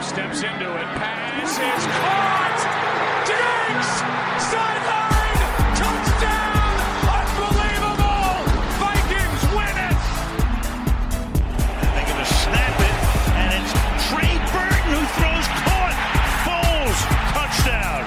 Steps into it. Pass is caught. Diggs! Sideline! Touchdown! Unbelievable! Vikings win it! And they're going to snap it, and it's Trey Burton who throws caught. Foles, touchdown.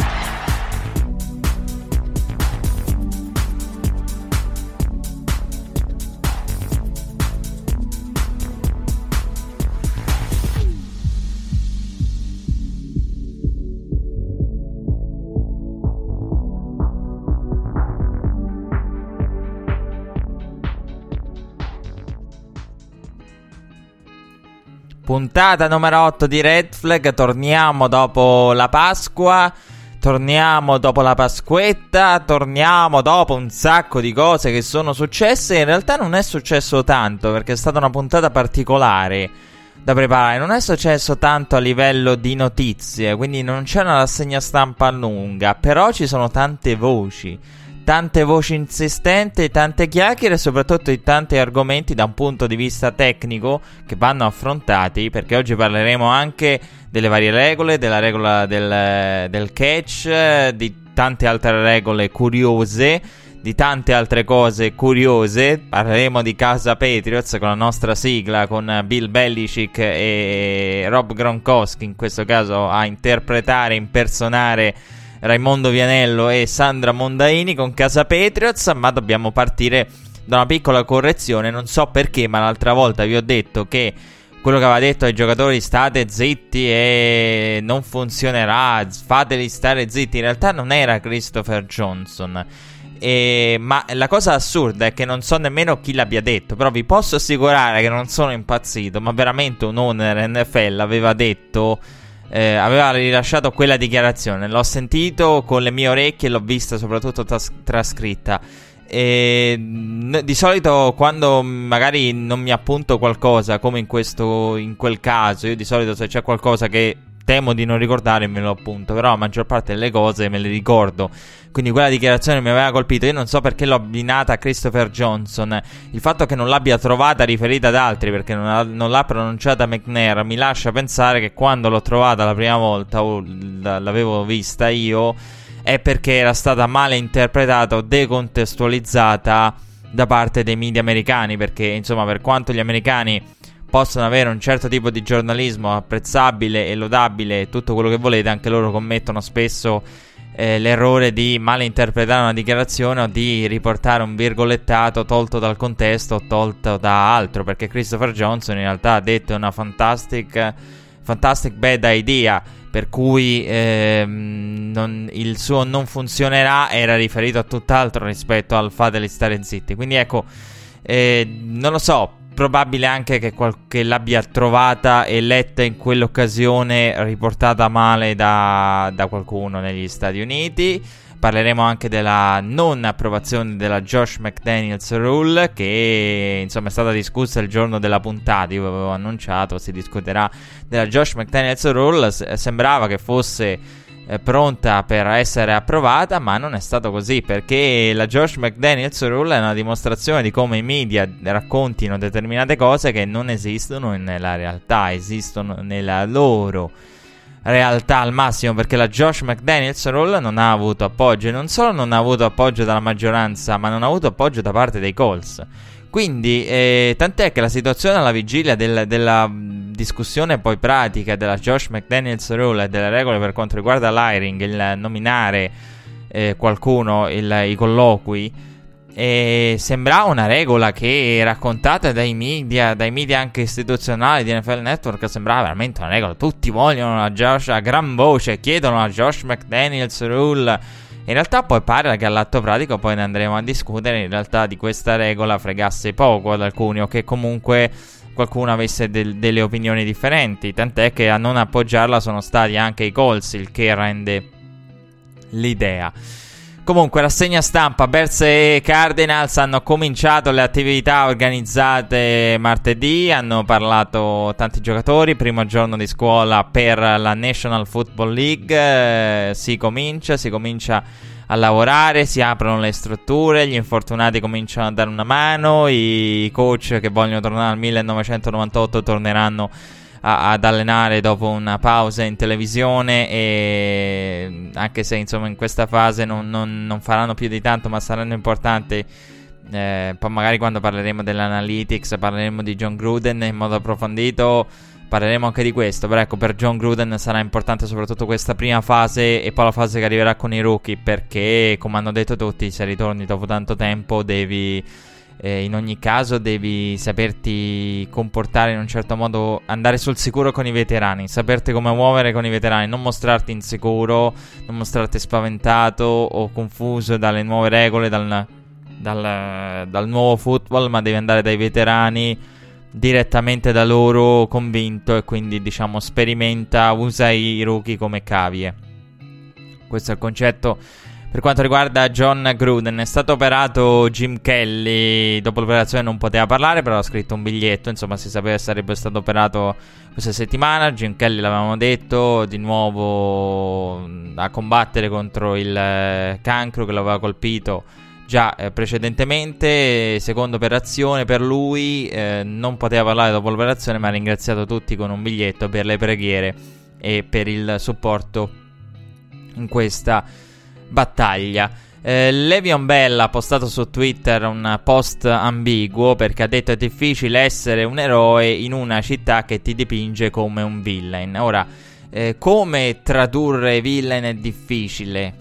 Puntata numero 8 di Red Flag. Torniamo dopo la Pasqua, torniamo dopo la Pasquetta, torniamo dopo un sacco di cose che sono successe. In realtà non è successo tanto, perché è stata una puntata particolare da preparare. Non è successo tanto a livello di notizie, quindi non c'è una rassegna stampa lunga, però ci sono tante voci insistenti, tante chiacchiere e soprattutto di tanti argomenti da un punto di vista tecnico che vanno affrontati, perché oggi parleremo anche delle varie regole, della regola del catch, di tante altre regole curiose, di tante altre cose curiose. Parleremo di casa Patriots con la nostra sigla, con Bill Belichick e Rob Gronkowski in questo caso a interpretare, impersonare Raimondo Vianello e Sandra Mondaini con casa Patriots. Ma dobbiamo partire da una piccola correzione. Non so perché, ma l'altra volta vi ho detto che quello che aveva detto ai giocatori state zitti e non funzionerà, fateli stare zitti, in realtà non era Christopher Johnson. Ma la cosa assurda è che non so nemmeno chi l'abbia detto, però vi posso assicurare che non sono impazzito, ma veramente un owner NFL aveva detto, aveva rilasciato quella dichiarazione. L'ho sentito con le mie orecchie e l'ho vista soprattutto trascritta. Di solito quando magari non mi appunto qualcosa, come in quel caso, io di solito se c'è qualcosa che temo di non ricordare me lo appunto, però la maggior parte delle cose me le ricordo. Quindi quella dichiarazione mi aveva colpito. Io non so perché l'ho abbinata a Christopher Johnson. Il fatto che non l'abbia trovata riferita ad altri, perché non l'ha pronunciata McNair, mi lascia pensare che quando l'ho trovata la prima volta o l'avevo vista io è perché era stata male interpretata o decontestualizzata da parte dei media americani. Perché insomma, per quanto gli americani possono avere un certo tipo di giornalismo apprezzabile e lodabile, tutto quello che volete, anche loro commettono spesso l'errore di malinterpretare una dichiarazione o di riportare un virgolettato tolto dal contesto o tolto da altro, perché Christopher Johnson in realtà ha detto una fantastic bad idea, per cui il suo non funzionerà era riferito a tutt'altro rispetto al fateli stare zitti. Quindi ecco, non lo so, probabile anche che l'abbia trovata e letta in quell'occasione riportata male da qualcuno negli Stati Uniti. Parleremo anche della non approvazione della Josh McDaniels Rule, che insomma è stata discussa il giorno della puntata. Io avevo annunciato si discuterà della Josh McDaniels Rule. Sembrava che fosse pronta per essere approvata, ma non è stato così, perché la Josh McDaniels Rule è una dimostrazione di come i media raccontino determinate cose che non esistono nella realtà, esistono nella loro realtà al massimo, perché la Josh McDaniels Rule non ha avuto appoggio, e non solo non ha avuto appoggio dalla maggioranza, ma non ha avuto appoggio da parte dei Colts. Quindi tant'è che la situazione alla vigilia della discussione poi pratica della Josh McDaniels Rule e delle regole per quanto riguarda l'hiring, il nominare qualcuno, i colloqui, sembrava una regola che raccontata dai media anche istituzionali di NFL Network, sembrava veramente una regola. Tutti vogliono la Josh a gran voce, chiedono la Josh McDaniels Rule. In realtà poi pare che all'atto pratico, poi ne andremo a discutere, in realtà di questa regola fregasse poco ad alcuni, o che comunque qualcuno avesse delle opinioni differenti, tant'è che a non appoggiarla sono stati anche i Colts, il che rende l'idea. Comunque, rassegna stampa. Bears e Cardinals hanno cominciato le attività organizzate martedì, hanno parlato tanti giocatori, primo giorno di scuola per la National Football League, si comincia a lavorare, si aprono le strutture, gli infortunati cominciano a dare una mano, i coach che vogliono tornare al 1998 torneranno ad allenare dopo una pausa in televisione, e anche se insomma in questa fase non faranno più di tanto, ma saranno importanti. Poi magari quando parleremo dell'analytics parleremo di Jon Gruden in modo approfondito, parleremo anche di questo. Però ecco, per Jon Gruden sarà importante soprattutto questa prima fase e poi la fase che arriverà con i rookie, perché come hanno detto tutti, se ritorni dopo tanto tempo devi in ogni caso devi saperti comportare in un certo modo, andare sul sicuro con i veterani, saperti come muovere con i veterani, non mostrarti insicuro, non mostrarti spaventato o confuso dalle nuove regole, dal nuovo football, ma devi andare dai veterani, direttamente da loro, convinto, e quindi diciamo sperimenta, usa i rookie come cavie. Questo è il concetto per quanto riguarda Jon Gruden. È stato operato Jim Kelly, dopo l'operazione non poteva parlare, però ha scritto un biglietto, insomma si sapeva che sarebbe stato operato questa settimana. Jim Kelly, l'avevamo detto, di nuovo a combattere contro il cancro che l'aveva colpito già precedentemente. Seconda operazione per lui, non poteva parlare dopo l'operazione, ma ha ringraziato tutti con un biglietto per le preghiere e per il supporto in questa battaglia. Le'Veon Bell ha postato su Twitter un post ambiguo, perché ha detto: è difficile essere un eroe in una città che ti dipinge come un villain. Ora, come tradurre villain è difficile,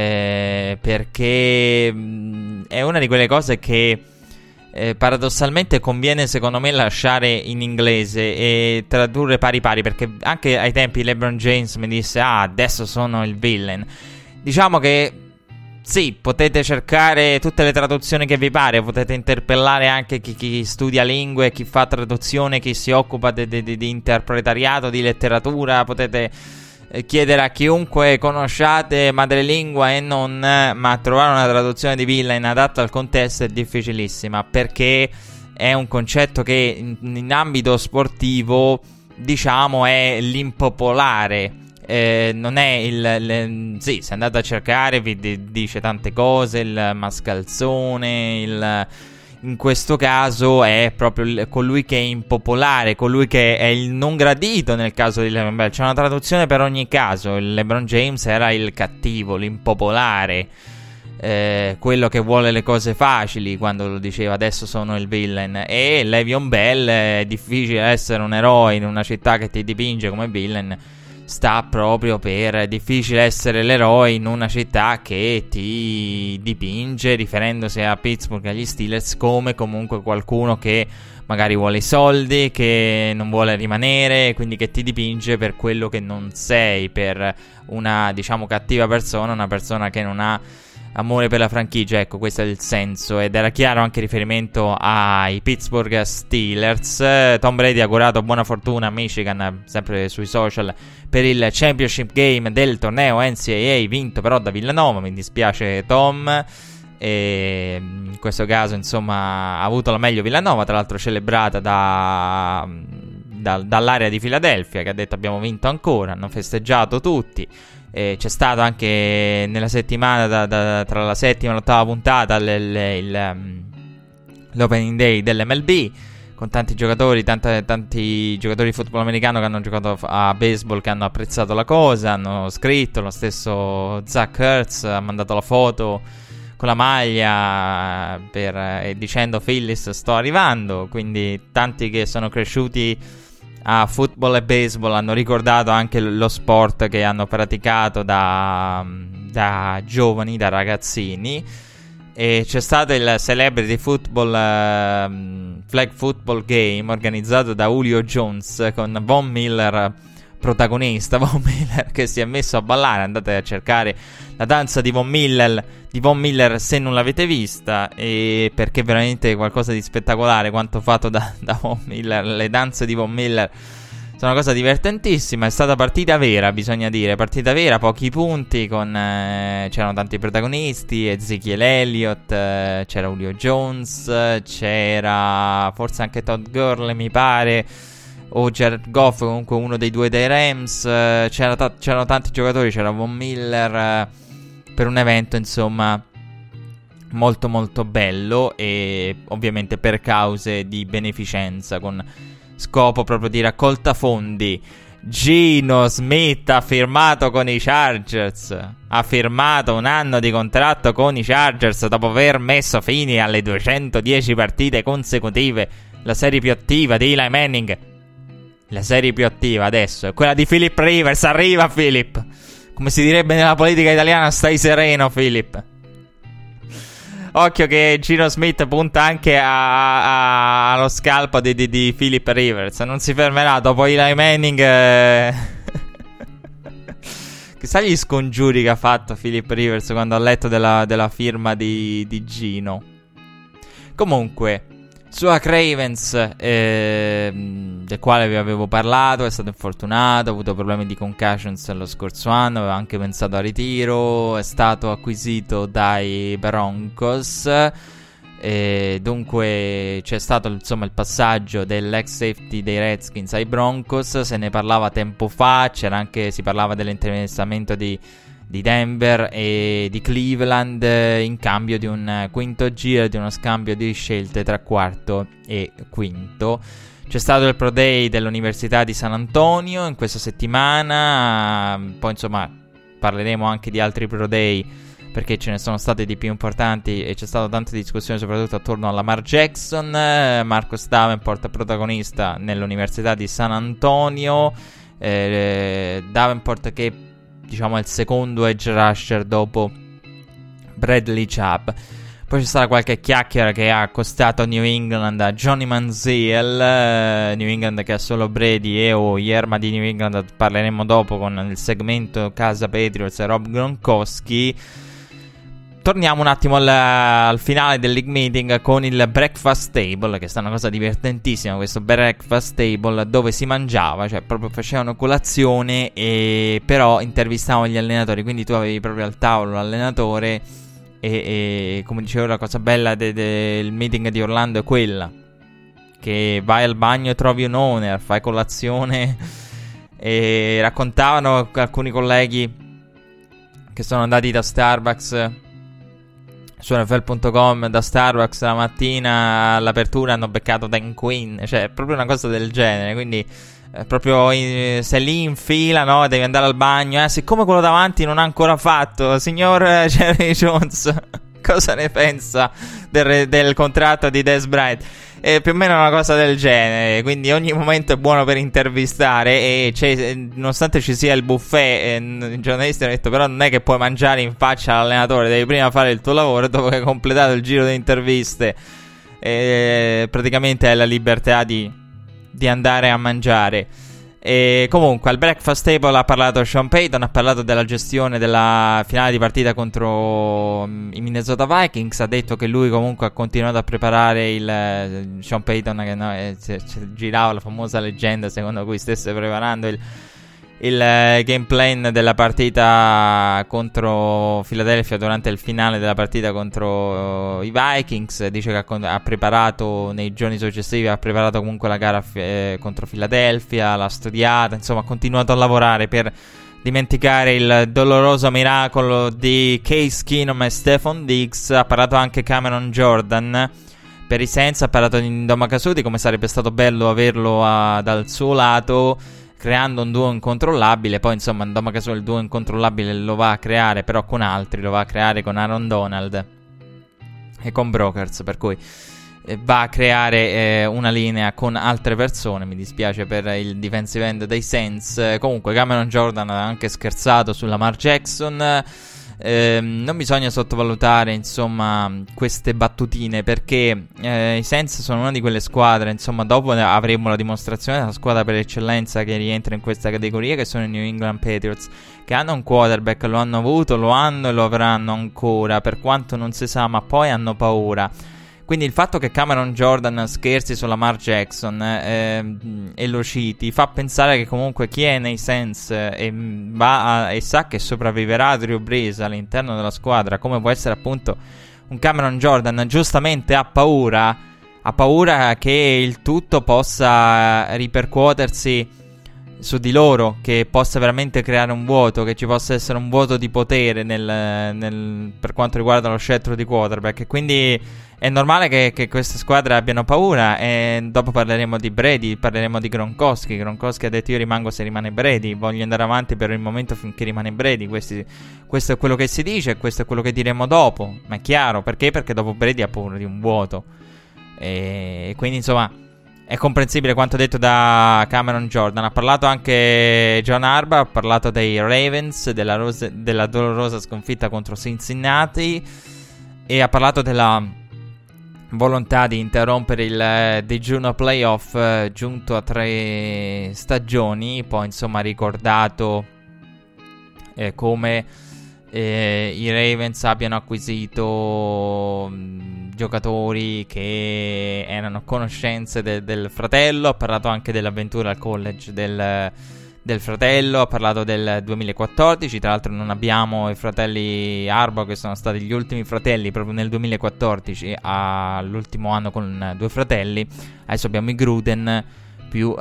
perché è una di quelle cose che paradossalmente conviene secondo me lasciare in inglese e tradurre pari pari, perché anche ai tempi LeBron James mi disse: adesso sono il villain. Diciamo che sì, potete cercare tutte le traduzioni che vi pare, potete interpellare anche chi studia lingue, chi fa traduzione, chi si occupa di interpretariato, di letteratura, potete chiedere a chiunque conosciate, madrelingua e non, ma trovare una traduzione di villain adatta al contesto è difficilissima, perché è un concetto che in ambito sportivo diciamo è l'impopolare. Non è sì, se andate a cercare vi dice tante cose, il mascalzone, in questo caso è proprio colui che è impopolare, colui che è il non gradito nel caso di LeBron Bell. C'è una traduzione per ogni caso. Il LeBron James era il cattivo, l'impopolare, quello che vuole le cose facili, quando lo diceva adesso sono il villain. E Le'Veon Bell, è difficile essere un eroe in una città che ti dipinge come villain, sta proprio per è difficile essere l'eroe in una città che ti dipinge, riferendosi a Pittsburgh e agli Steelers, come comunque qualcuno che magari vuole i soldi, che non vuole rimanere, quindi che ti dipinge per quello che non sei, per una diciamo cattiva persona, una persona che non ha amore per la franchigia. Ecco, questo è il senso, ed era chiaro anche riferimento ai Pittsburgh Steelers. Tom Brady ha augurato buona fortuna a Michigan, sempre sui social, per il championship game del torneo NCAA, vinto però da Villanova. Mi dispiace Tom, e in questo caso insomma ha avuto la meglio Villanova, tra l'altro celebrata dall'area di Philadelphia, che ha detto abbiamo vinto ancora, hanno festeggiato tutti. C'è stato anche nella settimana tra la settima e l'ottava puntata l'opening day dell'MLB, con tanti giocatori, tanti giocatori di football americano che hanno giocato a baseball, che hanno apprezzato la cosa, hanno scritto. Lo stesso Zach Ertz ha mandato la foto con la maglia dicendo Phillies sto arrivando. Quindi tanti che sono cresciuti a football e baseball hanno ricordato anche lo sport che hanno praticato da giovani, da ragazzini. E c'è stato il Celebrity Football Flag Football Game organizzato da Julio Jones, con Von Miller protagonista. Von Miller che si è messo a ballare. Andate a cercare la danza di Von Miller se non l'avete vista, perché è veramente qualcosa di spettacolare quanto fatto da Von Miller. Le danze di Von Miller sono una cosa divertentissima. È stata partita vera, bisogna dire, partita vera, pochi punti, c'erano tanti protagonisti, Ezekiel Elliott, c'era Julio Jones, c'era forse anche Todd Gurley mi pare, o Jared Goff, comunque uno dei due dei Rams. C'erano tanti giocatori, c'era Von Miller, per un evento insomma molto molto bello, e ovviamente per cause di beneficenza, con scopo proprio di raccolta fondi. Geno Smith ha firmato con i Chargers, ha firmato un anno di contratto con i Chargers dopo aver messo fine alle 210 partite consecutive. La serie più attiva di Eli Manning, la serie più attiva adesso è quella di Philip Rivers. Arriva Philip, come si direbbe nella politica italiana, stai sereno Philip. Occhio che Geno Smith punta anche allo scalpo di Philip Rivers. Non si fermerà dopo Eli Manning. Chissà gli scongiuri che ha fatto Philip Rivers quando ha letto della firma di Geno. Comunque, Suak Ravens, del quale vi avevo parlato, è stato infortunato, ha avuto problemi di concussions lo scorso anno, aveva anche pensato a ritiro, è stato acquisito dai Broncos, dunque c'è stato insomma il passaggio dell'ex safety dei Redskins ai Broncos. Se ne parlava tempo fa, si parlava dell'interessamento di Denver e di Cleveland in cambio di un quinto giro, di uno scambio di scelte tra quarto e quinto. C'è stato il Pro Day dell'Università di San Antonio in questa settimana, poi insomma parleremo anche di altri Pro Day perché ce ne sono stati di più importanti e c'è stata tanta discussione soprattutto attorno a Lamar Jackson. Marcus Davenport protagonista nell'Università di San Antonio, Davenport che diciamo è il secondo edge rusher dopo Bradley Chubb. Poi c'è stata qualche chiacchiera che ha costato New England a Johnny Manziel, New England che ha solo Brady e Hoyer, di New England parleremo dopo con il segmento Casa Patriots e Rob Gronkowski. Torniamo un attimo al finale del league meeting con il breakfast table, che è stata una cosa divertentissima, questo breakfast table dove si mangiava, cioè proprio facevano colazione e però intervistavano gli allenatori, quindi tu avevi proprio al tavolo l'allenatore e come dicevo la cosa bella del meeting di Orlando è quella che vai al bagno e trovi un owner, fai colazione e raccontavano alcuni colleghi che sono andati da Starbucks su NFL.com, da Starbucks la mattina all'apertura hanno beccato Dan Quinn, cioè è proprio una cosa del genere, quindi proprio sei lì in fila, no? Devi andare al bagno, siccome quello davanti non ha ancora fatto, signor Jerry Jones, cosa ne pensa del contratto di Dez Bryant? Più o meno una cosa del genere, quindi ogni momento è buono per intervistare e nonostante ci sia il buffet, i giornalisti hanno detto però non è che puoi mangiare in faccia all'allenatore, devi prima fare il tuo lavoro, dopo che hai completato il giro di interviste praticamente hai la libertà di andare a mangiare. E comunque al breakfast table ha parlato Sean Payton, ha parlato della gestione della finale di partita contro i Minnesota Vikings, ha detto che lui comunque ha continuato a preparare il Sean Payton che girava la famosa leggenda secondo cui stesse preparando il game plan della partita contro Philadelphia durante il finale della partita contro i Vikings. Dice che ha preparato nei giorni successivi, ha preparato comunque la gara contro Philadelphia, l'ha studiata, insomma ha continuato a lavorare per dimenticare il doloroso miracolo di Case Keenum e Stephon Diggs. Ha parlato anche Cameron Jordan per i Saints, ha parlato di Ndamukong di come sarebbe stato bello averlo dal suo lato, creando un duo incontrollabile. Poi insomma Ndamukong il duo incontrollabile lo va a creare però con altri, lo va a creare con Aaron Donald e con Brokers, per cui va a creare una linea con altre persone. Mi dispiace per il defensive end dei Saints. Comunque Cameron Jordan ha anche scherzato su Lamar Jackson. Non bisogna sottovalutare insomma queste battutine, perché i Saints sono una di quelle squadre, insomma dopo avremo la dimostrazione della squadra per eccellenza che rientra in questa categoria, che sono i New England Patriots, che hanno un quarterback, lo hanno avuto, lo hanno e lo avranno ancora, per quanto non si sa, ma poi hanno paura. Quindi il fatto che Cameron Jordan scherzi su Lamar Jackson e lo citi fa pensare che comunque chi è nei Saints e sa che sopravviverà Drew Brees all'interno della squadra, come può essere appunto un Cameron Jordan, giustamente ha paura che il tutto possa ripercuotersi su di loro, che possa veramente creare un vuoto, che ci possa essere un vuoto di potere per quanto riguarda lo scettro di quarterback. E quindi è normale che queste squadre abbiano paura. E dopo parleremo di Brady, parleremo di Gronkowski. Gronkowski ha detto: io rimango se rimane Brady, voglio andare avanti per il momento finché rimane Brady. Questo è quello che si dice e questo è quello che diremo dopo. Ma è chiaro, perché? Perché dopo Brady ha paura di un vuoto. E quindi insomma è comprensibile quanto detto da Cameron Jordan. Ha parlato anche John Harbaugh, ha parlato dei Ravens, della dolorosa sconfitta contro Cincinnati, e ha parlato della volontà di interrompere il digiuno playoff giunto a 3 stagioni. Poi insomma ha ricordato come i Ravens abbiano acquisito giocatori che erano conoscenze del fratello. Ha parlato anche dell'avventura al college del fratello. Ha parlato del 2014. Tra l'altro non abbiamo i fratelli Harbaugh, che sono stati gli ultimi fratelli proprio nel 2014, all'ultimo anno con 2 fratelli. Adesso abbiamo i Gruden più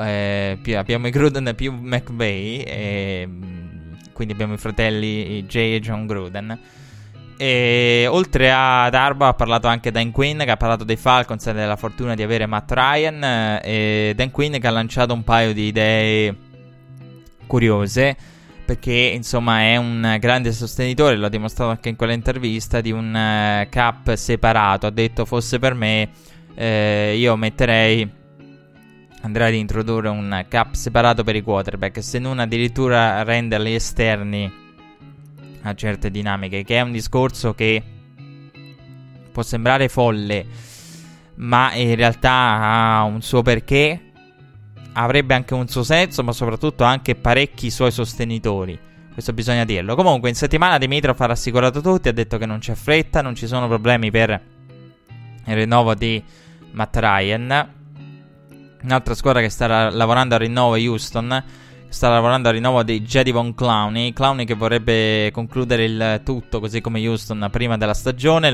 McVay, quindi abbiamo i fratelli Jay e John Gruden. E oltre ad Harbaugh ha parlato anche Dan Quinn, che ha parlato dei Falcons e della fortuna di avere Matt Ryan. E Dan Quinn che ha lanciato un paio di idee curiose, perché insomma è un grande sostenitore, l'ho dimostrato anche in quell'intervista, di un cap separato. Ha detto: fosse per me, io andrei ad introdurre un cap separato per i quarterback, se non addirittura renderli esterni a certe dinamiche, che è un discorso che può sembrare folle, ma in realtà ha un suo perché, avrebbe anche un suo senso, ma soprattutto anche parecchi suoi sostenitori. Questo bisogna dirlo. Comunque in settimana Dimitrov ha rassicurato tutti, ha detto che non c'è fretta, non ci sono problemi per il rinnovo di Matt Ryan. Un'altra squadra che sta lavorando al rinnovo è Houston, sta lavorando al rinnovo di Jadeveon Clowney che vorrebbe concludere il tutto, così come Houston, prima della stagione.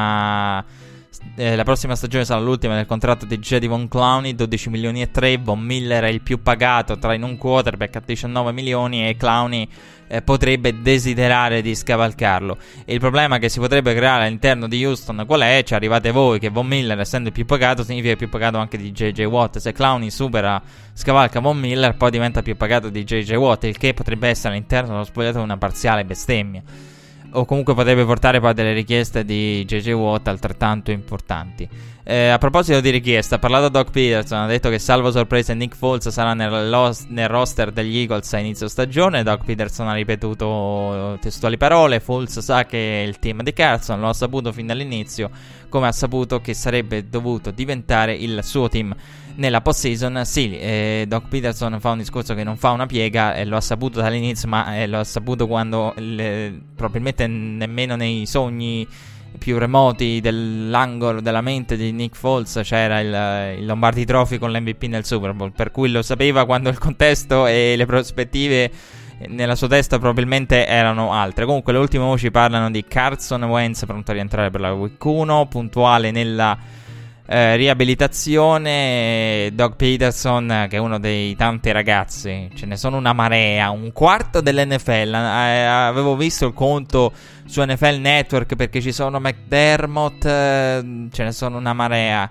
La prossima stagione sarà l'ultima del contratto di Jadeveon Clowney, 12 milioni e 3. Von Miller è il più pagato tra i non quarterback a 19 milioni e Clowney potrebbe desiderare di scavalcarlo. E il problema che si potrebbe creare all'interno di Houston qual è? Ci arrivate voi che Von Miller, essendo il più pagato, significa più pagato anche di JJ Watt. Se Clowney scavalca Von Miller, poi diventa più pagato di JJ Watt, il che potrebbe essere all'interno dello spogliatoio una parziale bestemmia, o comunque potrebbe portare poi a delle richieste di JJ Watt altrettanto importanti. A proposito di richieste, ha parlato Doug Peterson, ha detto che salvo sorpresa Nick Foles sarà nel roster degli Eagles a inizio stagione. Doug Peterson ha ripetuto testuali parole: Foles sa che è il team di Carson, lo ha saputo fin dall'inizio, come ha saputo che sarebbe dovuto diventare il suo team nella postseason. Sì, Doug Peterson fa un discorso che non fa una piega, e lo ha saputo dall'inizio, ma lo ha saputo quando probabilmente nemmeno nei sogni più remoti dell'angolo della mente di Nick Foles c'era il Lombardi Trophy con l'MVP nel Super Bowl, per cui lo sapeva quando il contesto e le prospettive nella sua testa probabilmente erano altre. Comunque le ultime voci parlano di Carson Wentz pronto a rientrare per la Week 1, puntuale nella riabilitazione. Doug Peterson, che è uno dei tanti ragazzi, ce ne sono una marea, un quarto dell'NFL. Avevo visto il conto su NFL Network, perché ci sono McDermott, ce ne sono una marea,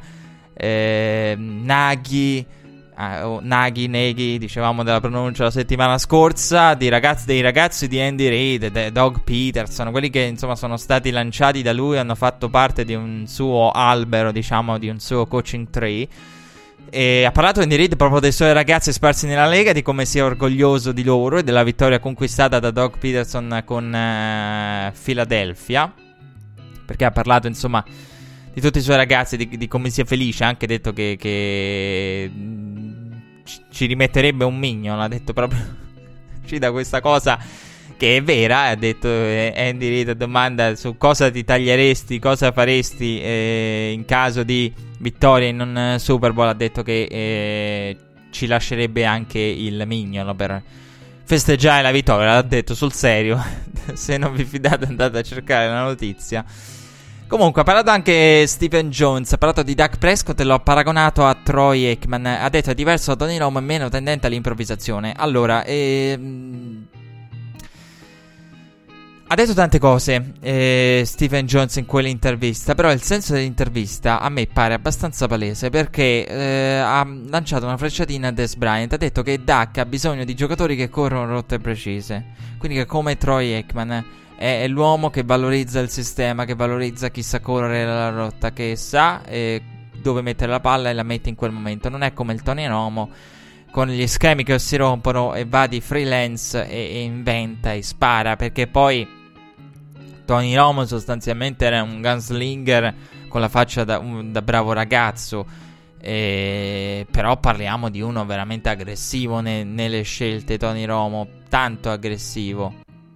Nagy, dicevamo della pronuncia la settimana scorsa, dei ragazzi di Andy Reid, Doug Peterson, quelli che insomma sono stati lanciati da lui, hanno fatto parte di un suo albero, diciamo, di un suo coaching tree. E ha parlato Andy Reid proprio dei suoi ragazzi sparsi nella Lega, di come sia orgoglioso di loro e della vittoria conquistata da Doug Peterson con Philadelphia, perché ha parlato insomma di tutti i suoi ragazzi, di come sia felice. Ha anche detto che ci rimetterebbe un mignon, ha detto proprio ci dà questa cosa che è vera. Ha detto Andy Reid, domanda su cosa ti taglieresti, cosa faresti in caso di vittoria in un Super Bowl, ha detto che ci lascerebbe anche il mignolo per festeggiare la vittoria. L'ha detto sul serio. Se non vi fidate andate a cercare la notizia. Comunque ha parlato anche Stephen Jones, ha parlato di Dak Prescott e lo ha paragonato a Troy Aikman. Ha detto è diverso da Tony Romo e meno tendente all'improvvisazione. Allora, ha detto tante cose Stephen Jones in quell'intervista, però il senso dell'intervista a me pare abbastanza palese, perché ha lanciato una frecciatina a Dez Bryant. Ha detto che Dak ha bisogno di giocatori che corrono rotte precise, quindi che come Troy Aikman è l'uomo che valorizza il sistema, che valorizza chi sa correre la rotta, che sa dove mettere la palla e la mette in quel momento. Non è come il Tony Romo con gli schemi che si rompono e va di freelance e inventa e spara, perché poi Tony Romo sostanzialmente era un gunslinger con la faccia da bravo ragazzo, però parliamo di uno veramente aggressivo nelle scelte. Tony Romo tanto aggressivo,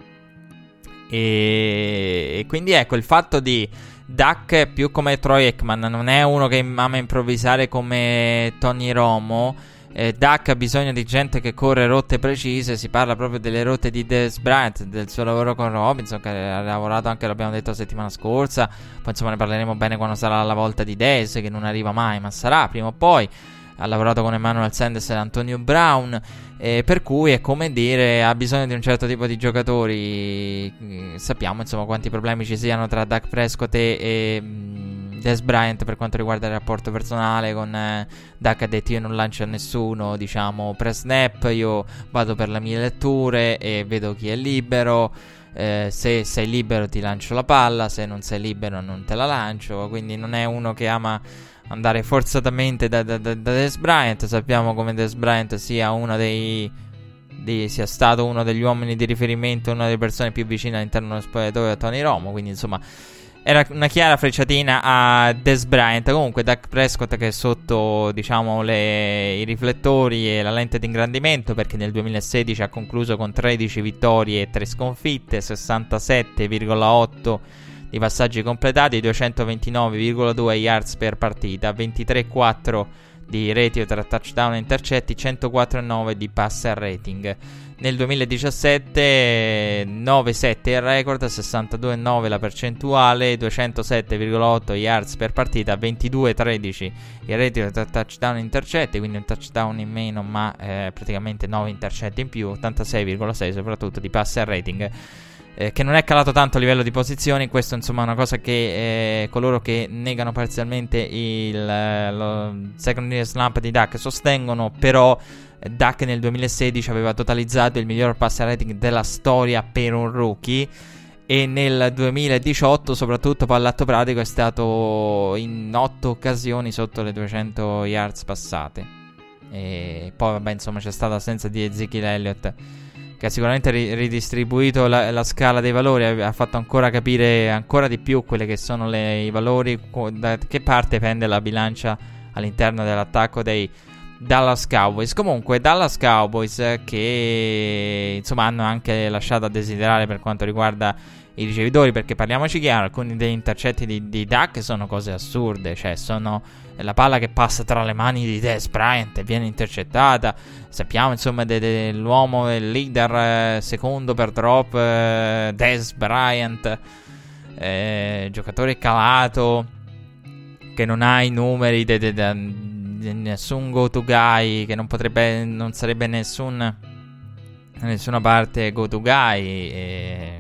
e quindi ecco, il fatto di Dak è più come Troy Aikman, non è uno che ama improvvisare come Tony Romo. Dak ha bisogno di gente che corre rotte precise. Si parla proprio delle rotte di Dez Bryant, del suo lavoro con Robinson, che ha lavorato anche, l'abbiamo detto la settimana scorsa. Poi insomma ne parleremo bene quando sarà la volta di Dez, che non arriva mai ma sarà prima o poi. Ha lavorato con Emmanuel Sanders e Antonio Brown, per cui è come dire, ha bisogno di un certo tipo di giocatori. Sappiamo insomma quanti problemi ci siano tra Dak Prescott e Dez Bryant per quanto riguarda il rapporto personale. Con Dak ha detto: io non lancio a nessuno, diciamo, pre-snap, io vado per le mie letture e vedo chi è libero. Se sei libero ti lancio la palla, se non sei libero non te la lancio. Quindi non è uno che ama andare forzatamente da Dez Bryant. Sappiamo come Dez Bryant sia uno sia stato uno degli uomini di riferimento, una delle persone più vicine all'interno dello spogliatoio a Tony Romo. Quindi insomma era una chiara frecciatina a Dez Bryant. Comunque Dak Prescott, che è sotto, diciamo, i riflettori e la lente di ingrandimento, perché nel 2016 ha concluso con 13 vittorie e 3 sconfitte, 67,8 di passaggi completati, 229,2 yards per partita, 23,4 di ratio tra touchdown e intercetti, 104,9 di passer rating. Nel 2017 9,7 il record, 62,9 la percentuale, 207,8 yards per partita, 22,13 il ratio tra touchdown e intercetti, quindi un touchdown in meno ma praticamente 9 intercetti in più, 86,6 soprattutto di passer rating, che non è calato tanto a livello di posizioni. Questo insomma è una cosa che coloro che negano parzialmente lo second year slump di Dak sostengono. Però Dak nel 2016 aveva totalizzato il miglior passer rating della storia per un rookie, e nel 2018 soprattutto all'atto pratico è stato in 8 occasioni sotto le 200 yards passate. E poi vabbè, insomma, c'è stata l'assenza di Ezekiel Elliott, che ha sicuramente ridistribuito la scala dei valori, ha fatto ancora capire ancora di più quelli che sono i valori, da che parte pende la bilancia all'interno dell'attacco dei Dallas Cowboys. Comunque Dallas Cowboys che insomma hanno anche lasciato a desiderare per quanto riguarda i ricevitori, perché parliamoci chiaro, alcuni degli intercetti di Dak sono cose assurde, cioè sono la palla che passa tra le mani di Dez Bryant e viene intercettata. Sappiamo insomma dell'uomo, il leader secondo per drop, Dez Bryant, giocatore calato che non ha i numeri di nessun go to guy, che non sarebbe nessuna parte go to guy,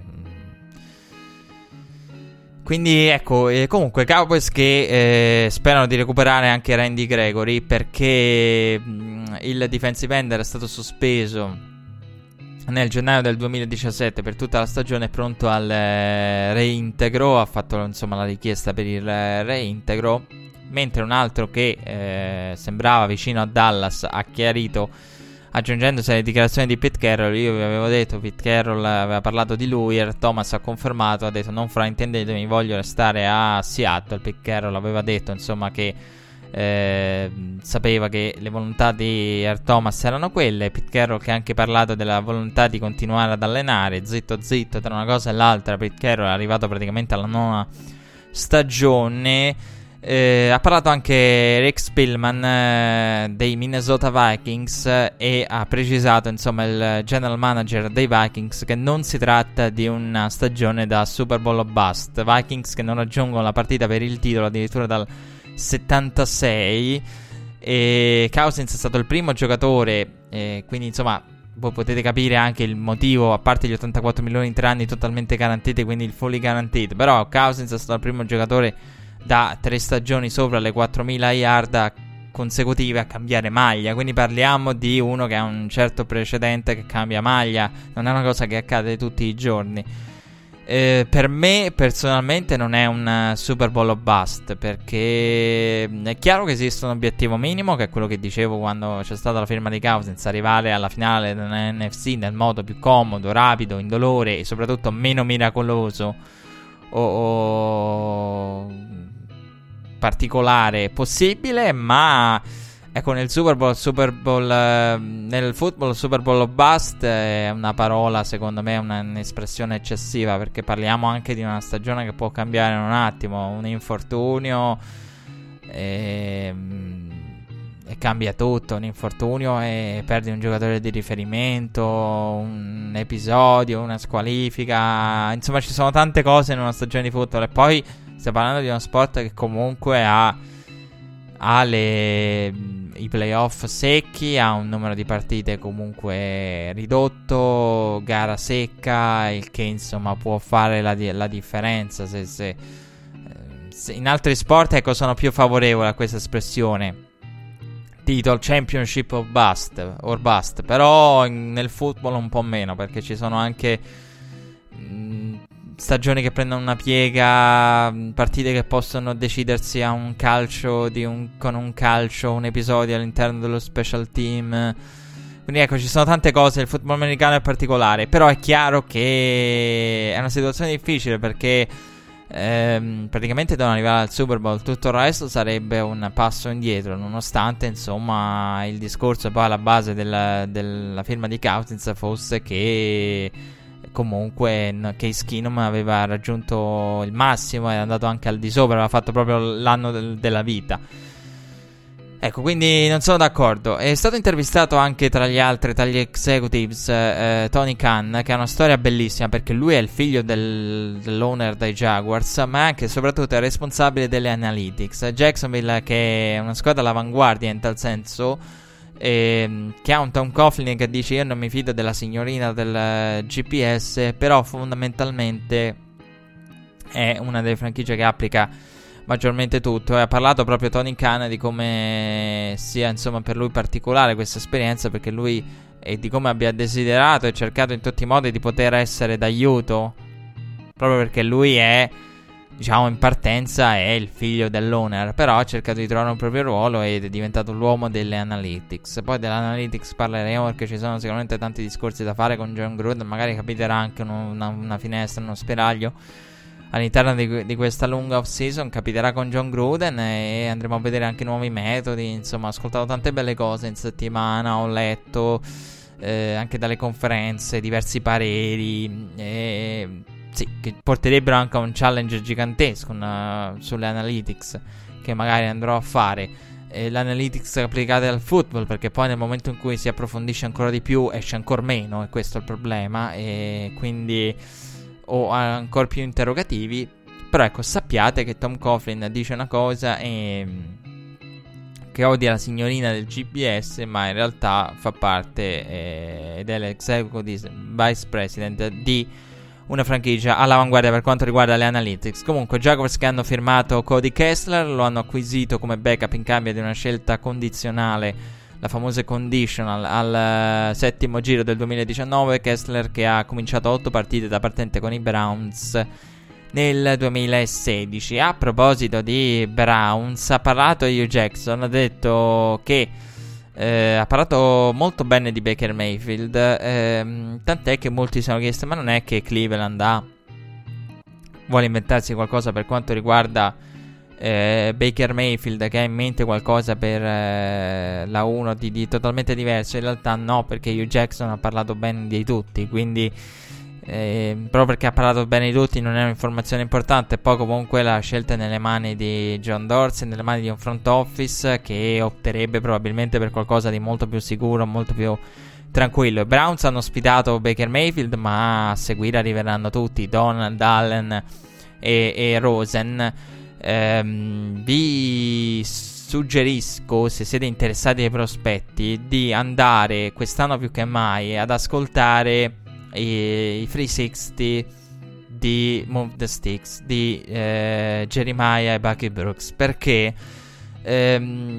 quindi ecco, comunque Cowboys che sperano di recuperare anche Randy Gregory, perché il defensive end era stato sospeso nel gennaio del 2017 per tutta la stagione, è pronto al reintegro, ha fatto insomma la richiesta per il reintegro, mentre un altro che sembrava vicino a Dallas ha chiarito, aggiungendosi alle dichiarazioni di Pete Carroll. Io vi avevo detto, Pete Carroll aveva parlato di lui, Earl Thomas ha confermato, ha detto: non fraintendetemi, voglio restare a Seattle. Pete Carroll aveva detto insomma che sapeva che le volontà di Earl Thomas erano quelle. Pete Carroll che ha anche parlato della volontà di continuare ad allenare, zitto tra una cosa e l'altra. Pete Carroll è arrivato praticamente alla 9ª stagione. Ha parlato anche Rick Spielman dei Minnesota Vikings e ha precisato, insomma, il general manager dei Vikings, che non si tratta di una stagione da Super Bowl o bust. Vikings che non raggiungono la partita per il titolo addirittura dal 76, e Cousins è stato il primo giocatore, quindi insomma voi potete capire anche il motivo, a parte gli 84 milioni in 3 anni totalmente garantiti, quindi il fully guaranteed, però Cousins è stato il primo giocatore da 3 stagioni sopra le 4.000 yard consecutive a cambiare maglia. Quindi parliamo di uno che ha un certo precedente che cambia maglia, non è una cosa che accade tutti i giorni. Per me personalmente non è un Super Bowl o bust, perché è chiaro che esiste un obiettivo minimo, che è quello che dicevo quando c'è stata la firma di Cousins: arrivare alla finale dell'NFC nel modo più comodo, rapido, indolore e soprattutto meno miracoloso o particolare possibile. Ma ecco, nel Super Bowl, nel football, Super Bowl o bust è una parola, secondo me, un'espressione eccessiva, perché parliamo anche di una stagione che può cambiare in un attimo. Un infortunio e cambia tutto. Un infortunio e perdi un giocatore di riferimento, un episodio, una squalifica, insomma ci sono tante cose in una stagione di football. E poi stiamo parlando di uno sport che comunque ha i playoff secchi, ha un numero di partite comunque ridotto, gara secca, il che insomma può fare la differenza. Se in altri sport, ecco, sono più favorevole a questa espressione, titolo championship or bust, però nel football un po' meno, perché ci sono anche stagioni che prendono una piega, partite che possono decidersi a un calcio con un calcio, un episodio all'interno dello special team. Quindi ecco, ci sono tante cose. Il football americano è particolare, però è chiaro che è una situazione difficile, perché praticamente devono arrivare al Super Bowl. Tutto il resto sarebbe un passo indietro, nonostante insomma il discorso poi alla base della firma di Cousins fosse che comunque Case Keenum aveva raggiunto il massimo, era andato anche al di sopra, aveva fatto proprio l'anno della vita. Ecco, quindi non sono d'accordo. È stato intervistato anche tra gli executives Tony Khan, che ha una storia bellissima, perché lui è il figlio dell'owner dei Jaguars, ma anche e soprattutto è responsabile delle analytics. Jacksonville, che è una squadra all'avanguardia in tal senso, che ha un Tom Coughlin che dice: io non mi fido della signorina del GPS, però fondamentalmente è una delle franchigie che applica maggiormente tutto. E ha parlato proprio Tony Khan di come sia insomma per lui particolare questa esperienza, perché lui e di come abbia desiderato e cercato in tutti i modi di poter essere d'aiuto, proprio perché lui è, diciamo, in partenza è il figlio dell'owner, però ha cercato di trovare un proprio ruolo ed è diventato l'uomo delle analytics. Poi dell'analytics parleremo, perché ci sono sicuramente tanti discorsi da fare con John Gruden. Magari capiterà anche una finestra, uno spiraglio all'interno di questa lunga off season, capiterà con John Gruden, e andremo a vedere anche nuovi metodi. Insomma, ho ascoltato tante belle cose in settimana, ho letto anche dalle conferenze diversi pareri, sì, che porterebbero anche a un challenge gigantesco sulle analytics, che magari andrò a fare. L'analytics applicate al football, perché poi nel momento in cui si approfondisce ancora di più esce ancora meno, e questo è il problema, e quindi ho ancora più interrogativi. Però ecco, sappiate che Tom Coughlin dice una cosa che odia la signorina del GPS, ma in realtà fa parte ed è l'executive vice president di una franchigia all'avanguardia per quanto riguarda le analytics. Comunque, Jaguars che hanno firmato Cody Kessler, lo hanno acquisito come backup in cambio di una scelta condizionale, la famosa conditional, al settimo giro del 2019. Kessler che ha cominciato 8 partite da partente con i Browns nel 2016. A proposito di Browns, ha parlato Hugh Jackson, ha detto che ha parlato molto bene di Baker Mayfield, tant'è che molti si sono chiesti: ma non è che Cleveland vuole inventarsi qualcosa per quanto riguarda Baker Mayfield, che ha in mente qualcosa per la 1 di totalmente diverso? In realtà no, perché Hugh Jackson ha parlato bene di tutti, quindi proprio perché ha parlato bene di tutti, non è un'informazione importante. Poi comunque la scelta è nelle mani di John Dorsey, nelle mani di un front office che opterebbe probabilmente per qualcosa di molto più sicuro, molto più tranquillo. I Browns hanno ospitato Baker Mayfield, ma a seguire arriveranno tutti, Donald, Allen e Rosen. Vi suggerisco, se siete interessati ai prospetti, di andare quest'anno più che mai ad ascoltare i 360 di Move the Sticks di Jeremiah e Bucky Brooks, perché è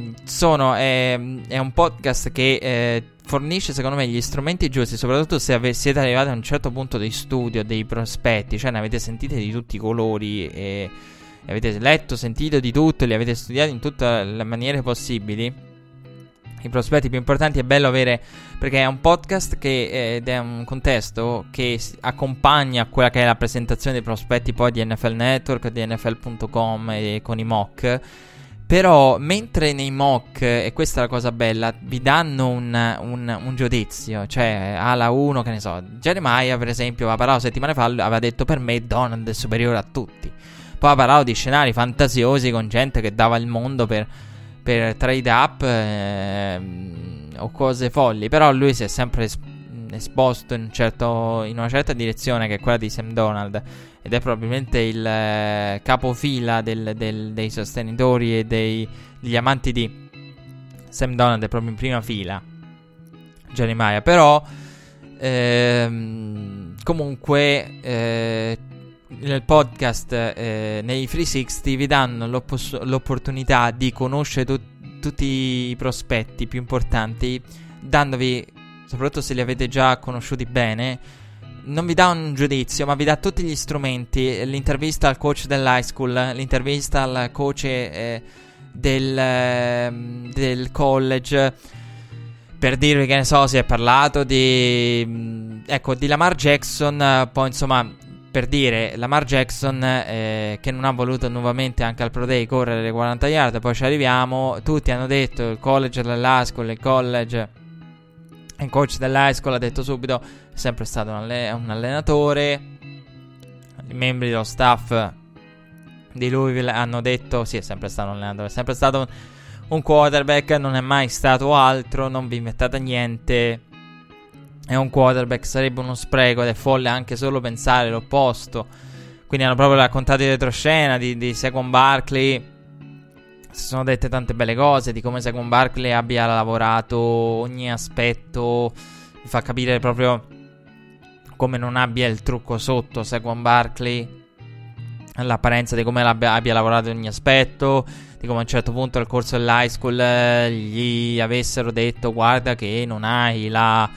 un podcast che fornisce secondo me gli strumenti giusti, soprattutto se siete arrivati a un certo punto di studio dei prospetti, cioè ne avete sentite di tutti i colori e avete letto, sentito di tutto, li avete studiati in tutte le maniere possibili, i prospetti più importanti. È bello avere, perché è un podcast ed è un contesto che accompagna quella che è la presentazione dei prospetti poi di NFL Network, di NFL.com e con i mock. Però mentre nei mock, e questa è la cosa bella, vi danno un giudizio, cioè alla 1, che ne so, Jeremiah per esempio aveva parlato settimane fa, aveva detto per me Donald è superiore a tutti. Poi ha parlato di scenari fantasiosi con gente che dava il mondo per trade up o cose folli. Però lui si è sempre esposto in una certa direzione, che è quella di Sam Donald, ed è probabilmente il capofila dei sostenitori e degli amanti di Sam Donald, è proprio in prima fila Jeremiah. Però comunque nel podcast nei 360 vi danno l'opportunità di conoscere tutti i prospetti più importanti, dandovi, soprattutto se li avete già conosciuti bene, non vi dà un giudizio, ma vi dà tutti gli strumenti, l'intervista al coach dell'high school, l'intervista al coach del college, per dirvi, che ne so, si è parlato di Lamar Jackson. Poi insomma, per dire, Lamar Jackson che non ha voluto nuovamente anche al Pro Day correre le 40 yard, poi ci arriviamo. Tutti hanno detto il college dell'high school, il coach dell'high school ha detto subito è sempre stato un allenatore. I membri dello staff di Louisville hanno detto sì, è sempre stato un allenatore, è sempre stato un quarterback, non è mai stato altro, non vi inventate niente, è un quarterback, sarebbe uno spreco ed è folle anche solo pensare l'opposto. Quindi hanno proprio raccontato in retroscena di Saquon Barkley, si sono dette tante belle cose di come Saquon Barkley abbia lavorato ogni aspetto, vi fa capire proprio come non abbia il trucco sotto Saquon Barkley, l'apparenza di come abbia lavorato ogni aspetto, di come a un certo punto al corso dell'high school gli avessero detto guarda che non hai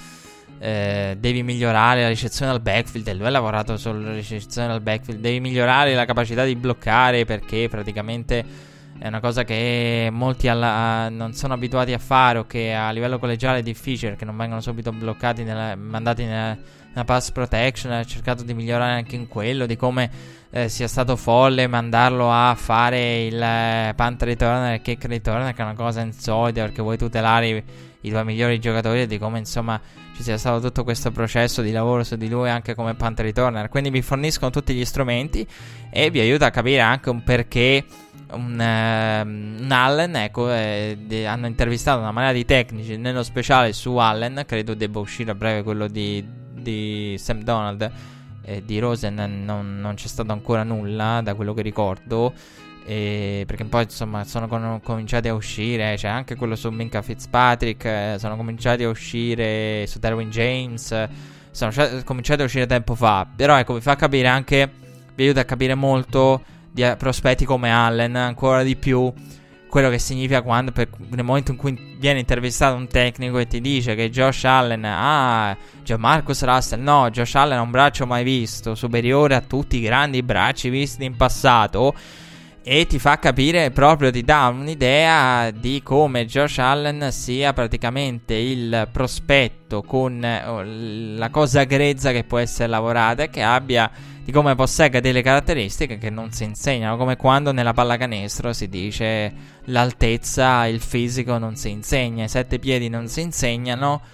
devi migliorare la ricezione al backfield, e lui ha lavorato sulla ricezione al backfield, devi migliorare la capacità di bloccare, perché praticamente è una cosa che molti non sono abituati a fare, o che a livello collegiale è difficile, perché non vengono subito bloccati, mandati nella pass protection. Ha cercato di migliorare anche in quello, di come sia stato folle mandarlo a fare il punt returner e il kick returner, che è una cosa insolita, perché vuoi tutelare i tuoi migliori giocatori, e di come insomma ci sia stato tutto questo processo di lavoro su di lui anche come punt returner. Quindi vi forniscono tutti gli strumenti e vi aiuta a capire anche un perché un Allen, hanno intervistato una marea di tecnici, nello speciale su Allen. Credo debba uscire a breve quello di Sam Donald, di Rosen non c'è stato ancora nulla da quello che ricordo, perché poi insomma sono cominciati a uscire, c'è anche quello su Minka Fitzpatrick, sono cominciati a uscire su Derwin James, sono cominciati a uscire tempo fa. Però ecco, vi fa capire anche, vi aiuta a capire molto di prospetti come Allen, ancora di più quello che significa quando nel momento in cui viene intervistato un tecnico e ti dice che Josh Allen Marcus Russell, no, Josh Allen ha un braccio mai visto, superiore a tutti i grandi bracci visti in passato, e ti fa capire proprio, ti dà un'idea di come Josh Allen sia praticamente il prospetto con la cosa grezza che può essere lavorata, e che abbia, di come possegga delle caratteristiche che non si insegnano, come quando nella pallacanestro si dice l'altezza, il fisico non si insegna, i 7 piedi non si insegnano,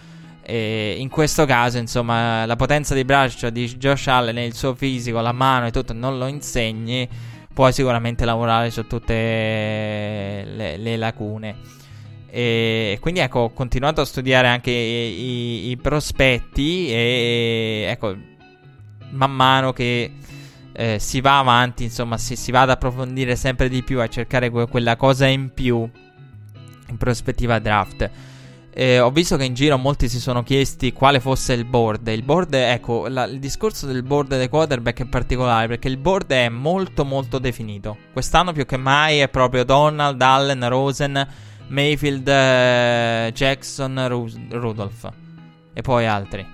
E in questo caso, insomma, la potenza di braccio di Josh Allen e il suo fisico, la mano e tutto non lo insegni, puoi sicuramente lavorare su tutte le lacune. E quindi ecco, ho continuato a studiare anche i prospetti e ecco, man mano che si va avanti, insomma, si va ad approfondire sempre di più, a cercare quella cosa in più in prospettiva draft. Ho visto che in giro molti si sono chiesti quale fosse il board. Il board, ecco, il discorso del board dei quarterback è particolare, perché il board è molto molto definito. Quest'anno più che mai è proprio Donald, Allen, Rosen, Mayfield, Jackson, Rudolph e poi altri.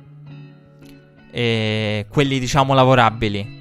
E quelli diciamo lavorabili.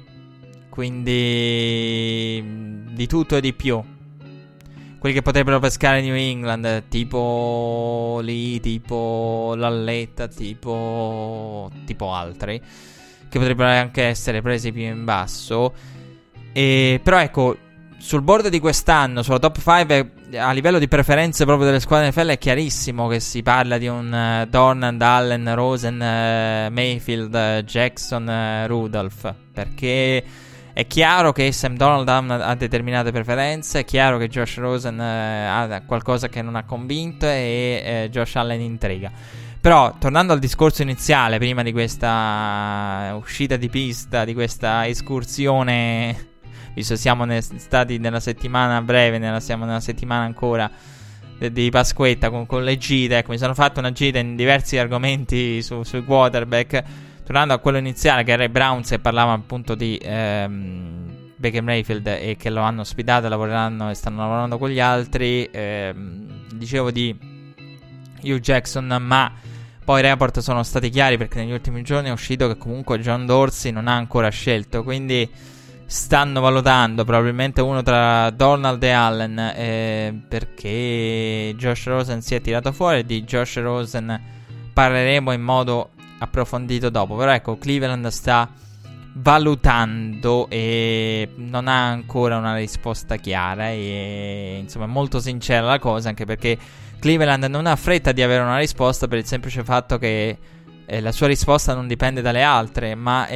Quindi di tutto e di più. Quelli che potrebbero pescare New England, tipo Lee, tipo Lalletta, tipo altri, che potrebbero anche essere presi più in basso. Però ecco, sul board di quest'anno, sulla top 5, a livello di preferenze proprio delle squadre NFL, è chiarissimo che si parla di un Donald, Allen, Rosen, Mayfield, Jackson, Rudolph, perché è chiaro che Sam Donald ha determinate preferenze, è chiaro che Josh Rosen ha qualcosa che non ha convinto e Josh Allen intriga. Però, tornando al discorso iniziale, prima di questa uscita di pista, di questa escursione, visto che siamo stati nella settimana breve, siamo nella settimana ancora di Pasquetta con le gite, ecco, mi sono fatto una gita in diversi argomenti sui quarterback. Tornando a quello iniziale, che era i Browns, e parlava appunto di Baker Mayfield e che lo hanno ospitato e lavoreranno e stanno lavorando con gli altri. Dicevo di Hugh Jackson, ma poi i report sono stati chiari, perché negli ultimi giorni è uscito che comunque John Dorsey non ha ancora scelto, quindi stanno valutando probabilmente uno tra Donald e Allen, perché Josh Rosen si è tirato fuori. Di Josh Rosen parleremo in modo approfondito dopo. Però ecco, Cleveland sta valutando e non ha ancora una risposta chiara, e insomma è molto sincera la cosa, anche perché Cleveland non ha fretta di avere una risposta, per il semplice fatto che la sua risposta non dipende dalle altre, ma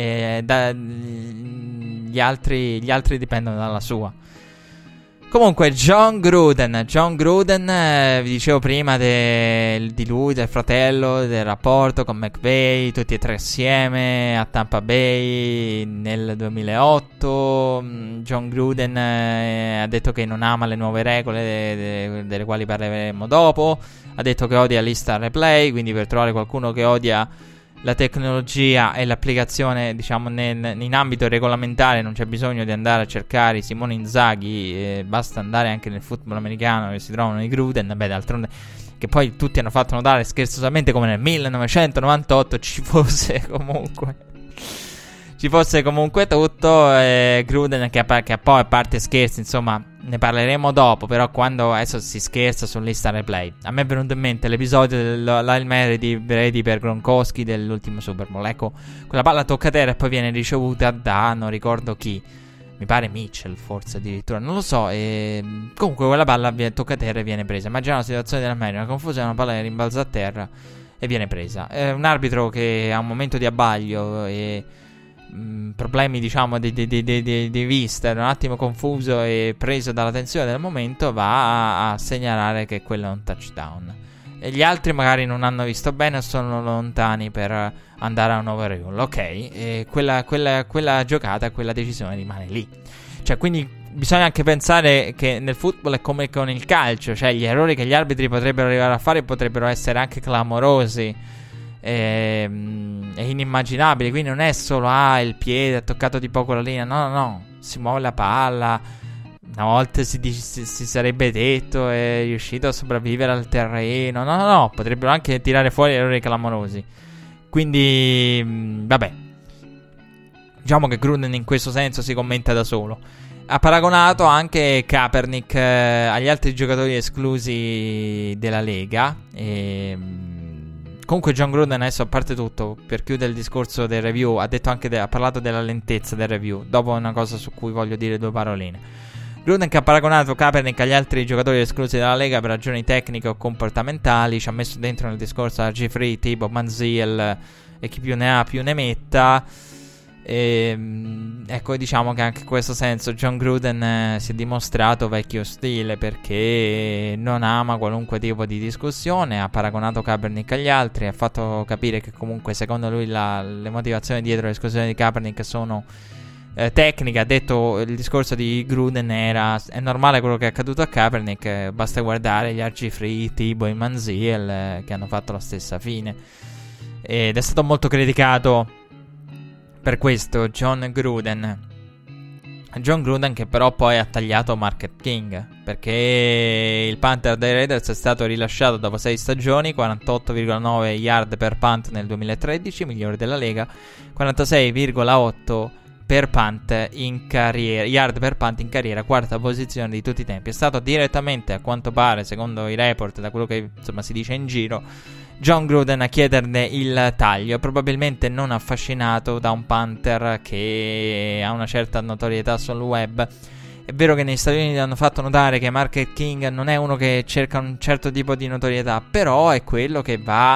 gli altri dipendono dalla sua. Comunque, John Gruden, vi dicevo prima di lui, del fratello, del rapporto con McVay, tutti e tre assieme a Tampa Bay nel 2008. John Gruden ha detto che non ama le nuove regole, delle quali parleremo dopo. Ha detto che odia l'instant replay, quindi per trovare qualcuno che odia la tecnologia e l'applicazione, diciamo, in ambito regolamentare, non c'è bisogno di andare a cercare i Simone Inzaghi, basta andare anche nel football americano che si trovano i Gruden. Beh, d'altronde, che poi tutti hanno fatto notare scherzosamente come nel 1998 ci fosse comunque tutto. Gruden che poi, a parte scherzi, insomma, ne parleremo dopo. Però quando adesso si scherza sull'Instant Replay, a me è venuto in mente l'episodio dell'Hail Mary di Brady per Gronkowski dell'ultimo Super Bowl. Ecco, quella palla tocca terra e poi viene ricevuta da non ricordo chi, mi pare Mitchell forse addirittura, non lo so. Comunque quella palla tocca terra e viene presa. Immagina la situazione della Mary, una confusione, una palla che rimbalza a terra e viene presa. Un arbitro che ha un momento di abbaglio e problemi, diciamo, di vista, era un attimo confuso e preso dalla tensione del momento, va a segnalare che quello è un touchdown, e gli altri magari non hanno visto bene o sono lontani per andare a un overrule. Ok, e quella giocata, quella decisione rimane lì. Cioè, quindi bisogna anche pensare che nel football è come con il calcio, cioè gli errori che gli arbitri potrebbero arrivare a fare potrebbero essere anche clamorosi e inimmaginabili. Quindi non è solo il piede ha toccato di poco la linea, no, si muove la palla. Una volta si sarebbe detto è riuscito a sopravvivere al terreno. No, potrebbero anche tirare fuori errori clamorosi. Quindi vabbè, diciamo che Gruden in questo senso si commenta da solo. Ha paragonato anche Kaepernick agli altri giocatori esclusi della Lega. Comunque John Gruden, adesso, a parte tutto, per chiudere il discorso del review, ha parlato della lentezza del review. Dopo è una cosa su cui voglio dire due paroline. Gruden, che ha paragonato Kaepernick agli altri giocatori esclusi dalla Lega per ragioni tecniche o comportamentali, ci ha messo dentro nel discorso RG3, Tebow, Manziel e chi più ne ha più ne metta. Ecco, diciamo che anche in questo senso John Gruden si è dimostrato vecchio stile, perché non ama qualunque tipo di discussione. Ha paragonato Kaepernick agli altri, ha fatto capire che comunque secondo lui le motivazioni dietro l'esclusione di Kaepernick sono tecniche. Ha detto, il discorso di Gruden era: è normale quello che è accaduto a Kaepernick, basta guardare gli RG3, Tebow e Manziel che hanno fatto la stessa fine. Ed è stato molto criticato per questo John Gruden, che però poi ha tagliato Market King, perché il punter dei Raiders è stato rilasciato dopo 6 stagioni, 48,9 yard per punt nel 2013, migliore della Lega, 46,8 per punt in carriera, yard per punt in carriera, quarta posizione di tutti i tempi. È stato direttamente, a quanto pare, secondo i report, da quello che insomma si dice in giro, John Gruden a chiederne il taglio, probabilmente non affascinato da un punter che ha una certa notorietà sul web. È vero che negli Stati Uniti hanno fatto notare che Market King non è uno che cerca un certo tipo di notorietà, però è quello che va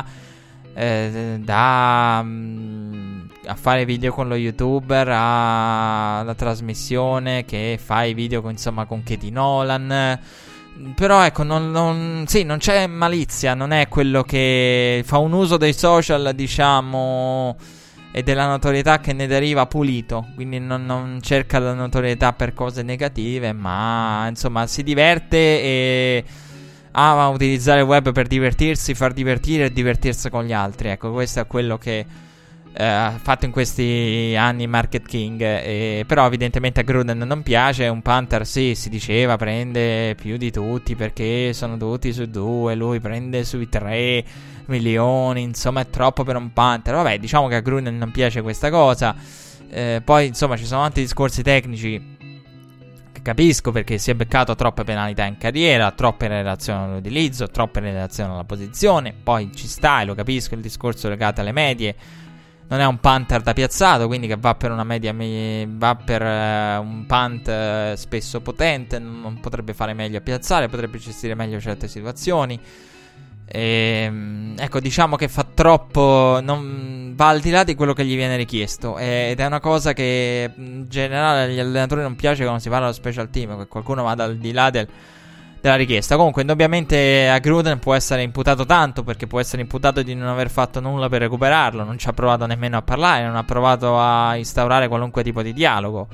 a fare video con lo YouTuber, alla trasmissione, che fa i video con Katie Nolan. Però ecco, non c'è malizia, non è quello che fa un uso dei social, diciamo, e della notorietà che ne deriva pulito, quindi non cerca la notorietà per cose negative, ma insomma si diverte e ama utilizzare il web per divertirsi, far divertire e divertirsi con gli altri. Ecco, questo è quello che ha fatto in questi anni Market King, però evidentemente a Gruden non piace. È un punter, sì, si diceva, prende più di tutti perché sono tutti su 2, lui prende sui 3 milioni, insomma è troppo per un punter. Vabbè, diciamo che a Gruden non piace questa cosa. Poi insomma ci sono tanti discorsi tecnici che capisco, perché si è beccato troppe penalità in carriera, troppe in relazione all'utilizzo, troppe in relazione alla posizione. Poi ci sta, e lo capisco, il discorso legato alle medie. Non è un punter da piazzato, quindi che va per una media, va per un punt spesso potente, non potrebbe fare meglio a piazzare, potrebbe gestire meglio certe situazioni. Ecco, diciamo che fa troppo, non va al di là di quello che gli viene richiesto, ed è una cosa che in generale agli allenatori non piace quando si parla dello special team, che qualcuno vada al di là della richiesta. Comunque, indubbiamente a Gruden può essere imputato tanto, perché può essere imputato di non aver fatto nulla per recuperarlo, non ci ha provato nemmeno a parlare, non ha provato a instaurare qualunque tipo di dialogo.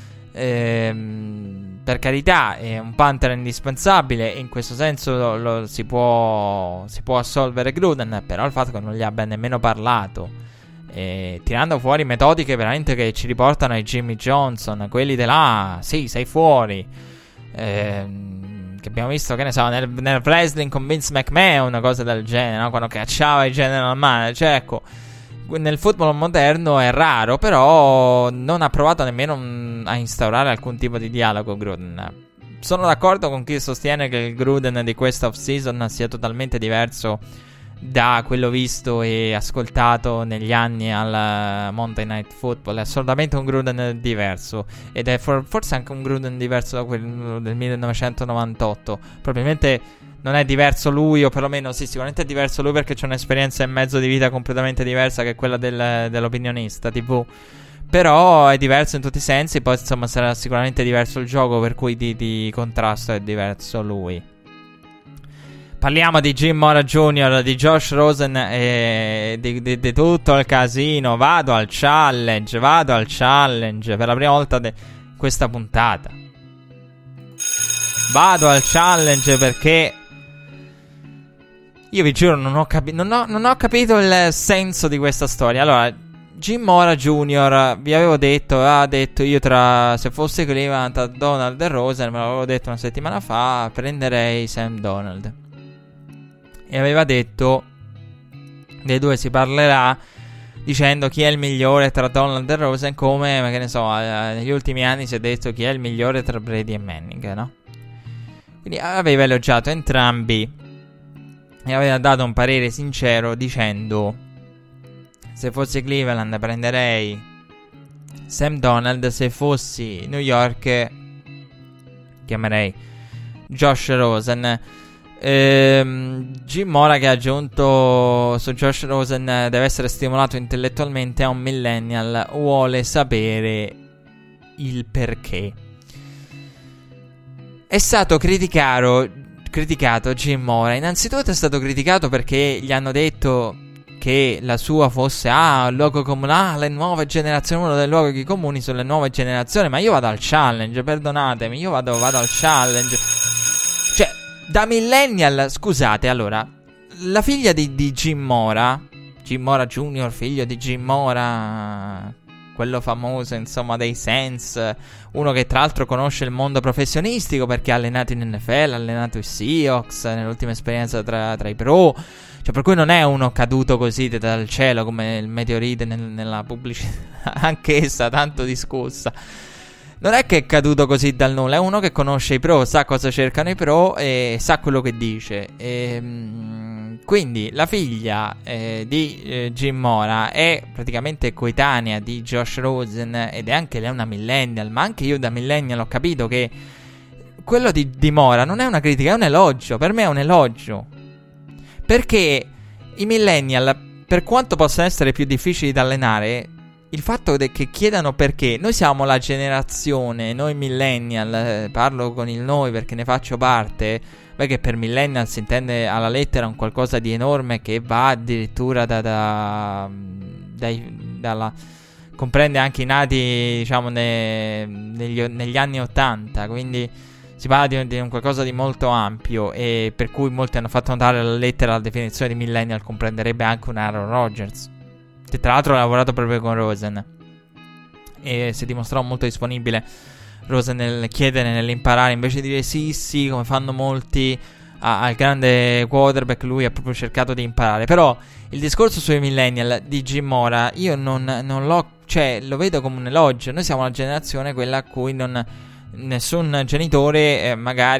Per carità, è un punter indispensabile, e in questo senso si può assolvere Gruden, però il fatto che non gli abbia nemmeno parlato, tirando fuori metodiche veramente che ci riportano ai Jimmy Johnson, quelli sì, sei fuori, che abbiamo visto, che ne so, nel wrestling con Vince McMahon, una cosa del genere, no? Quando cacciava i general manager. Cioè, ecco, nel football moderno è raro, però non ha provato nemmeno a instaurare alcun tipo di dialogo Gruden. Sono d'accordo con chi sostiene che il Gruden di questa off-season sia totalmente diverso da quello visto e ascoltato negli anni al Monday Night Football. È assolutamente un Gruden diverso, ed è forse anche un Gruden diverso da quello del 1998. Probabilmente non è diverso lui, o perlomeno sì, sicuramente è diverso lui, perché c'è un'esperienza in mezzo di vita completamente diversa, che è quella dell'opinionista TV. Però è diverso in tutti i sensi. Poi insomma sarà sicuramente diverso il gioco, per cui di contrasto è diverso lui. Parliamo di Jim Mora Jr., di Josh Rosen e di tutto il casino. Vado al challenge per la prima volta questa puntata. Vado al challenge perché io vi giuro non ho capito il senso di questa storia. Allora, Jim Mora Jr., vi avevo detto, io se fosse Cleveland tra Donald e Rosen, me l'avevo detto una settimana fa, prenderei Sam Donald. E aveva detto, dei due si parlerà dicendo chi è il migliore tra Donald e Rosen, come, che ne so, negli ultimi anni si è detto chi è il migliore tra Brady e Manning, no? Quindi aveva elogiato entrambi e aveva dato un parere sincero dicendo: se fossi Cleveland prenderei Sam Donald, se fossi New York, che chiamerei Josh Rosen. Jim Mora che ha aggiunto su Josh Rosen deve essere stimolato intellettualmente, a un millennial vuole sapere il perché. È stato criticato Jim Mora. Innanzitutto è stato criticato perché gli hanno detto che la sua fosse un luogo comunale, nuove generazioni, uno dei luoghi comuni sulle nuove generazioni. Ma io vado al challenge, perdonatemi, io vado al challenge. Cioè, da millennial, scusate, allora, la figlia di Jim Mora Junior, figlio di Jim Mora, quello famoso, insomma, dei Saints, uno che tra l'altro conosce il mondo professionistico perché ha allenato in NFL, ha allenato i Seahawks nell'ultima esperienza tra i pro, cioè per cui non è uno caduto così dal cielo come il meteorite nella pubblicità, anch'essa tanto discussa. Non è che è caduto così dal nulla, è uno che conosce i pro, sa cosa cercano i pro e sa quello che dice. Quindi la figlia di Jim Mora è praticamente coetanea di Josh Rosen ed è anche lei una millennial, ma anche io da millennial ho capito che quello di Mora non è una critica, è un elogio. Per me è un elogio, perché i millennial, per quanto possano essere più difficili da allenare, il fatto che chiedano perché, noi siamo la generazione, noi millennial, parlo con il noi perché ne faccio parte, perché per millennial si intende alla lettera un qualcosa di enorme che va addirittura comprende anche i nati, diciamo, negli anni 80, quindi si parla di un qualcosa di molto ampio, e per cui molti hanno fatto notare la lettera, la definizione di millennial comprenderebbe anche un Aaron Rodgers, che tra l'altro ha lavorato proprio con Rosen e si dimostrò molto disponibile Rosen nel chiedere, nell'imparare, invece di dire sì come fanno molti al grande quarterback, lui ha proprio cercato di imparare. Però il discorso sui millennial di Jim Mora io non l'ho, cioè lo vedo come un elogio. Noi siamo la generazione quella a cui nessun genitore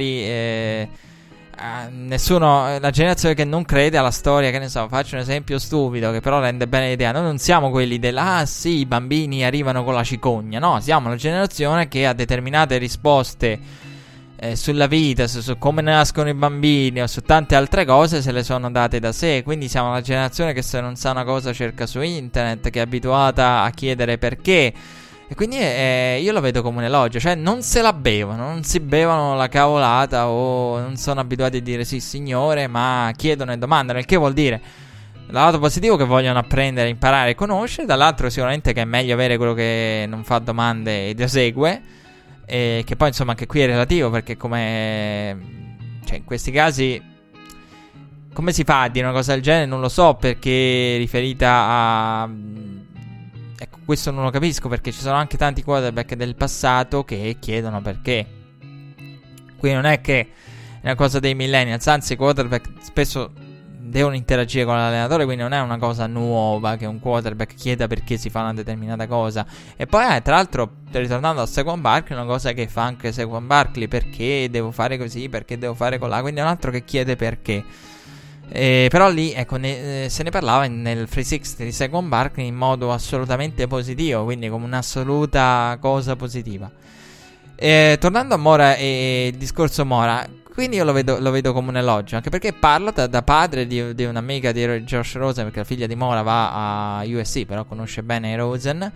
la generazione che non crede alla storia, che ne so, faccio un esempio stupido che però rende bene l'idea. Noi non siamo quelli sì, i bambini arrivano con la cicogna, no, siamo la generazione che ha determinate risposte sulla vita, su come nascono i bambini o su tante altre cose se le sono date da sé. Quindi siamo la generazione che se non sa una cosa cerca su internet, che è abituata a chiedere perché. E quindi io lo vedo come un elogio, cioè non se la bevono, non si bevono la cavolata o non sono abituati a dire sì signore, ma chiedono e domandano, il che vuol dire, dal lato positivo, che vogliono apprendere, imparare e conoscere, dall'altro sicuramente che è meglio avere quello che non fa domande ed esegue, e che poi insomma anche qui è relativo, perché cioè in questi casi come si fa a dire una cosa del genere non lo so, perché riferita a... Ecco, questo non lo capisco, perché ci sono anche tanti quarterback del passato che chiedono perché. Quindi non è che è una cosa dei millennials, anzi i quarterback spesso devono interagire con l'allenatore, quindi non è una cosa nuova che un quarterback chieda perché si fa una determinata cosa. E poi tra l'altro, ritornando a Saquon Barkley, una cosa che fa anche Saquon Barkley: perché devo fare così, perché devo fare colà. Quindi è un altro che chiede perché. Però lì, ecco, se ne parlava nel 360 di Saquon Barkley in modo assolutamente positivo, quindi come un'assoluta cosa positiva. Tornando a Mora e il discorso Mora, quindi io lo vedo come un elogio, anche perché parla da padre di un'amica di Josh Rosen, perché la figlia di Mora va a USC, però conosce bene Rosen,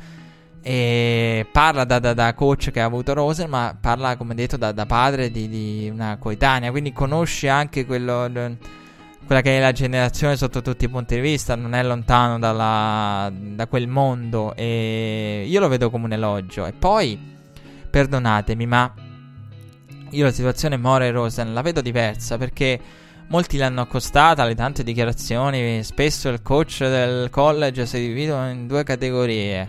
e parla da coach che ha avuto Rosen, ma parla, come detto, da padre di una coetanea, quindi conosce anche quella che è la generazione sotto tutti i punti di vista, non è lontano da quel mondo, e io lo vedo come un elogio. E poi, perdonatemi, ma io la situazione Mora e Rosen la vedo diversa, perché molti l'hanno accostata alle tante dichiarazioni. Spesso il coach del college si dividono in due categorie.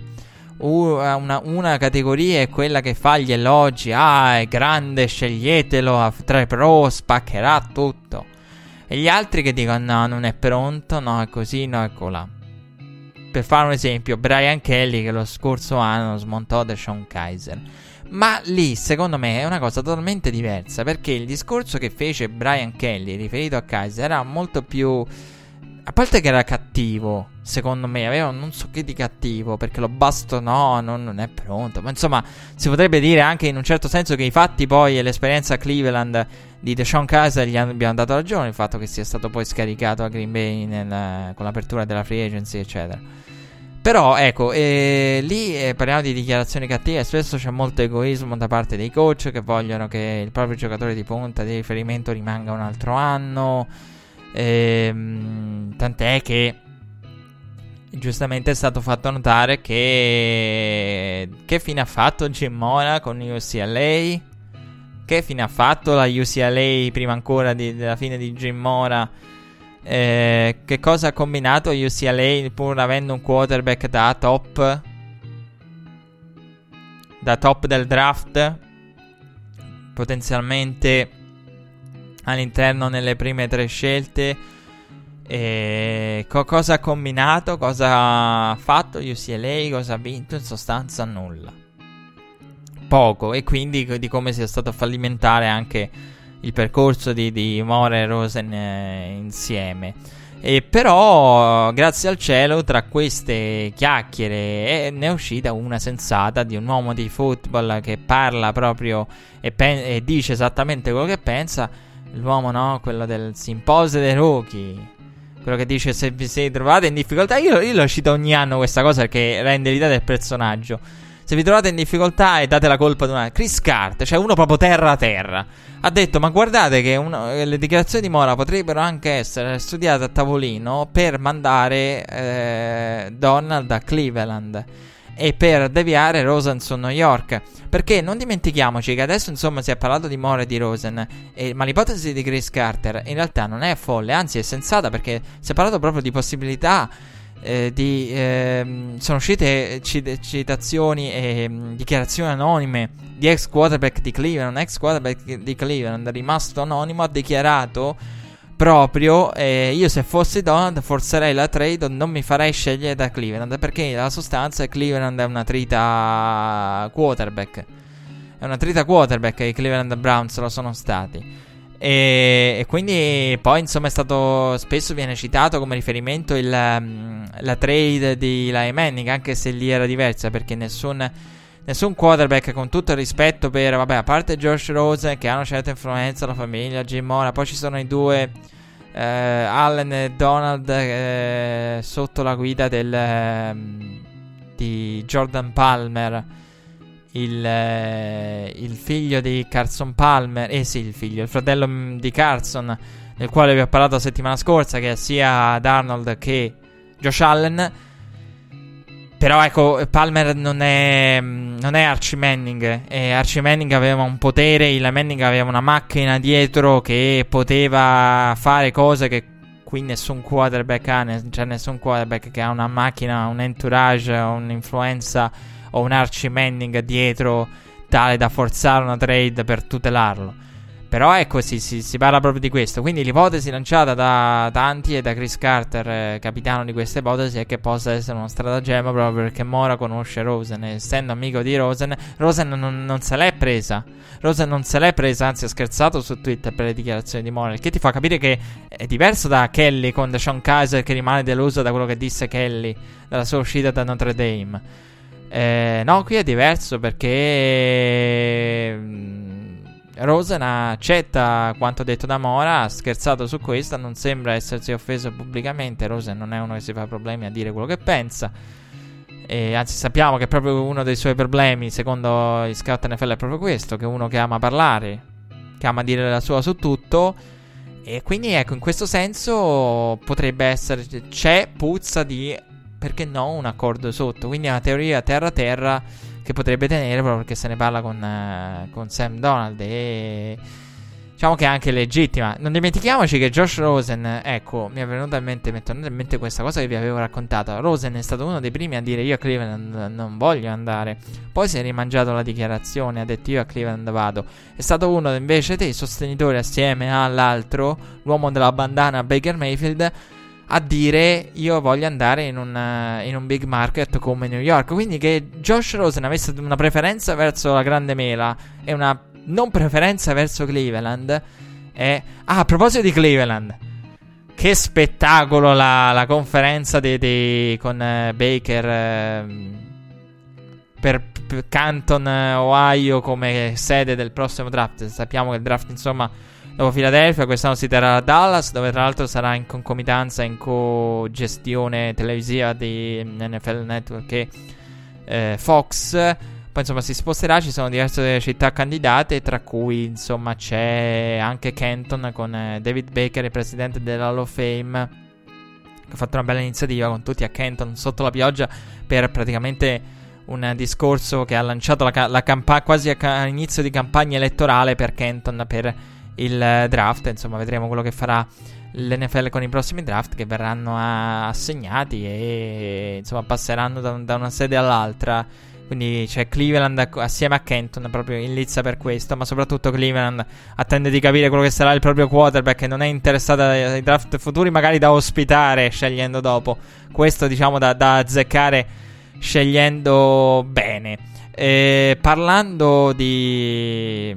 Una categoria è quella che fa gli elogi, è grande, sceglietelo, tra i pro, spaccherà tutto. E gli altri che dicono no, non è pronto, no, è così, no, è colà. Per fare un esempio, Brian Kelly, che lo scorso anno smontò DeShone Kizer. Ma lì, secondo me, è una cosa totalmente diversa, perché il discorso che fece Brian Kelly riferito a Kizer era molto più a parte che era cattivo, secondo me, aveva non so che di cattivo, perché lo bastonò, non è pronto. Ma insomma, si potrebbe dire anche in un certo senso che i fatti poi e l'esperienza a Cleveland di DeShone Kizer gli abbiano dato ragione, il fatto che sia stato poi scaricato a Green Bay con l'apertura della free agency, eccetera. Però ecco, lì parliamo di dichiarazioni cattive. Spesso c'è molto egoismo da parte dei coach che vogliono che il proprio giocatore di punta di riferimento rimanga un altro anno. Tant'è che giustamente è stato fatto notare che fine ha fatto Jim Mora con UCLA, che fine ha fatto la UCLA prima ancora della fine di Jim Mora, che cosa ha combinato UCLA pur avendo un quarterback da top del draft, potenzialmente all'interno nelle prime 3 scelte. Cosa ha combinato, cosa ha fatto UCLA, cosa ha vinto? In sostanza nulla, poco. E quindi di come sia stato fallimentare anche il percorso di Mora e Rosen insieme. Però grazie al cielo tra queste chiacchiere ne è uscita una sensata di un uomo di football che parla proprio e dice esattamente quello che pensa. L'uomo, no? Quello del simposio dei rookie, quello che dice: se vi siete trovate in difficoltà, io lo cito ogni anno questa cosa perché rende l'idea del personaggio. Se vi trovate in difficoltà e date la colpa ad una Chris Carter, cioè uno proprio terra a terra, ha detto: ma guardate che le dichiarazioni di Mora potrebbero anche essere studiate a tavolino per mandare Donald a Cleveland e per deviare Rosen su New York. Perché non dimentichiamoci che adesso insomma si è parlato di Mora e di Rosen, ma l'ipotesi di Chris Carter in realtà non è folle, anzi è sensata, perché si è parlato proprio di possibilità sono uscite citazioni e dichiarazioni anonime di ex quarterback di Cleveland, rimasto anonimo, ha dichiarato proprio: io se fossi Donald forzerei la trade, non mi farei scegliere da Cleveland, perché la sostanza Cleveland è una trita quarterback, e i Cleveland Browns lo sono stati. E quindi poi insomma è stato, spesso viene citato come riferimento la trade di Eli Manning, anche se lì era diversa, perché nessun quarterback, con tutto il rispetto per, vabbè, a parte Josh Rosen che ha una certa influenza, la famiglia, Jim Mora, poi ci sono i due Allen e Donald sotto la guida di Jordan Palmer, il figlio di Carson Palmer, il fratello di Carson, del quale vi ho parlato la settimana scorsa, che è sia Darnold che Josh Allen. Però ecco, Palmer non è Archie Manning, e Archie Manning aveva un potere, il Manning aveva una macchina dietro che poteva fare cose che qui nessun quarterback ha. C'è nessun quarterback che ha una macchina, un entourage, un'influenza o un Archie Manning dietro tale da forzare una trade per tutelarlo. Però ecco, si parla proprio di questo. Quindi l'ipotesi lanciata da tanti e da Chris Carter, capitano di questa ipotesi, è che possa essere uno stratagemma proprio perché Mora conosce Rosen, e essendo amico di Rosen non se l'è presa. Anzi ha scherzato su Twitter per le dichiarazioni di Mora, il che ti fa capire che è diverso da Kelly con DeShone Kizer, che rimane deluso da quello che disse Kelly dalla sua uscita da Notre Dame. No, qui è diverso perché Rosen accetta quanto detto da Mora, ha scherzato su questo, non sembra essersi offeso pubblicamente. Rosen non è uno che si fa problemi a dire quello che pensa, e anzi sappiamo che proprio uno dei suoi problemi, secondo gli scout NFL, è proprio questo, che è uno che ama parlare, che ama dire la sua su tutto. E quindi ecco, in questo senso potrebbe essere, c'è puzza di, perché no, un accordo sotto. Quindi è una teoria terra che potrebbe tenere, proprio perché se ne parla con Sam Donald, e diciamo che è anche legittima. Non dimentichiamoci che Josh Rosen, ecco, mi è venuta in mente questa cosa che vi avevo raccontato. Rosen è stato uno dei primi a dire: io a Cleveland non voglio andare. Poi si è rimangiato la dichiarazione, ha detto: io a Cleveland vado. È stato uno invece dei sostenitori, assieme all'altro, l'uomo della bandana Baker Mayfield, a dire: io voglio andare in un big market come New York. Quindi che Josh Rosen avesse una preferenza verso la grande mela e una non preferenza verso Cleveland a proposito di Cleveland, Che spettacolo la conferenza con Baker per Canton, Ohio, come sede del prossimo draft. Sappiamo che il draft, insomma, dopo Philadelphia quest'anno si terrà a Dallas, dove tra l'altro sarà in concomitanza, in co-gestione televisiva di NFL Network e Fox. Poi insomma si sposterà, ci sono diverse città candidate, tra cui insomma c'è anche Canton con David Baker, il presidente dell'Hall of Fame, che ha fatto una bella iniziativa con tutti a Canton sotto la pioggia per praticamente un discorso che ha lanciato la campagna quasi all'inizio di campagna elettorale per Canton per il draft. Insomma, vedremo quello che farà l'NFL con i prossimi draft che verranno assegnati e insomma passeranno da una sede all'altra. Quindi c'è Cleveland assieme a Canton proprio in lizza per questo, ma soprattutto Cleveland attende di capire quello che sarà il proprio quarterback, che non è interessata ai draft futuri, magari da ospitare scegliendo dopo. Questo diciamo da azzeccare scegliendo bene. Parlando di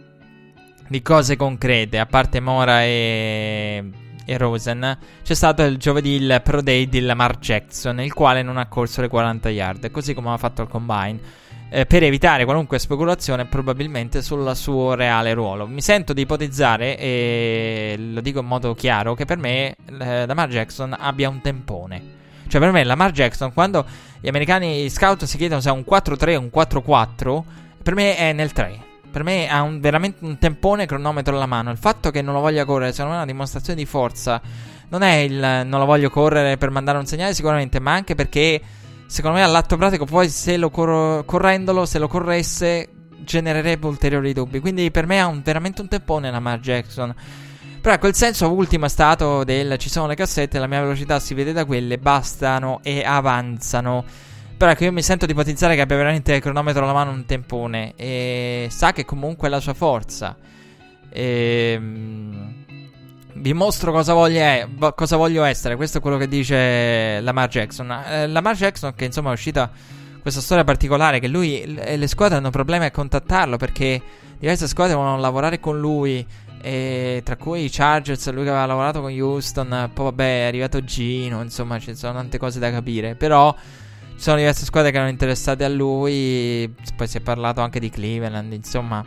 cose concrete, a parte Mora e Rosen, c'è stato il giovedì il Pro Day di Lamar Jackson, il quale non ha corso le 40 yard, così come ha fatto il Combine, per evitare qualunque speculazione probabilmente sul suo reale ruolo. Mi sento di ipotizzare, e lo dico in modo chiaro, che per me Lamar Jackson abbia un tempone. Cioè per me Lamar Jackson, quando gli americani scout si chiedono se ha un 4-3 o un 4-4, per me è nel 3. Per me ha veramente un tempone, cronometro alla mano. Il fatto che non lo voglia correre, secondo me è una dimostrazione di forza. Non è non lo voglio correre per mandare un segnale sicuramente, ma anche perché secondo me all'atto pratico poi se lo correndolo, se lo corresse, genererebbe ulteriori dubbi. Quindi per me ha veramente un tempone Lamar Jackson. Però ecco, il senso ultimo è stato ci sono le cassette, la mia velocità si vede da quelle, bastano e avanzano. Però ecco, io mi sento di ipotizzare che abbia veramente il cronometro alla mano un tempone, e sa che comunque è la sua forza. Vi mostro cosa voglio essere. Questo è quello che dice Lamar Jackson. Lamar Jackson, che insomma è uscita questa storia particolare, che lui e le squadre hanno problemi a contattarlo perché diverse squadre vogliono lavorare con lui, tra cui i Chargers, lui che aveva lavorato con Houston. Poi vabbè, è arrivato Gino, insomma ci sono tante cose da capire. Però ci sono diverse squadre che erano interessate a lui. Poi si è parlato anche di Cleveland, insomma.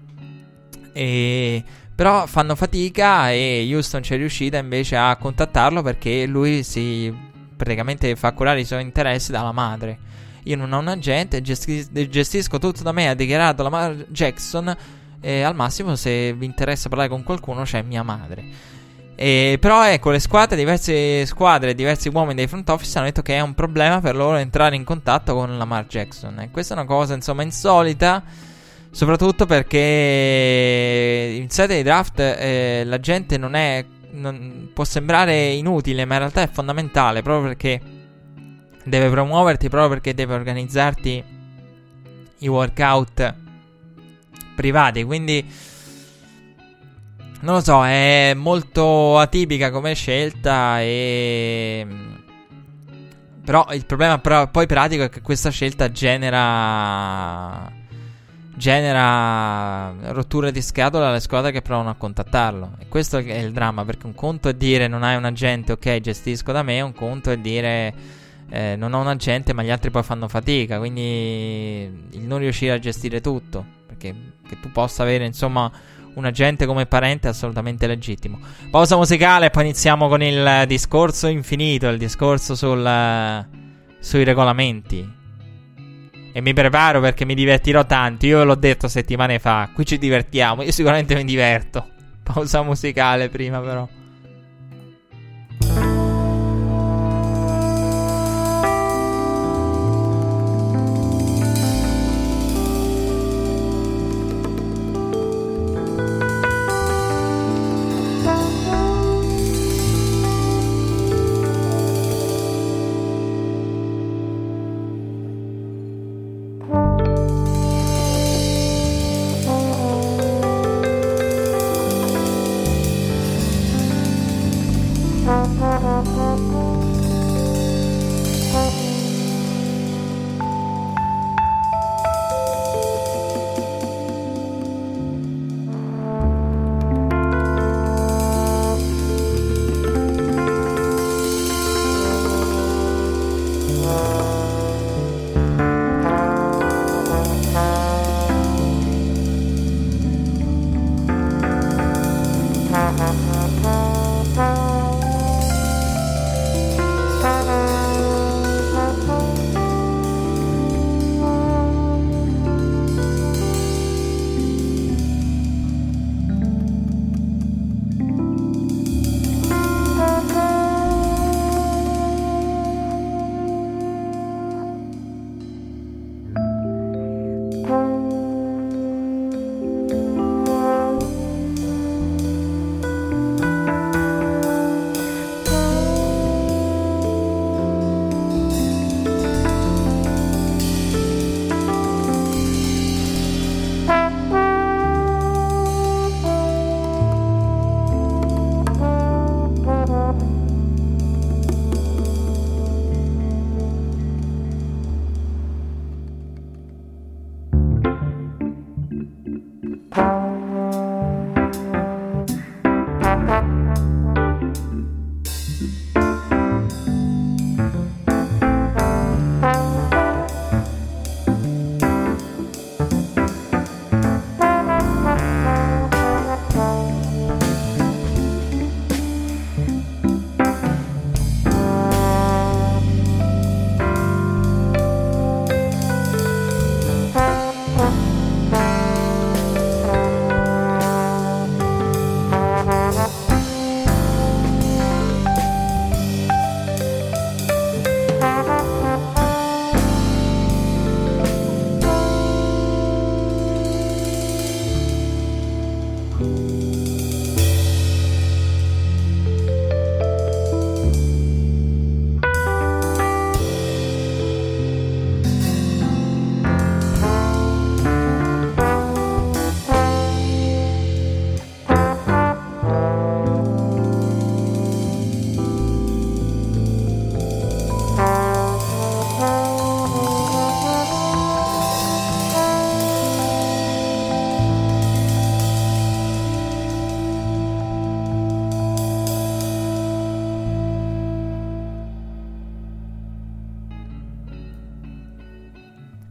Però fanno fatica, e Houston ci è riuscita invece a contattarlo perché lui si praticamente fa curare i suoi interessi dalla madre. Io non ho un agente, gestisco tutto da me, ha dichiarato Lamar Jackson. Al massimo, se vi interessa parlare con qualcuno, c'è mia madre. Però ecco, diverse squadre, diversi uomini dei front office hanno detto che è un problema per loro entrare in contatto con Lamar Jackson. E questa è una cosa insomma insolita, soprattutto perché in sede di draft la gente può sembrare inutile, ma in realtà è fondamentale, proprio perché deve promuoverti, proprio perché deve organizzarti i workout privati. Quindi non lo so, è molto atipica come scelta, però il problema poi pratico è che questa scelta genera rotture di scatola alle squadre che provano a contattarlo. E questo è il dramma, perché un conto è dire non hai un agente, ok, gestisco da me. Un conto è dire non ho un agente, ma gli altri poi fanno fatica. Quindi il non riuscire a gestire tutto, perché che tu possa avere insomma un agente come parente è assolutamente legittimo. Pausa musicale e poi iniziamo con il discorso infinito, il discorso sui regolamenti. E mi preparo perché mi divertirò tanto. Io ve l'ho detto settimane fa, qui ci divertiamo, io sicuramente mi diverto. Pausa musicale prima però.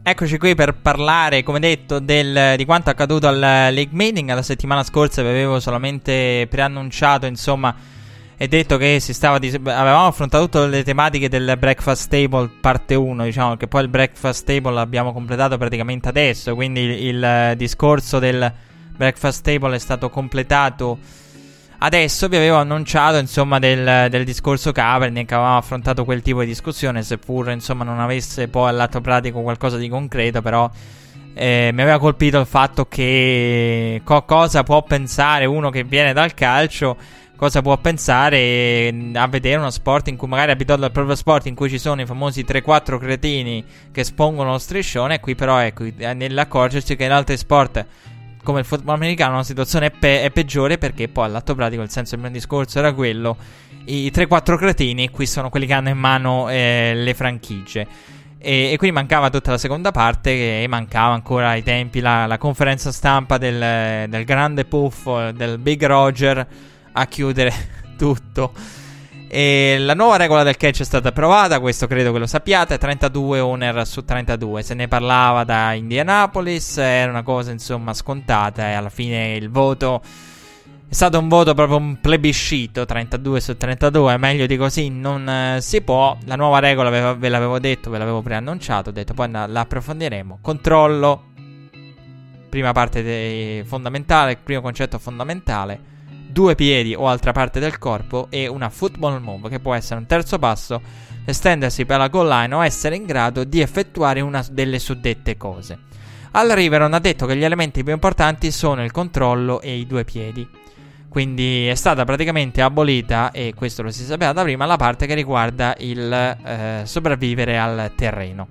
Eccoci qui per parlare, come detto, di quanto accaduto al League Meeting. La settimana scorsa vi avevo solamente preannunciato, insomma, e detto che avevamo affrontato tutte le tematiche del Breakfast Table parte 1, diciamo, che poi il Breakfast Table l'abbiamo completato praticamente adesso, quindi il discorso del Breakfast Table è stato completato adesso. Vi avevo annunciato, insomma, del discorso Kaepernick, avevamo affrontato quel tipo di discussione, seppur, insomma, non avesse poi all'atto pratico qualcosa di concreto, però mi aveva colpito il fatto che cosa può pensare uno che viene dal calcio, cosa può pensare a vedere uno sport in cui magari è abituato al proprio sport, in cui ci sono i famosi 3-4 cretini che espongono lo striscione, e qui però ecco nell'accorgersi che in altri sport come il football americano la situazione è peggiore, perché poi all'atto pratico il senso del mio discorso era quello: i 3-4 cretini qui sono quelli che hanno in mano le franchigie, e quindi mancava tutta la seconda parte, e mancava ancora ai tempi la conferenza stampa del grande puffo, del Big Roger, a chiudere tutto. E la nuova regola del catch è stata approvata, questo credo che lo sappiate, 32 owner su 32, se ne parlava da Indianapolis, era una cosa insomma scontata, e alla fine il voto è stato un voto proprio un plebiscito, 32 su 32, meglio di così non si può. La nuova regola ve l'avevo detto, ve l'avevo preannunciato, ho detto poi la approfondiremo. Controllo, prima parte fondamentale, primo concetto fondamentale: 2 piedi o altra parte del corpo, e una football move, che può essere un terzo passo, estendersi per la goal line o essere in grado di effettuare una delle suddette cose. Al Riveron ha detto che gli elementi più importanti sono il controllo e i 2 piedi. Quindi è stata praticamente abolita, e questo lo si sapeva da prima, la parte che riguarda il sopravvivere al terreno.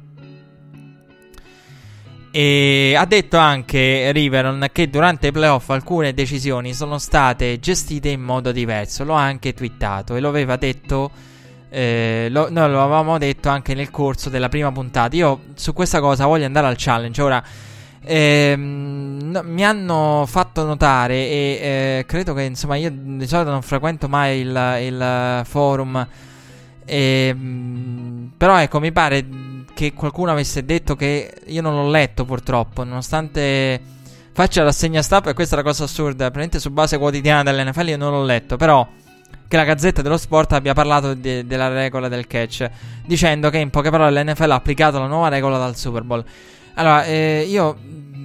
E ha detto anche Riveron che durante i playoff alcune decisioni sono state gestite in modo diverso. L'ho anche twittato, e lo aveva detto noi lo avevamo detto anche nel corso della prima puntata. Io su questa cosa voglio andare al challenge. Ora mi hanno fatto notare, e credo che insomma io di solito non frequento mai il forum, però ecco, mi pare che qualcuno avesse detto, che io non l'ho letto purtroppo, nonostante faccia la rassegna stampa, e questa è la cosa assurda, praticamente su base quotidiana dell'NFL io non l'ho letto, però che la Gazzetta dello Sport abbia parlato della regola del catch, dicendo che in poche parole l'NFL ha applicato la nuova regola dal Super Bowl. Allora, io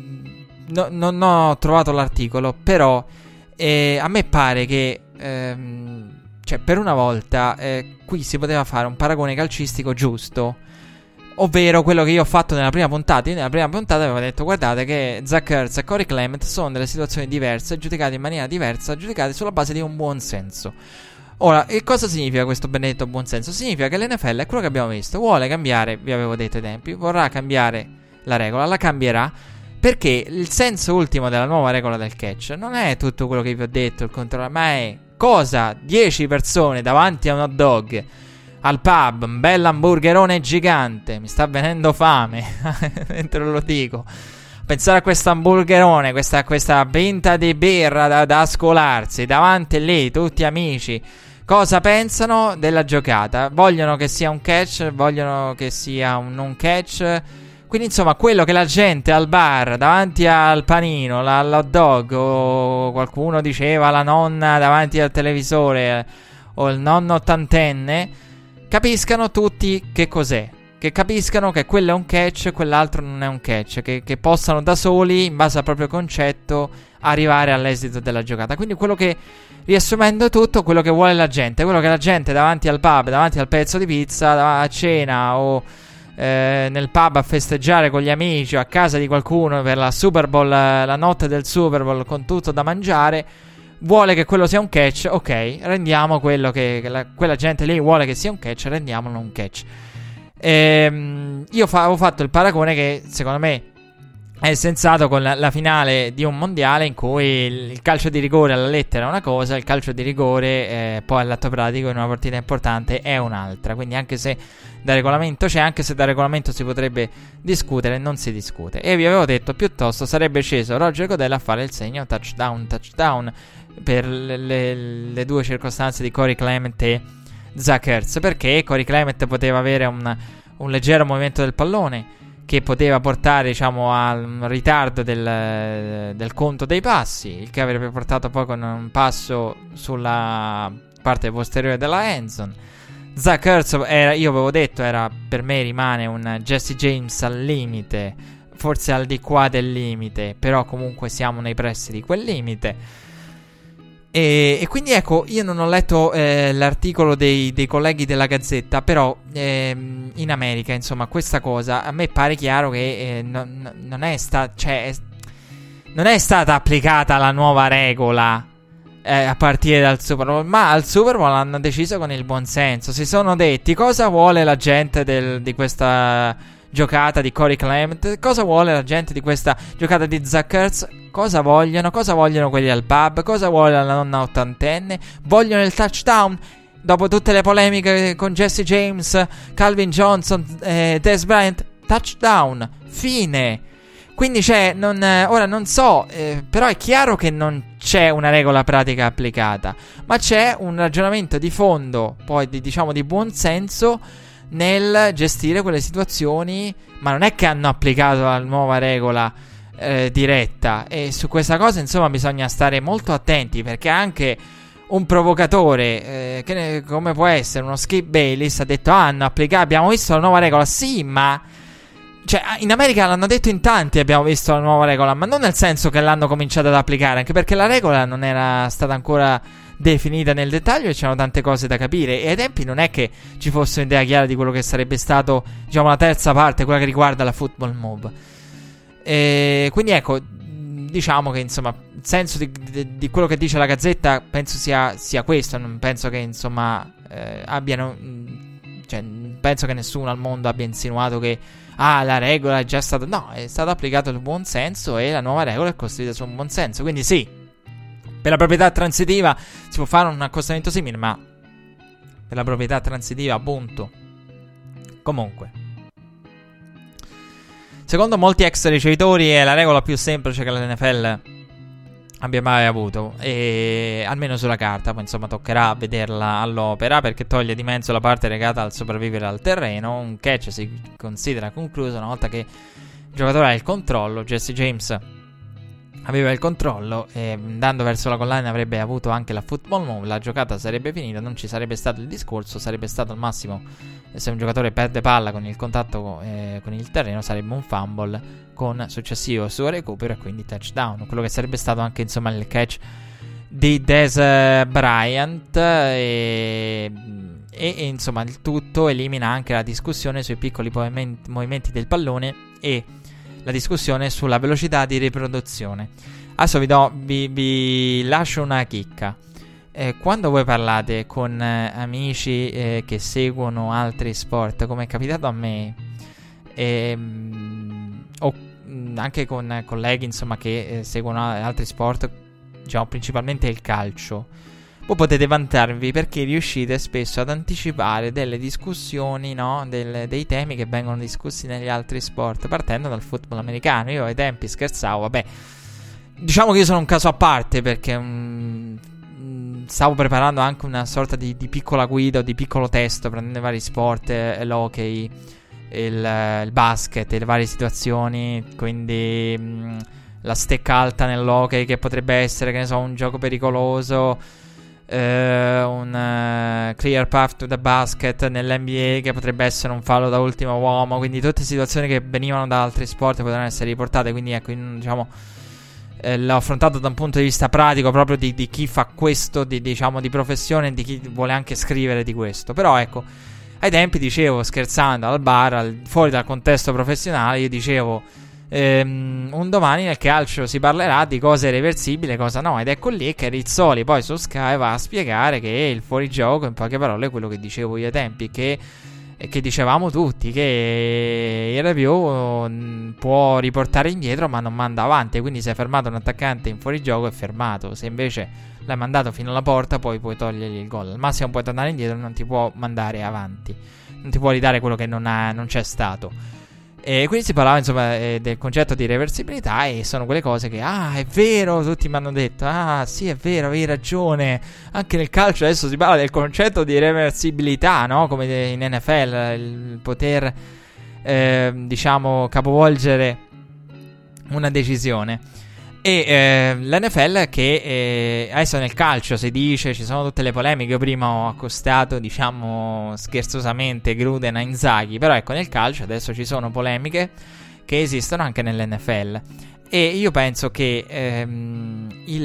non ho trovato l'articolo, però a me pare che cioè, per una volta qui si poteva fare un paragone calcistico giusto, ovvero quello che io ho fatto nella prima puntata. Io nella prima puntata avevo detto: guardate che Zach Ertz e Corey Clement sono delle situazioni diverse, giudicate in maniera diversa, giudicate sulla base di un buon senso. Ora, che cosa significa questo benedetto buon senso? Significa che l'NFL è quello che abbiamo visto, vuole cambiare, vi avevo detto ai tempi, vorrà cambiare la regola, la cambierà, perché il senso ultimo della nuova regola del catch non è tutto quello che vi ho detto, il controllo, ma è cosa 10 persone davanti a un hot dog al pub, un bel hamburgerone gigante, mi sta venendo fame mentre lo dico, pensare a questo hamburgerone, questa pinta di birra da scolarsi davanti lì, tutti amici, cosa pensano della giocata? Vogliono che sia un catch, vogliono che sia un non catch. Quindi insomma quello che la gente al bar davanti al panino, all'hot dog, o qualcuno diceva la nonna davanti al televisore, o il nonno ottantenne, capiscano tutti che cos'è, che capiscano che quello è un catch, quell'altro non è un catch, che possano da soli, in base al proprio concetto, arrivare all'esito della giocata. Quindi quello che, riassumendo tutto, quello che vuole la gente, quello che la gente davanti al pub, davanti al pezzo di pizza, a cena o nel pub a festeggiare con gli amici o a casa di qualcuno per la Super Bowl, la notte del Super Bowl con tutto da mangiare, vuole che quello sia un catch. Ok, rendiamo quello quella gente lì vuole che sia un catch, rendiamolo un catch. Io avevo fatto il paragone che secondo me è sensato con la finale di un mondiale, in cui il calcio di rigore alla lettera è una cosa, il calcio di rigore poi all'atto pratico in una partita importante è un'altra. Quindi anche se da regolamento c'è, anche se da regolamento si potrebbe discutere, non si discute. E vi avevo detto piuttosto sarebbe sceso Roger Goodell a fare il segno touchdown per le due circostanze di Corey Clement e Zach Ertz, perché Corey Clement poteva avere un leggero movimento del pallone che poteva portare, diciamo, al ritardo del conto dei passi, il che avrebbe portato poi con un passo sulla parte posteriore della endzone. Zach Ertz io avevo detto, per me rimane un Jesse James al limite, forse al di qua del limite, però comunque siamo nei pressi di quel limite. E quindi ecco, io non ho letto l'articolo dei colleghi della Gazzetta, però in America, insomma, questa cosa a me pare chiaro che non è stata applicata la nuova regola a partire dal Super Bowl, ma al Super Bowl hanno deciso con il buonsenso. Si sono detti: cosa vuole la gente di questa giocata di Corey Clement, cosa vuole la gente di questa giocata di Zach Ertz, cosa vogliono quelli al pub, cosa vuole la nonna ottantenne, vogliono il touchdown. Dopo tutte le polemiche con Jesse James, Calvin Johnson, Dez Bryant, touchdown, fine. Quindi ora non so, però è chiaro che non c'è una regola pratica applicata, ma c'è un ragionamento di fondo, poi di buon senso nel gestire quelle situazioni. Ma non è che hanno applicato la nuova regola diretta, e su questa cosa insomma bisogna stare molto attenti, perché anche un provocatore come può essere uno Skip Bayless ha detto: abbiamo visto la nuova regola. Sì, ma in America l'hanno detto in tanti, abbiamo visto la nuova regola, ma non nel senso che l'hanno cominciato ad applicare, anche perché la regola non era stata ancora definita nel dettaglio e c'erano tante cose da capire, e ai tempi non è che ci fosse un'idea chiara di quello che sarebbe stato, la terza parte, quella che riguarda la football move. E quindi ecco, diciamo che insomma il senso di quello che dice la Gazzetta penso sia questo. Non penso che insomma penso che nessuno al mondo abbia insinuato che la regola è già stata, no, è stato applicato il buon senso e la nuova regola è costruita su un buon senso. Quindi sì, per la proprietà transitiva si può fare un accostamento simile, ma per la proprietà transitiva, appunto. Comunque, secondo molti ex ricevitori è la regola più semplice che l'NFL abbia mai avuto, e almeno sulla carta. Poi insomma toccherà vederla all'opera, perché toglie di mezzo la parte legata al sopravvivere al terreno. Un catch si considera concluso una volta che il giocatore ha il controllo. Jesse James aveva il controllo e andando verso la goal-line avrebbe avuto anche la football move, la giocata sarebbe finita, non ci sarebbe stato il discorso, sarebbe stato al massimo, se un giocatore perde palla con il contatto con il terreno, sarebbe un fumble con successivo suo recupero e quindi touchdown, quello che sarebbe stato anche insomma il catch di Dez Bryant, e insomma il tutto elimina anche la discussione sui piccoli movimenti del pallone e la discussione sulla velocità di riproduzione. Adesso vi lascio una chicca. Quando voi parlate con amici che seguono altri sport, come è capitato a me, o anche con colleghi insomma che seguono altri sport, principalmente il calcio, voi potete vantarvi perché riuscite spesso ad anticipare delle discussioni, no? Dei temi che vengono discussi negli altri sport, partendo dal football americano. Io ai tempi scherzavo, vabbè, diciamo che io sono un caso a parte, perché stavo preparando anche una sorta di piccola guida o di piccolo testo, prendendo i vari sport, l'hockey, il basket, le varie situazioni, quindi la stecca alta nell'hockey, che potrebbe essere, che ne so, un gioco pericoloso, un clear path to the basket nell'NBA, che potrebbe essere un fallo da ultimo uomo. Quindi tutte situazioni che venivano da altri sport potevano essere riportate. Quindi ecco, l'ho affrontato da un punto di vista pratico, proprio di chi fa questo, di professione, di chi vuole anche scrivere di questo. Però ecco, ai tempi dicevo, scherzando al bar, fuori dal contesto professionale, io dicevo un domani nel calcio si parlerà di cosa è reversibile e cosa no, ed ecco lì che Rizzoli poi su Sky va a spiegare che il fuorigioco, in poche parole, è quello che dicevo io ai tempi, che dicevamo tutti, che il review può riportare indietro ma non manda avanti, quindi se hai fermato un attaccante in fuorigioco è fermato, se invece l'hai mandato fino alla porta poi puoi togliergli il gol, al massimo puoi tornare indietro, non ti può mandare avanti, non ti può ridare quello che non c'è stato. E quindi si parlava insomma del concetto di reversibilità, e sono quelle cose che è vero, tutti mi hanno detto sì, è vero, avevi ragione, anche nel calcio adesso si parla del concetto di reversibilità, no? Come in NFL, il poter diciamo, capovolgere una decisione. E l'NFL che adesso nel calcio si dice, ci sono tutte le polemiche. Io prima ho accostato, diciamo, scherzosamente Gruden a Inzaghi, però ecco, nel calcio adesso ci sono polemiche che esistono anche nell'NFL. E io penso che in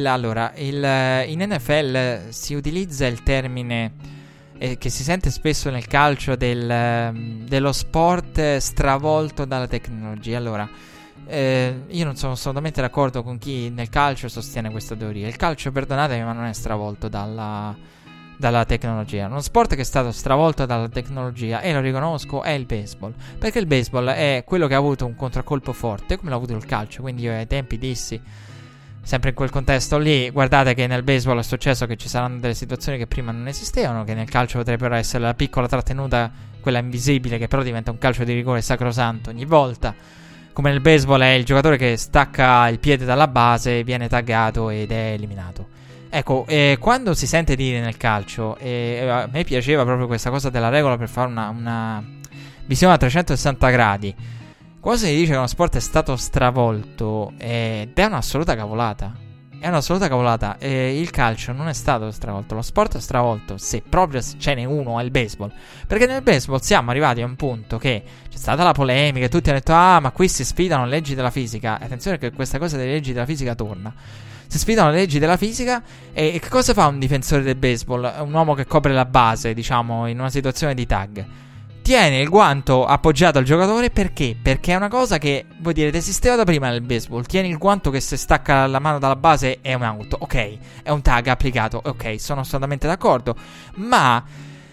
NFL si utilizza il termine che si sente spesso nel calcio dello sport stravolto dalla tecnologia. Allora, io non sono assolutamente d'accordo con chi nel calcio sostiene questa teoria. Il calcio, perdonatemi, ma non è stravolto dalla tecnologia. Uno sport che è stato stravolto dalla tecnologia, e lo riconosco, è il baseball, perché il baseball è quello che ha avuto un contraccolpo forte, come l'ha avuto il calcio. Quindi io ai tempi dissi, sempre in quel contesto lì, guardate che nel baseball è successo che ci saranno delle situazioni che prima non esistevano, che nel calcio potrebbero essere la piccola trattenuta, quella invisibile, che però diventa un calcio di rigore sacrosanto ogni volta. Come nel baseball è il giocatore che stacca il piede dalla base, viene taggato ed è eliminato. Ecco, quando si sente dire nel calcio, a me piaceva proprio questa cosa della regola per fare una visione a 360 gradi. Quando si dice che uno sport è stato stravolto, ed è un'assoluta cavolata. È un'assoluta cavolata. Il calcio non è stato stravolto. Lo sport è stravolto, se proprio ce n'è uno, è il baseball. Perché nel baseball siamo arrivati a un punto che c'è stata la polemica e tutti hanno detto: ah, ma qui si sfidano le leggi della fisica. Attenzione che questa cosa delle leggi della fisica torna. Si sfidano le leggi della fisica. E che cosa fa un difensore del baseball? Un uomo che copre la base, diciamo, in una situazione di tag. Tiene il guanto appoggiato al giocatore. Perché? Perché è una cosa che, voi direte, esisteva da prima nel baseball. Tieni il guanto che se stacca la mano dalla base è un out. Ok, è un tag applicato. Ok, sono assolutamente d'accordo. Ma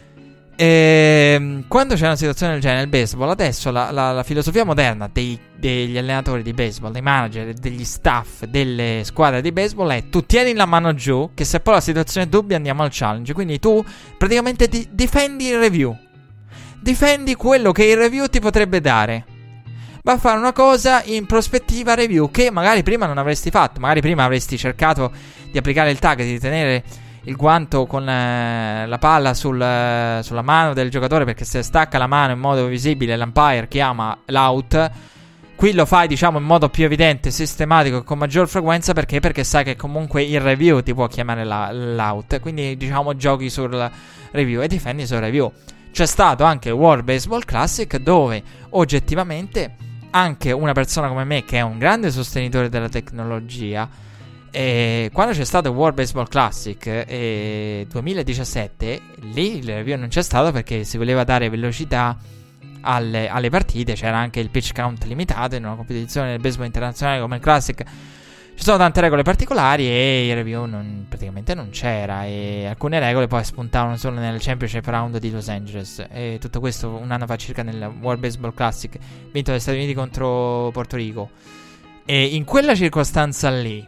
quando c'è una situazione del genere nel baseball, adesso la filosofia moderna degli allenatori di baseball, dei manager, degli staff delle squadre di baseball è: tu tieni la mano giù, che se poi la situazione è dubbia andiamo al challenge. Quindi tu praticamente difendi il review. Difendi quello che il review ti potrebbe dare. Va a fare una cosa in prospettiva review che magari prima non avresti fatto. Magari prima avresti cercato di applicare il tag, di tenere il guanto con la palla sulla mano del giocatore, perché se stacca la mano in modo visibile l'umpire chiama l'out. Qui lo fai, diciamo, in modo più evidente, sistematico e con maggior frequenza. Perché sai che comunque il review ti può chiamare l'out. Quindi, diciamo, giochi sul review e difendi sul review. C'è stato anche il World Baseball Classic, dove oggettivamente anche una persona come me, che è un grande sostenitore della tecnologia, quando c'è stato il World Baseball Classic 2017, lì il review non c'è stato perché si voleva dare velocità alle partite. C'era anche il pitch count limitato in una competizione del baseball internazionale come il Classic. Ci sono tante regole particolari e il review praticamente non c'era, e alcune regole poi spuntavano solo nel Championship Round di Los Angeles. E tutto questo un anno fa circa nel World Baseball Classic, vinto dagli Stati Uniti contro Porto Rico. E in quella circostanza lì,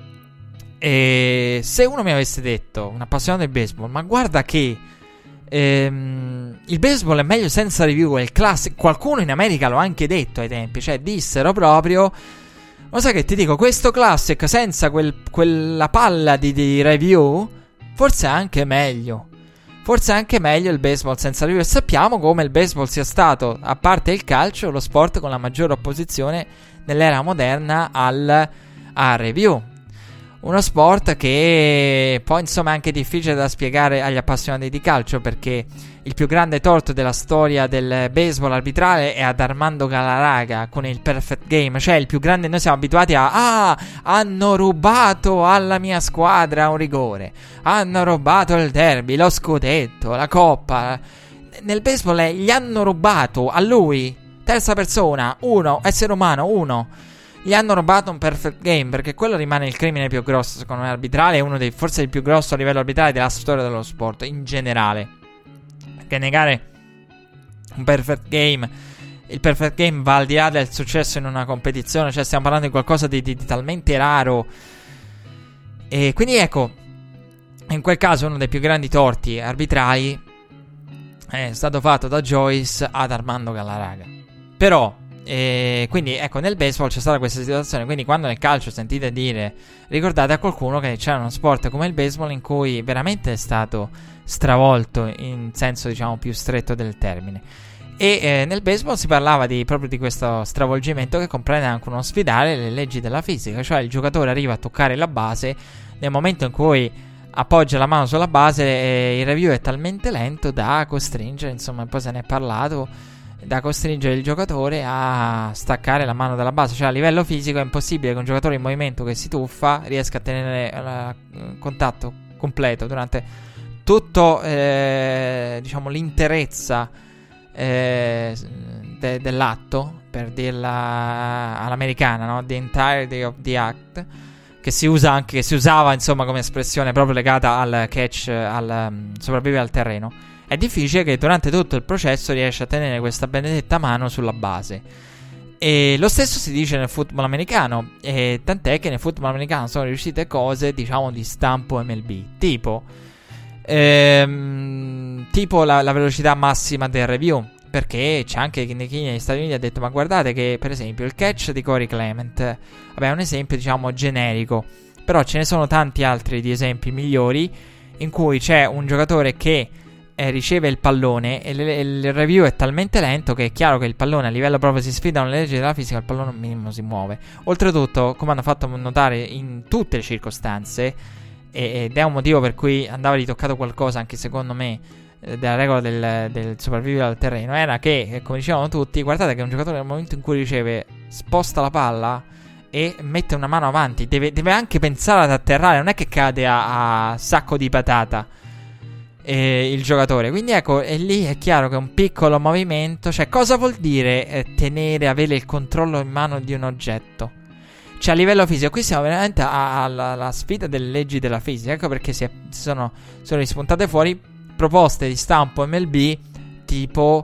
se uno mi avesse detto, un appassionato del baseball, ma guarda che il baseball è meglio senza review, è il Classic, qualcuno in America l'ha anche detto ai tempi, cioè dissero proprio: ma sai che ti dico, questo Classic senza quella palla di review forse è anche meglio. Forse è anche meglio il baseball senza review. E sappiamo come il baseball sia stato, a parte il calcio, lo sport con la maggiore opposizione nell'era moderna al review. Uno sport che poi insomma è anche difficile da spiegare agli appassionati di calcio, perché il più grande torto della storia del baseball arbitrale è ad Armando Galarraga con il perfect game. Cioè il più grande, noi siamo abituati hanno rubato alla mia squadra un rigore, hanno rubato il derby, lo scudetto, la coppa. Nel baseball gli hanno rubato a lui, terza persona, uno, essere umano, uno. Gli hanno rubato un perfect game, perché quello rimane il crimine più grosso secondo me arbitrale, è uno dei, forse il più grosso a livello arbitrale della storia dello sport in generale. Perché negare un perfect game, il perfect game va al di là del successo in una competizione, cioè stiamo parlando di qualcosa di talmente raro. E quindi ecco, in quel caso uno dei più grandi torti arbitrali è stato fatto da Joyce ad Armando Galarraga. Però quindi ecco, nel baseball c'è stata questa situazione. Quindi quando nel calcio sentite dire, ricordate a qualcuno che c'era uno sport come il baseball in cui veramente è stato stravolto in senso, diciamo, più stretto del termine. E nel baseball si parlava proprio di questo stravolgimento che comprende anche uno sfidare le leggi della fisica, cioè il giocatore arriva a toccare la base, nel momento in cui appoggia la mano sulla base il review è talmente lento da costringere, insomma poi se ne è parlato, da costringere il giocatore a staccare la mano dalla base. Cioè a livello fisico è impossibile che un giocatore in movimento che si tuffa riesca a tenere contatto completo durante tutto diciamo l'interezza dell'atto, per dirla all'americana, no? The entirety of the act, che si usava insomma come espressione proprio legata al catch, al sopravvivere al terreno. È difficile che durante tutto il processo riesca a tenere questa benedetta mano sulla base. E lo stesso si dice nel football americano, e tant'è che nel football americano sono riuscite cose diciamo di stampo MLB, tipo la velocità massima del review, perché c'è anche chi negli Stati Uniti ha detto ma guardate che per esempio il catch di Corey Clement, vabbè è un esempio diciamo generico, però ce ne sono tanti altri di esempi migliori in cui c'è un giocatore che riceve il pallone e il review è talmente lento che è chiaro che il pallone a livello proprio si sfidano le leggi della fisica, il pallone un minimo si muove. Oltretutto, come hanno fatto notare in tutte le circostanze, ed è un motivo per cui andava ritoccato qualcosa anche secondo me della regola del sopravvivere al terreno, era che, come dicevano tutti, guardate che un giocatore nel momento in cui riceve sposta la palla e mette una mano avanti, deve anche pensare ad atterrare, non è che cade a sacco di patata il giocatore. Quindi ecco, e lì è chiaro che un piccolo movimento, cioè cosa vuol dire avere il controllo in mano di un oggetto? Cioè a livello fisico, qui siamo veramente alla sfida delle leggi della fisica. Ecco perché sono rispuntate fuori proposte di stampo MLB tipo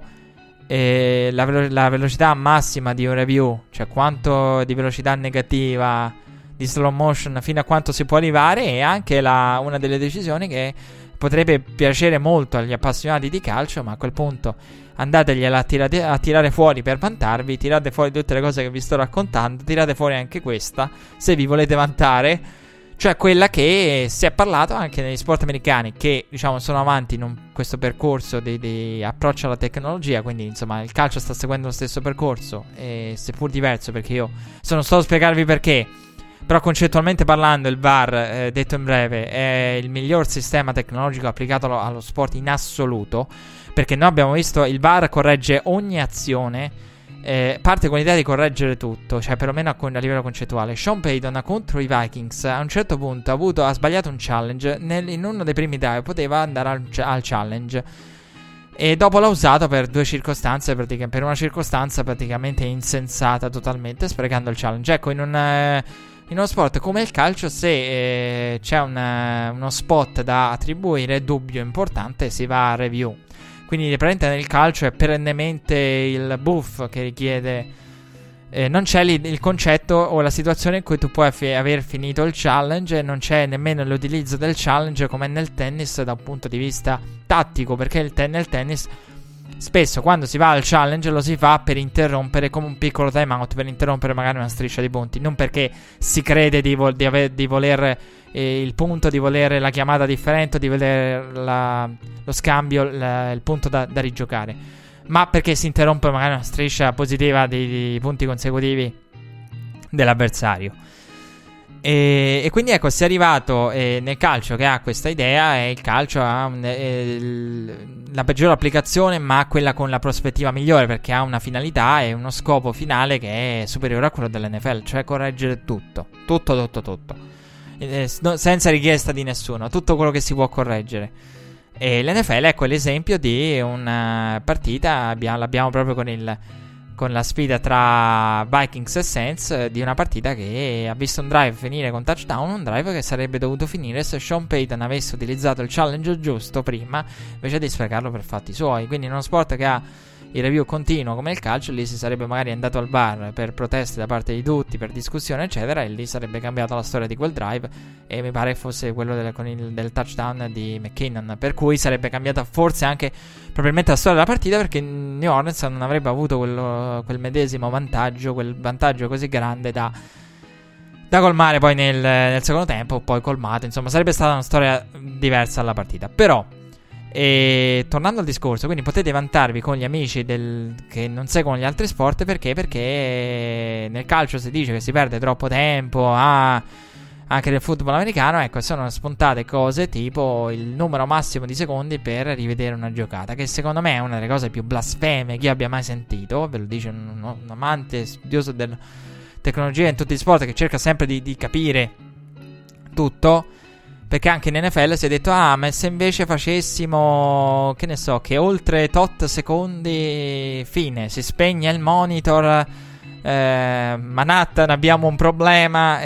la velocità massima di un review, cioè quanto di velocità negativa di slow motion fino a quanto si può arrivare, e anche una delle decisioni che potrebbe piacere molto agli appassionati di calcio, ma a quel punto andategliela a tirare fuori per vantarvi, tirate fuori tutte le cose che vi sto raccontando, tirate fuori anche questa se vi volete vantare, cioè quella che si è parlato anche negli sport americani che diciamo sono avanti in questo percorso di approccio alla tecnologia. Quindi insomma il calcio sta seguendo lo stesso percorso, seppur diverso, perché io non sto a spiegarvi perché. Però concettualmente parlando il VAR, detto in breve, è il miglior sistema tecnologico applicato allo sport in assoluto, perché noi abbiamo visto il VAR corregge ogni azione, parte con l'idea di correggere tutto, cioè perlomeno a livello concettuale. Sean Payton contro i Vikings a un certo punto ha sbagliato un challenge, in uno dei primi drive poteva andare al challenge, e dopo l'ha usato per due circostanze, per una circostanza praticamente insensata totalmente, sprecando il challenge. Ecco, in uno sport come il calcio, se c'è uno spot da attribuire dubbio importante, si va a review. Quindi praticamente nel calcio è perennemente il buff che richiede, non c'è lì il concetto o la situazione in cui tu puoi aver finito il challenge, e non c'è nemmeno l'utilizzo del challenge come nel tennis da un punto di vista tattico, perché nel tennis spesso quando si va al challenge lo si fa per interrompere, come un piccolo time out, per interrompere magari una striscia di punti, non perché si crede di voler il punto, di volere la chiamata differente, di volere lo scambio, il punto da rigiocare, ma perché si interrompe magari una striscia positiva di punti consecutivi dell'avversario. E quindi ecco, si è arrivato nel calcio che ha questa idea, e il calcio ha la peggiore applicazione, ma quella con la prospettiva migliore, perché ha una finalità e uno scopo finale che è superiore a quello dell'NFL, cioè correggere tutto, senza richiesta di nessuno, tutto quello che si può correggere. E l'NFL è quell'esempio di una partita, l'abbiamo proprio con la sfida tra Vikings e Saints, di una partita che ha visto un drive finire con touchdown, un drive che sarebbe dovuto finire se Sean Payton avesse utilizzato il challenge giusto prima, invece di sprecarlo per fatti suoi. Quindi in uno sport che ha il review continuo come il calcio, lì si sarebbe magari andato al VAR per proteste da parte di tutti, per discussione eccetera, e lì sarebbe cambiata la storia di quel drive, e mi pare fosse quello del touchdown di McKinnon, per cui sarebbe cambiata forse anche probabilmente la storia della partita, perché New Orleans non avrebbe avuto quel medesimo vantaggio, quel vantaggio così grande da colmare poi nel secondo tempo, poi colmato, insomma sarebbe stata una storia diversa alla partita. Però E tornando al discorso, quindi potete vantarvi con gli amici che non seguono gli altri sport, perché nel calcio si dice che si perde troppo tempo, anche nel football americano, ecco, sono spuntate cose tipo il numero massimo di secondi per rivedere una giocata, che secondo me è una delle cose più blasfeme che io abbia mai sentito. Ve lo dice un amante studioso della tecnologia in tutti gli sport, che cerca sempre di capire tutto, perché anche in NFL si è detto: ma se invece facessimo, che ne so, che oltre tot secondi fine si spegne il monitor, Manhattan abbiamo un problema,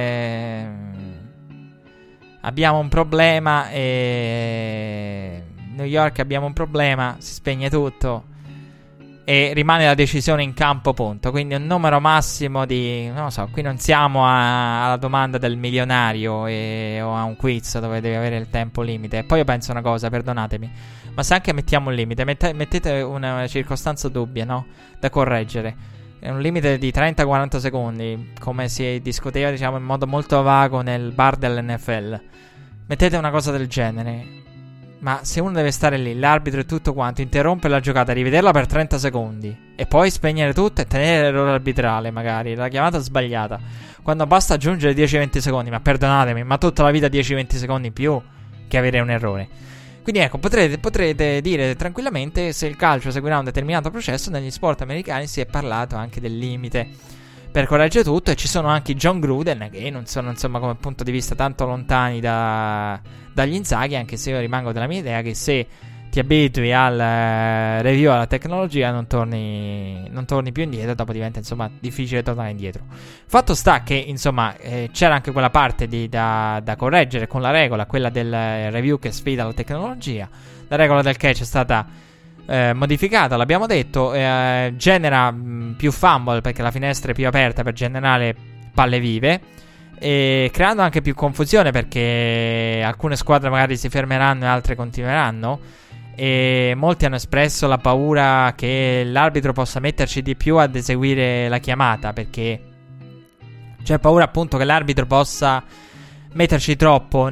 New York abbiamo un problema, si spegne tutto e rimane la decisione in campo, punto. Quindi un numero massimo di, non lo so, qui non siamo alla domanda del milionario o a un quiz dove devi avere il tempo limite. E poi io penso una cosa, perdonatemi, ma se anche mettiamo un limite, mettete una circostanza dubbia, no? Da correggere. È un limite di 30-40 secondi, come si discuteva, diciamo, in modo molto vago nel bar dell'NFL. Mettete una cosa del genere. Ma se uno deve stare lì, l'arbitro e tutto quanto, interrompe la giocata, rivederla per 30 secondi e poi spegnere tutto e tenere l'errore arbitrale, magari la chiamata sbagliata, quando basta aggiungere 10-20 secondi, ma perdonatemi, ma tutta la vita 10-20 secondi in più che avere un errore. Quindi ecco, potrete dire tranquillamente, se il calcio seguirà un determinato processo, negli sport americani si è parlato anche del limite per correggere tutto, e ci sono anche i John Gruden, che non sono, insomma, come punto di vista tanto lontani dagli Inzaghi, anche se io rimango della mia idea che se ti abitui al review, alla tecnologia, non torni più indietro, dopo diventa, insomma, difficile tornare indietro. Fatto sta che, insomma, c'era anche quella parte da correggere con la regola, quella del review che sfida la tecnologia. La regola del catch è stata modificata, l'abbiamo detto, genera più fumble perché la finestra è più aperta per generare palle vive, e creando anche più confusione perché alcune squadre magari si fermeranno e altre continueranno, e molti hanno espresso la paura che l'arbitro possa metterci di più ad eseguire la chiamata, perché c'è paura appunto che l'arbitro possa metterci troppo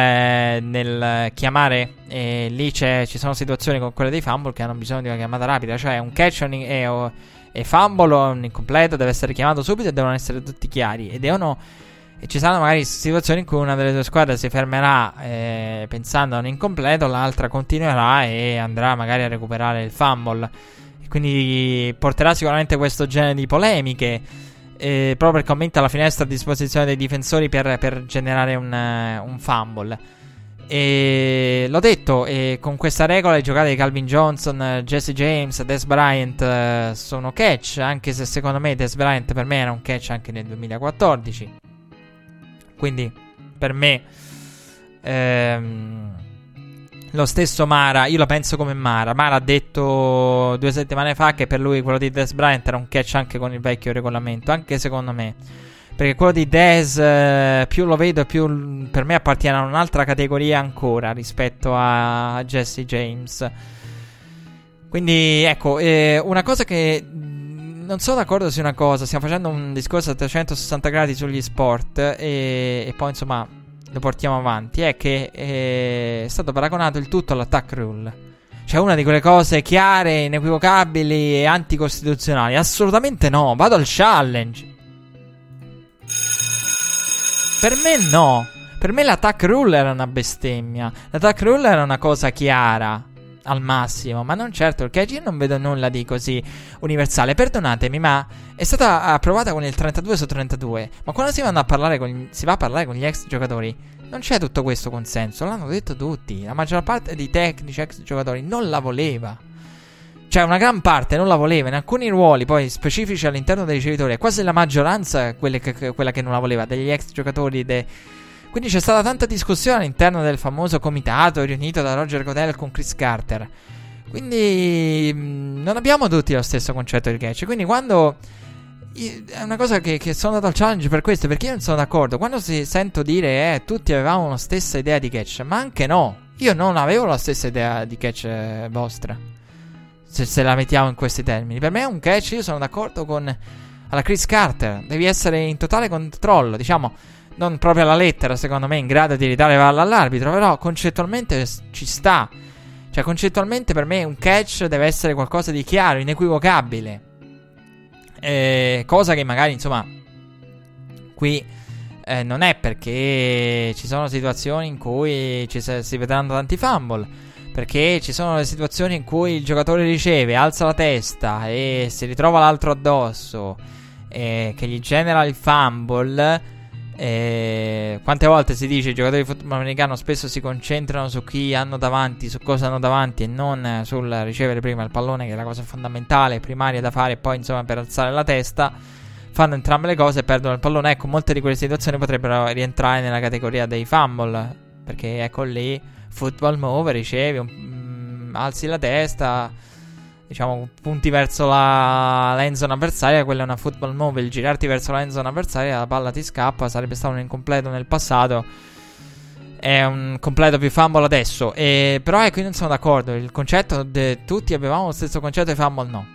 nel chiamare, e lì ci sono situazioni come quelle dei fumble che hanno bisogno di una chiamata rapida, cioè un catch e fumble o un incompleto deve essere chiamato subito e devono essere tutti chiari, e ci saranno magari situazioni in cui una delle due squadre si fermerà pensando a un incompleto, l'altra continuerà e andrà magari a recuperare il fumble, e quindi porterà sicuramente questo genere di polemiche, proprio perché aumenta la finestra a disposizione dei difensori per generare un fumble. E l'ho detto, con questa regola le giocate di Calvin Johnson, Jesse James, Dez Bryant sono catch, anche se secondo me Dez Bryant per me era un catch anche nel 2014. Quindi per me lo stesso Mara, io la penso come Mara ha detto 2 settimane fa che per lui quello di Dez Bryant era un catch anche con il vecchio regolamento, anche secondo me, perché quello di Dez più lo vedo più per me appartiene a un'altra categoria ancora rispetto a Jesse James. Quindi ecco, una cosa che non sono d'accordo su una cosa, stiamo facendo un discorso a 360 gradi sugli sport e poi insomma lo portiamo avanti, è che è stato paragonato il tutto all'attack rule, cioè una di quelle cose chiare, inequivocabili e anticostituzionali. Assolutamente no, vado al challenge. Per me no, per me l'attack rule era una bestemmia, l'attack rule era una cosa chiara al massimo, ma non certo il catch. Io non vedo nulla di così universale, perdonatemi, ma è stata approvata con il 32/32, ma quando si va a parlare con gli ex giocatori non c'è tutto questo consenso, l'hanno detto tutti, la maggior parte dei tecnici ex giocatori non la voleva, cioè una gran parte non la voleva, in alcuni ruoli poi specifici all'interno dei ricevitori è quasi la maggioranza quella che non la voleva, degli ex giocatori Quindi c'è stata tanta discussione all'interno del famoso comitato riunito da Roger Goodell con Chris Carter. Quindi non abbiamo tutti lo stesso concetto di catch. Quindi quando è una cosa che sono andato al challenge per questo, perché io non sono d'accordo. Quando sento dire tutti avevamo la stessa idea di catch, ma anche no, io non avevo la stessa idea di catch vostra, se la mettiamo in questi termini. Per me è un catch, io sono d'accordo con alla Chris Carter, devi essere in totale controllo, diciamo non proprio alla lettera secondo me in grado di ridare palla all'arbitro, però concettualmente ci sta. Cioè, concettualmente per me un catch deve essere qualcosa di chiaro, inequivocabile. Cosa che magari, insomma, qui non è, perché ci sono situazioni in cui si vedranno tanti fumble, perché ci sono le situazioni in cui il giocatore riceve, alza la testa e si ritrova l'altro addosso, che gli genera il fumble. Quante volte si dice i giocatori di football americano spesso si concentrano su chi hanno davanti, su cosa hanno davanti, e non sul ricevere prima il pallone, che è la cosa fondamentale, primaria da fare, e poi insomma per alzare la testa. Fanno entrambe le cose e perdono il pallone. Ecco, molte di quelle situazioni potrebbero rientrare nella categoria dei fumble, perché ecco lì, football move, ricevi, alzi la testa, diciamo punti verso la end zone avversaria, quella è una football move. Il girarti verso la end zone avversaria, la palla ti scappa, sarebbe stato un incompleto nel passato, è un completo più fumble adesso. Però ecco, io non sono d'accordo. Il concetto, tutti avevamo lo stesso concetto di fumble, no.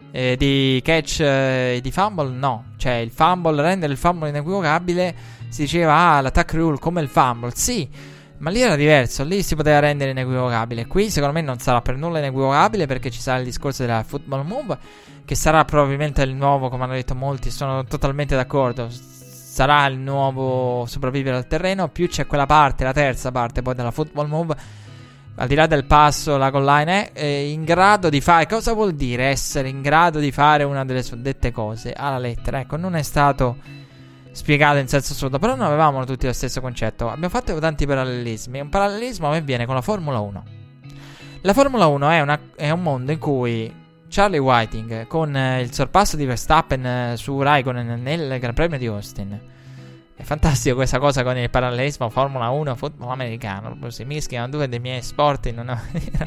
Di catch e di fumble, no. Cioè il fumble, rendere il fumble inequivocabile, si diceva l'attack rule come il fumble, sì, ma lì era diverso, lì si poteva rendere inequivocabile. Qui secondo me non sarà per nulla inequivocabile, perché ci sarà il discorso della football move, che sarà probabilmente il nuovo, come hanno detto molti, sono totalmente d'accordo, sarà il nuovo sopravvivere al terreno. Più c'è quella parte, la terza parte poi della football move, al di là del passo, la goal line è in grado di fare. Cosa vuol dire essere in grado di fare una delle suddette cose alla lettera? Ecco, non è stato spiegato in senso assoluto, però non avevamo tutti lo stesso concetto. Abbiamo fatto tanti parallelismi. Un parallelismo a me viene con la Formula 1. La Formula 1 è un mondo in cui Charlie Whiting, con il sorpasso di Verstappen su Raikkonen nel Gran Premio di Austin, è fantastico questa cosa con il parallelismo Formula 1 football americano, si mischiano due dei miei sport in una maniera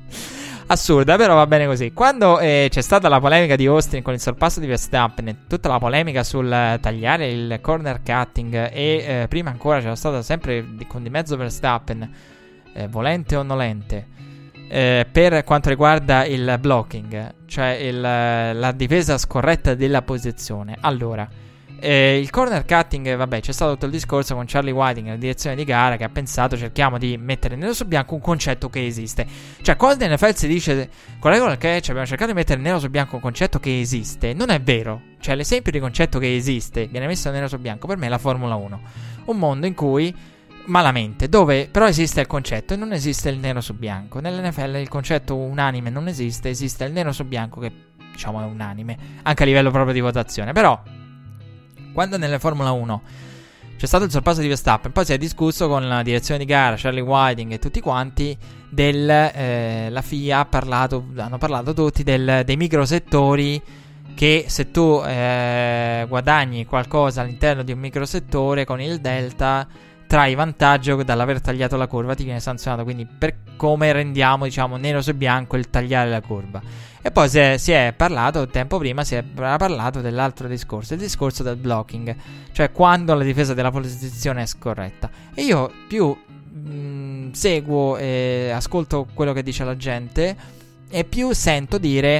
assurda, però va bene così. Quando c'è stata la polemica di Austin con il sorpasso di Verstappen e tutta la polemica sul tagliare il corner cutting, e prima ancora c'era stata sempre con di mezzo Verstappen, volente o nolente, per quanto riguarda il blocking, cioè la difesa scorretta della posizione. Allora, il corner cutting, vabbè, c'è stato tutto il discorso con Charlie Whiting nella direzione di gara, che ha pensato cerchiamo di mettere nero su bianco un concetto che esiste. Cioè, quando NFL si dice con la regola che abbiamo cercato di mettere nero su bianco un concetto che esiste, non è vero. Cioè, l'esempio di concetto che esiste viene messo nero su bianco per me è la Formula 1, un mondo in cui malamente, dove però esiste il concetto e non esiste il nero su bianco. Nell'NFL il concetto unanime non esiste, esiste il nero su bianco che diciamo è unanime anche a livello proprio di votazione. Però quando nella Formula 1 c'è stato il sorpasso di Verstappen, poi si è discusso con la direzione di gara, Charlie Whiting e tutti quanti la FIA hanno parlato tutti dei microsettori, che se tu guadagni qualcosa all'interno di un microsettore con il delta trai vantaggio dall'aver tagliato la curva, ti viene sanzionato. Quindi per come rendiamo, diciamo, nero su bianco il tagliare la curva. E poi si è parlato, tempo prima si è parlato dell'altro discorso, il discorso del blocking, cioè quando la difesa della posizione è scorretta. E io più seguo e ascolto quello che dice la gente, e più sento dire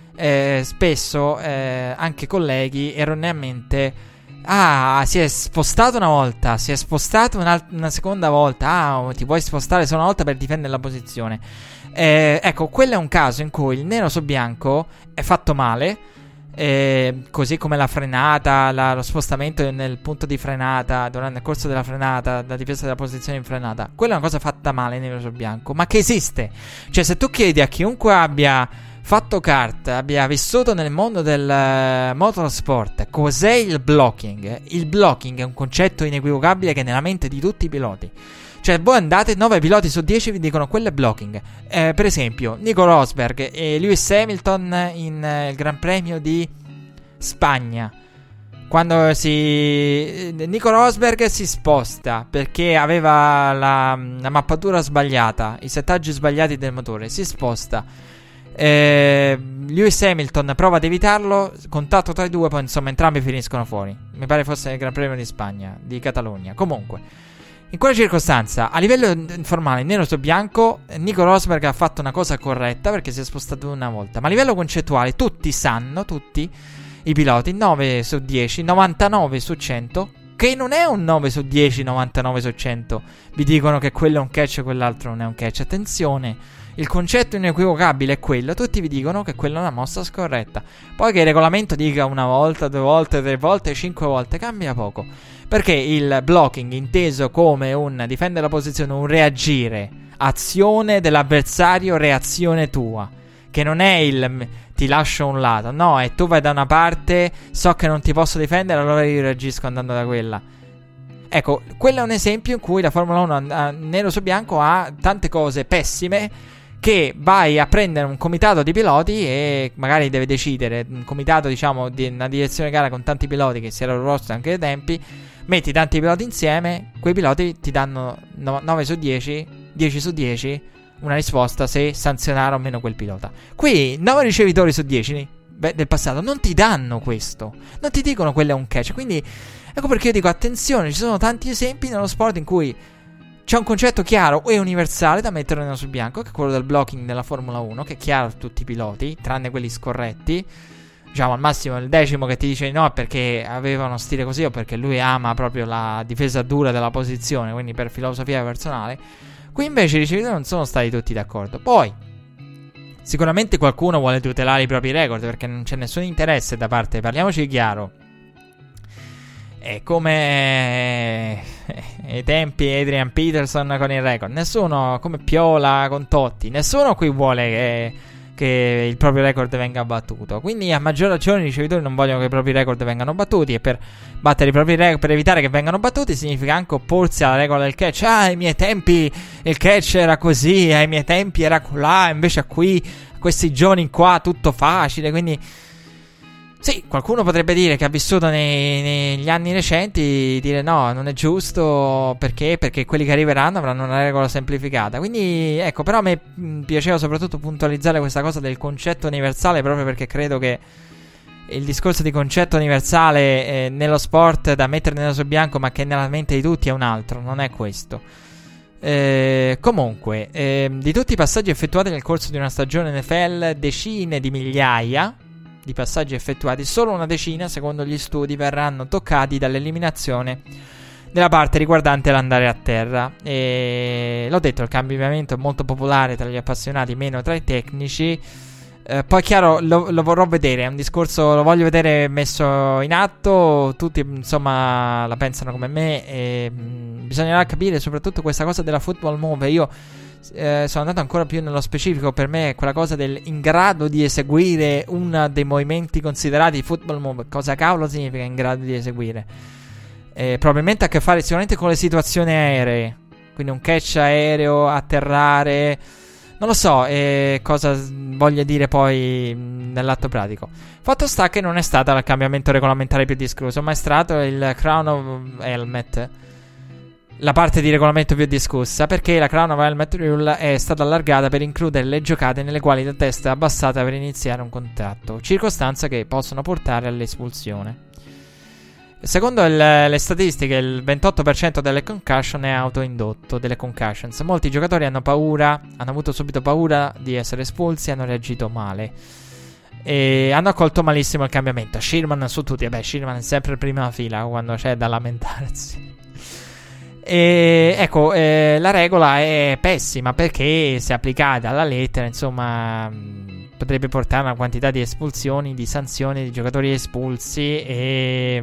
spesso anche colleghi erroneamente: ah, si è spostato una volta, si è spostato una seconda volta, ah, ti puoi spostare solo una volta per difendere la posizione. Ecco, quello è un caso in cui il nero su bianco è fatto male, così come la frenata, lo spostamento nel punto di frenata durante il corso della frenata, la difesa della posizione in frenata. Quella è una cosa fatta male nero su bianco, ma che esiste. Cioè, se tu chiedi a chiunque abbia fatto kart, abbia vissuto nel mondo del motorsport, cos'è il blocking? Il blocking è un concetto inequivocabile che è nella mente di tutti i piloti. Cioè, voi andate, 9 piloti su 10 vi dicono quello è blocking. Per esempio, Nico Rosberg e Lewis Hamilton in il Gran Premio di Spagna, quando Nico Rosberg si sposta perché aveva la mappatura sbagliata, i settaggi sbagliati del motore, si sposta. Lewis Hamilton prova ad evitarlo, contatto tra i due, poi insomma entrambi finiscono fuori. Mi pare fosse nel Gran Premio di Spagna, di Catalogna. Comunque, in quella circostanza, a livello informale, nero su bianco, Nico Rosberg ha fatto una cosa corretta perché si è spostato una volta. Ma a livello concettuale tutti sanno, tutti i piloti, 9 su 10, 99 su 100, che non è un 9 su 10, 99 su 100, vi dicono che quello è un catch e quell'altro non è un catch. Attenzione, il concetto inequivocabile è quello, tutti vi dicono che quella è una mossa scorretta. Poi che il regolamento dica una volta, 2 volte, 3 volte, 5 volte, cambia poco. Perché il blocking, inteso come un difendere la posizione, un reagire, azione dell'avversario, reazione tua, che non è il ti lascio un lato, no, è tu vai da una parte, so che non ti posso difendere, allora io reagisco andando da quella. Ecco, quello è un esempio in cui la Formula 1 nero su bianco ha tante cose pessime, che vai a prendere un comitato di piloti e magari deve decidere, un comitato diciamo di una direzione gara con tanti piloti che si era proposto anche ai tempi, metti tanti piloti insieme, quei piloti ti danno 9 su 10, 10 su 10 una risposta se sanzionare o meno quel pilota. Qui 9 ricevitori su 10 del passato non ti danno questo, non ti dicono quello è un catch. Quindi ecco perché io dico attenzione, ci sono tanti esempi nello sport in cui c'è un concetto chiaro e universale da mettere nero su bianco, che è quello del blocking della Formula 1, che è chiaro a tutti i piloti, tranne quelli scorretti. Diciamo al massimo il 10° che ti dice no perché aveva uno stile così o perché lui ama proprio la difesa dura della posizione, quindi per filosofia personale. Qui invece i ricevitori non sono stati tutti d'accordo. Poi sicuramente qualcuno vuole tutelare i propri record, perché non c'è nessun interesse da parte, parliamoci chiaro, è come ai tempi Adrian Peterson con il record, nessuno, come Piola con Totti, nessuno qui vuole che il proprio record venga battuto. Quindi a maggior ragione i ricevitori non vogliono che i propri record vengano battuti, e per battere i propri record, per evitare che vengano battuti, significa anche opporsi alla regola del catch. Ai miei tempi il catch era così, ai miei tempi era colà, invece qui questi giorni qua tutto facile. Quindi sì, qualcuno potrebbe dire che ha vissuto negli anni recenti, dire no, non è giusto, perché quelli che arriveranno avranno una regola semplificata. Quindi ecco, però a me piaceva soprattutto puntualizzare questa cosa del concetto universale, proprio perché credo che il discorso di concetto universale nello sport da mettere nero su bianco, ma che nella mente di tutti, è un altro, non è questo. Comunque, di tutti i passaggi effettuati nel corso di una stagione NFL, decine di migliaia di passaggi effettuati, solo una decina, secondo gli studi, verranno toccati dall'eliminazione della parte riguardante l'andare a terra. E l'ho detto, il cambiamento è molto popolare tra gli appassionati, meno tra i tecnici. Poi chiaro, lo vorrò vedere, è un discorso, lo voglio vedere messo in atto. Tutti insomma la pensano come me, e bisognerà capire soprattutto questa cosa della football move. Io sono andato ancora più nello specifico. Per me è quella cosa del in grado di eseguire uno dei movimenti considerati football move. Cosa cavolo significa in grado di eseguire? Probabilmente ha a che fare sicuramente con le situazioni aeree, quindi un catch aereo, atterrare, non lo so cosa voglia dire poi nell'atto pratico. Fatto sta che non è stato il cambiamento regolamentare più discusso, ma è stato il Crown of Helmet, la parte di regolamento più discussa, perché la Crown of Helmet Rule è stata allargata per includere le giocate nelle quali la testa è abbassata per iniziare un contatto, circostanza che possono portare all'espulsione. Secondo le statistiche, il 28% delle concussion è autoindotto, delle concussions. Molti giocatori hanno avuto subito paura di essere espulsi, hanno reagito male e hanno accolto malissimo il cambiamento. Sherman su tutti, Sherman è sempre in prima fila quando c'è da lamentarsi. E ecco, la regola è pessima perché, se applicata alla lettera, insomma, potrebbe portare a una quantità di espulsioni, di sanzioni di giocatori espulsi. E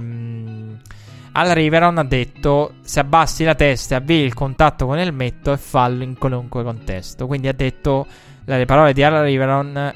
Al Riveron ha detto: se abbassi la testa e avvii il contatto con il metto è fallo in qualunque contesto. Quindi ha detto, le parole di Al Riveron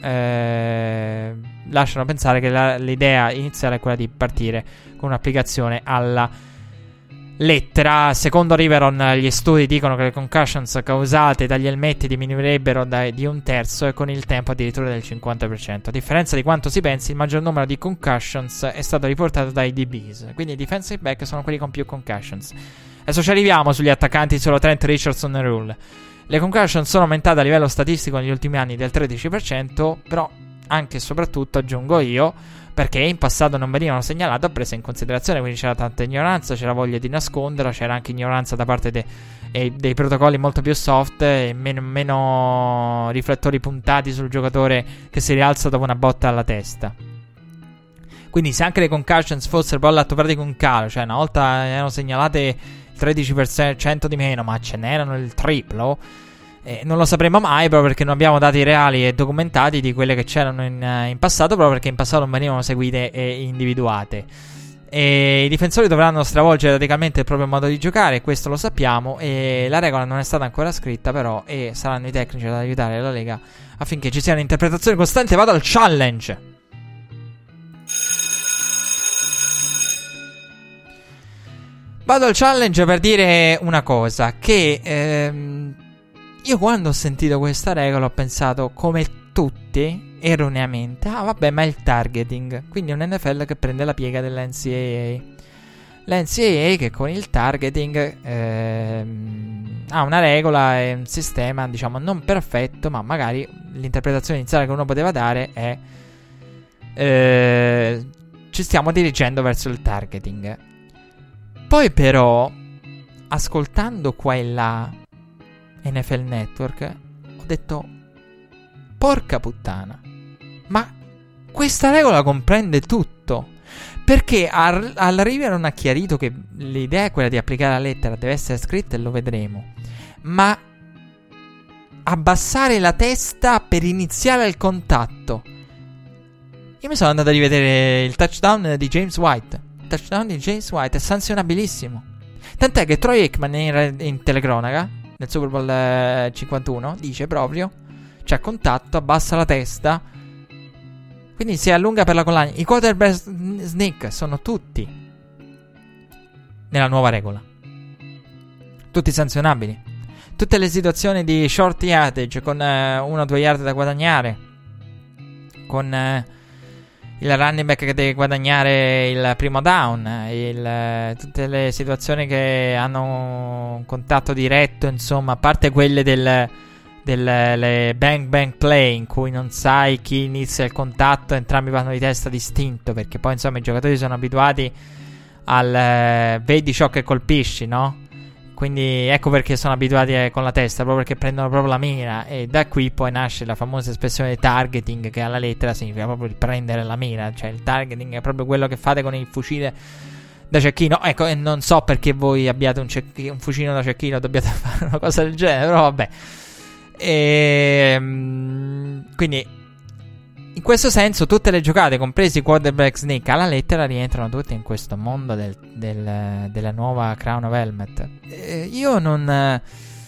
lasciano pensare che l'idea iniziale è quella di partire con un'applicazione alla lettera. Secondo Riveron, gli studi dicono che le concussions causate dagli elmetti diminuirebbero di 1/3 e con il tempo addirittura del 50%. A differenza di quanto si pensi, il maggior numero di concussions è stato riportato dai DBs, quindi i defensive back sono quelli con più concussions. Adesso ci arriviamo sugli attaccanti sulla Trent Richardson Rule. Le concussion sono aumentate a livello statistico negli ultimi anni del 13%, però anche e soprattutto, aggiungo io, perché in passato non venivano segnalate o prese in considerazione, quindi c'era tanta ignoranza, c'era voglia di nasconderla, c'era anche ignoranza da parte dei protocolli molto più soft e meno riflettori puntati sul giocatore che si rialza dopo una botta alla testa. Quindi se anche le concussions fossero poi all'atto pratico un calo, cioè una volta erano segnalate il 13% di meno, ma ce n'erano il triplo, Non lo sapremo mai, proprio perché non abbiamo dati reali e documentati di quelle che c'erano in passato, proprio perché in passato non venivano seguite e individuate. E i difensori dovranno stravolgere radicalmente il proprio modo di giocare, questo lo sappiamo, e la regola non è stata ancora scritta però, e saranno i tecnici ad aiutare la Lega affinché ci sia un'interpretazione costante. Vado al challenge. Vado al challenge per dire una cosa, che io quando ho sentito questa regola ho pensato, come tutti, erroneamente, vabbè, ma è il targeting, quindi un NFL che prende la piega dell'NCAA. L'NCAA che con il targeting ha una regola e un sistema, diciamo, non perfetto, ma magari l'interpretazione iniziale che uno poteva dare è ci stiamo dirigendo verso il targeting. Poi però, ascoltando qua e là NFL Network, ho detto, porca puttana, ma questa regola comprende tutto, perché al River non ha chiarito che l'idea è quella di applicare la lettera, deve essere scritta e lo vedremo, ma abbassare la testa per iniziare il contatto. Io mi sono andato a rivedere il touchdown di James White. Il touchdown di James White è sanzionabilissimo, tant'è che Troy Aikman in telecronaca nel Super Bowl 51 dice proprio, c'è contatto, abbassa la testa, quindi si allunga per la collana. I quarterback sneak sono tutti nella nuova regola, tutti sanzionabili. Tutte le situazioni di short yardage con 1 o 2 yard da guadagnare, con il running back che deve guadagnare il primo down, tutte le situazioni che hanno un contatto diretto, insomma, a parte quelle delle bang bang play in cui non sai chi inizia il contatto, entrambi vanno di testa distinto, perché poi insomma i giocatori sono abituati al vedi ciò che colpisci, no? Quindi ecco perché sono abituati con la testa, proprio perché prendono proprio la mira. E da qui poi nasce la famosa espressione targeting, che alla lettera significa proprio il prendere la mira. Cioè il targeting è proprio quello che fate con il fucile da cecchino. Ecco, e non so perché voi abbiate un fucile da cecchino, dobbiate fare una cosa del genere, però vabbè. Quindi in questo senso tutte le giocate, compresi i quarterback sneak alla lettera, rientrano tutte in questo mondo della nuova Crown of Helmet. Io non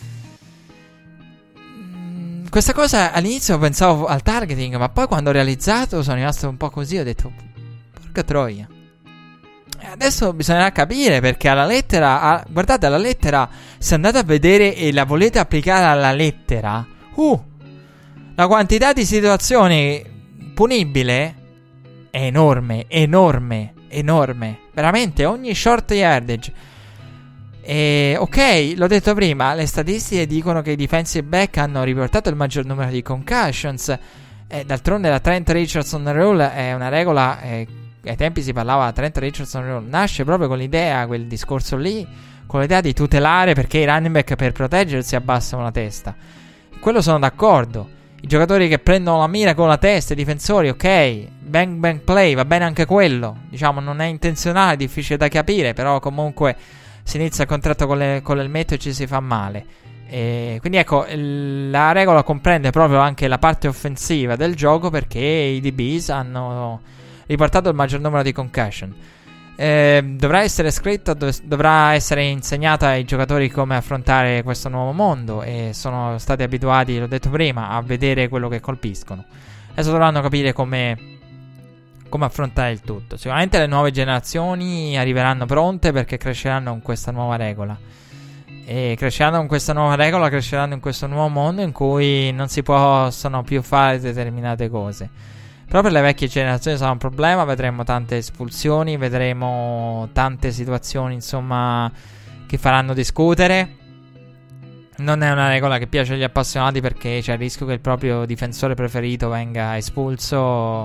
questa cosa all'inizio pensavo al targeting, ma poi quando ho realizzato sono rimasto un po' così, ho detto porca troia. Adesso bisognerà capire, perché alla lettera guardate, alla lettera, se andate a vedere e la volete applicare alla lettera, la quantità di situazioni punibile è enorme, veramente ogni short yardage. E ok, l'ho detto prima, le statistiche dicono che i defensive back hanno riportato il maggior numero di concussions, d'altronde la Trent Richardson Rule è una regola, ai tempi si parlava della Trent Richardson Rule, nasce proprio con l'idea, quel discorso lì, con l'idea di tutelare, perché i running back per proteggersi abbassano la testa. Quello sono d'accordo. I giocatori che prendono la mira con la testa, i difensori, ok, bang bang play, va bene anche quello, diciamo non è intenzionale, difficile da capire, però comunque si inizia il contratto con l'elmetto e ci si fa male. Quindi ecco, la regola comprende proprio anche la parte offensiva del gioco, perché i DBs hanno riportato il maggior numero di concussion. Dovrà essere scritto, dovrà essere insegnata ai giocatori come affrontare questo nuovo mondo, e sono stati abituati, l'ho detto prima, a vedere quello che colpiscono. Adesso dovranno capire come affrontare il tutto. Sicuramente le nuove generazioni arriveranno pronte, perché cresceranno con questa nuova regola, e cresceranno con questa nuova regola, cresceranno in questo nuovo mondo in cui non si possono più fare determinate cose. Però per le vecchie generazioni sarà un problema, vedremo tante espulsioni, vedremo tante situazioni, insomma, che faranno discutere. Non è una regola che piace agli appassionati, perché c'è il rischio che il proprio difensore preferito venga espulso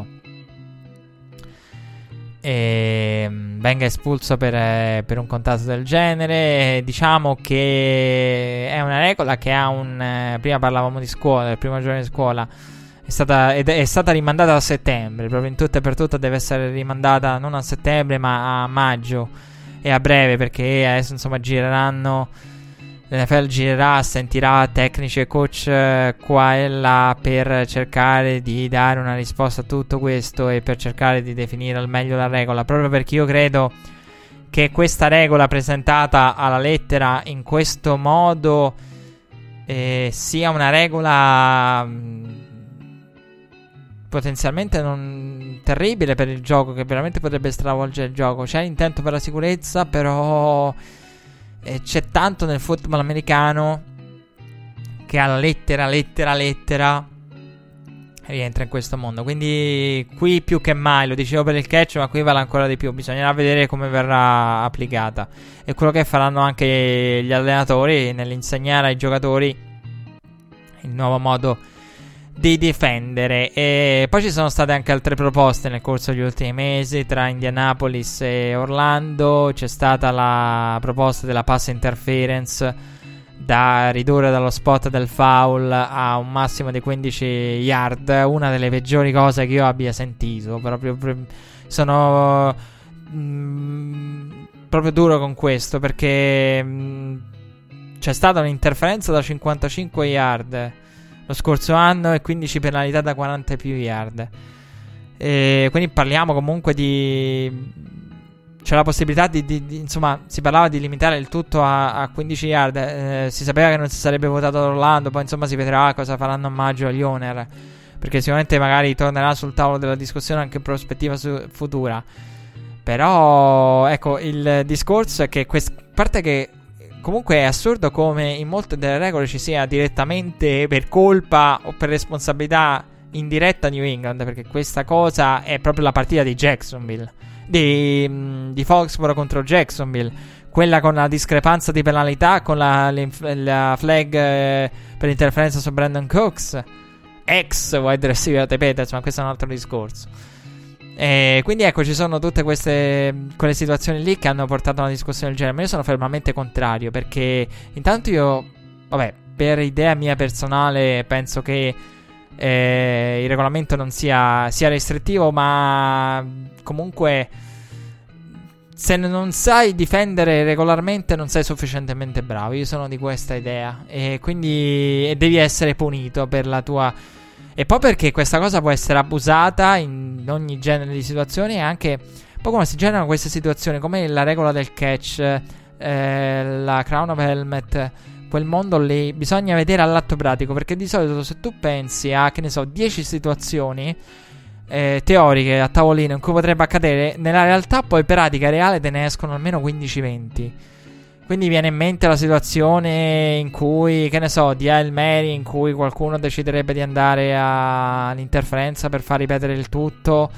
per un contatto del genere. Diciamo che è una regola che ha prima parlavamo di scuola, del primo giorno di scuola. È stata rimandata a settembre, proprio in tutto e per tutto deve essere rimandata non a settembre ma a maggio, e a breve, perché adesso insomma gireranno l'NFL girerà, sentirà tecnici e coach qua e là per cercare di dare una risposta a tutto questo e per cercare di definire al meglio la regola, proprio perché io credo che questa regola presentata alla lettera in questo modo sia una regola potenzialmente non terribile per il gioco, che veramente potrebbe stravolgere il gioco. C'è l'intento per la sicurezza, però c'è tanto nel football americano che alla lettera rientra in questo mondo. Quindi qui più che mai, lo dicevo per il catch, ma qui vale ancora di più. Bisognerà vedere come verrà applicata e quello che faranno anche gli allenatori nell'insegnare ai giocatori il nuovo modo di difendere. E poi ci sono state anche altre proposte nel corso degli ultimi mesi tra Indianapolis e Orlando. C'è stata la proposta della pass interference da ridurre dallo spot del foul a un massimo di 15 yard, una delle peggiori cose che io abbia sentito. Proprio sono proprio duro con questo, perché c'è stata un'interferenza da 55 yard lo scorso anno e 15 penalità da 40 più yard. Quindi parliamo comunque di... c'è la possibilità insomma, si parlava di limitare il tutto a 15 yard. Si sapeva che non si sarebbe votato ad Orlando. Poi insomma si vedrà cosa faranno a maggio agli owner, perché sicuramente magari tornerà sul tavolo della discussione anche in prospettiva futura. Però ecco, il discorso è che a parte che comunque è assurdo come in molte delle regole ci sia direttamente per colpa o per responsabilità indiretta New England, perché questa cosa è proprio la partita di Jacksonville, di Foxborough contro Jacksonville, quella con la discrepanza di penalità, con la flag per interferenza su Brandon Cooks, ex wide receiver di Peters, ma questo è un altro discorso. Quindi ecco, ci sono tutte quelle situazioni lì che hanno portato a una discussione del genere. Ma io sono fermamente contrario, perché intanto io, vabbè, per idea mia personale, penso che il regolamento non sia restrittivo, ma comunque se non sai difendere regolarmente non sei sufficientemente bravo. Io sono di questa idea, e quindi devi essere punito per la tua... E poi perché questa cosa può essere abusata in ogni genere di situazioni, e anche poi come si generano queste situazioni, come la regola del catch, la crown of helmet, quel mondo lì bisogna vedere all'atto pratico, perché di solito se tu pensi a, che ne so, 10 situazioni teoriche a tavolino in cui potrebbe accadere, nella realtà poi pratica reale te ne escono almeno 15-20. Quindi viene in mente la situazione in cui, che ne so, di Hail Mary, in cui qualcuno deciderebbe di andare all'interferenza per far ripetere il tutto.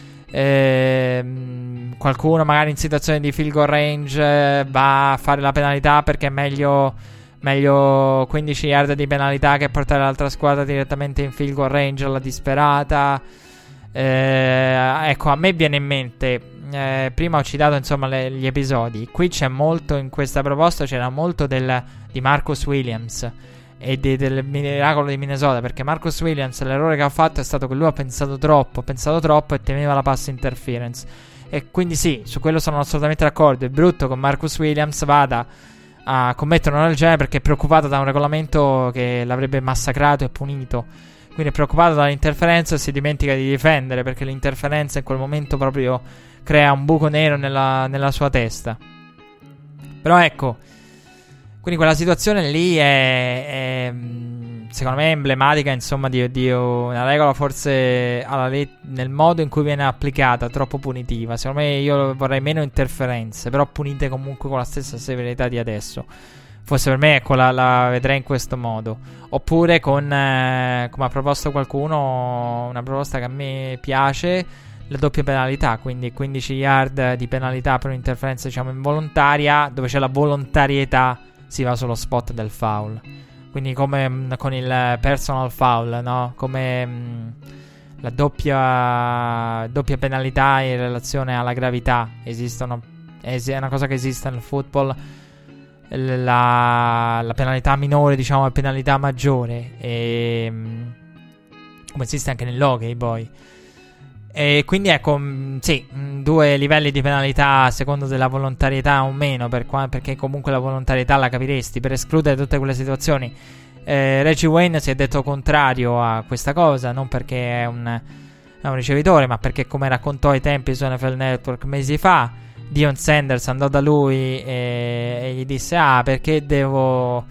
Qualcuno magari in situazione di field goal range va a fare la penalità perché è meglio 15 yard di penalità che portare l'altra squadra direttamente in field goal range alla disperata. Ecco, a me viene in mente... prima ho citato insomma gli episodi. Qui c'è molto, in questa proposta c'era molto di Marcus Williams e del miracolo di Minnesota, perché Marcus Williams, l'errore che ha fatto è stato che lui ha pensato troppo e temeva la pass interference. E quindi sì, su quello sono assolutamente d'accordo. È brutto che Marcus Williams vada a commettere un errore del genere perché è preoccupato da un regolamento che l'avrebbe massacrato e punito. Quindi è preoccupato dall'interferenza e si dimentica di difendere, perché l'interferenza in quel momento proprio crea un buco nero nella sua testa. Però ecco, quindi quella situazione lì è secondo me emblematica, insomma, di una regola forse nel modo in cui viene applicata troppo punitiva. Secondo me io vorrei meno interferenze, però punite comunque con la stessa severità di adesso. Forse per me, ecco, la vedrei in questo modo. Oppure come ha proposto qualcuno, una proposta che a me piace, la doppia penalità, quindi 15 yard di penalità per un'interferenza, diciamo, involontaria, dove c'è la volontarietà, si va sullo spot del foul. Quindi come con il personal foul, no? Come la doppia penalità in relazione alla gravità. È una cosa che esiste nel football. La penalità minore, diciamo, è penalità maggiore, come esiste anche nell'hockey poi. E quindi ecco, sì, 2 livelli di penalità a seconda della volontarietà o meno, perché comunque la volontarietà la capiresti, per escludere tutte quelle situazioni. Reggie Wayne si è detto contrario a questa cosa, non perché è un ricevitore, ma perché, come raccontò ai tempi su NFL Network mesi fa, Deion Sanders andò da lui e gli disse: perché devo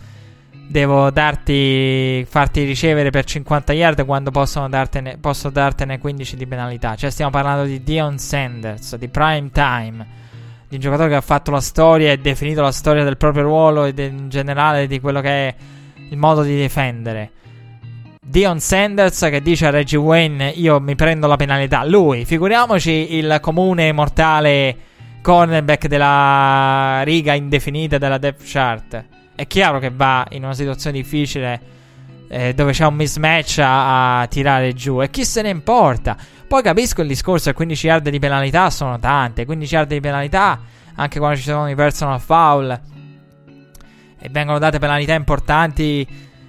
farti ricevere per 50 yard quando posso dartene 15 di penalità. Cioè stiamo parlando di Deion Sanders, di prime time, di un giocatore che ha fatto la storia e definito la storia del proprio ruolo e in generale di quello che è il modo di difendere. Deion Sanders che dice a Reggie Wayne: io mi prendo la penalità. Lui, figuriamoci il comune mortale cornerback della riga indefinita della depth chart. È chiaro che va in una situazione difficile dove c'è un mismatch a tirare giù, e chi se ne importa. Poi capisco il discorso che 15 yard di penalità sono tante. 15 yard di penalità anche quando ci sono i personal foul e vengono date penalità importanti,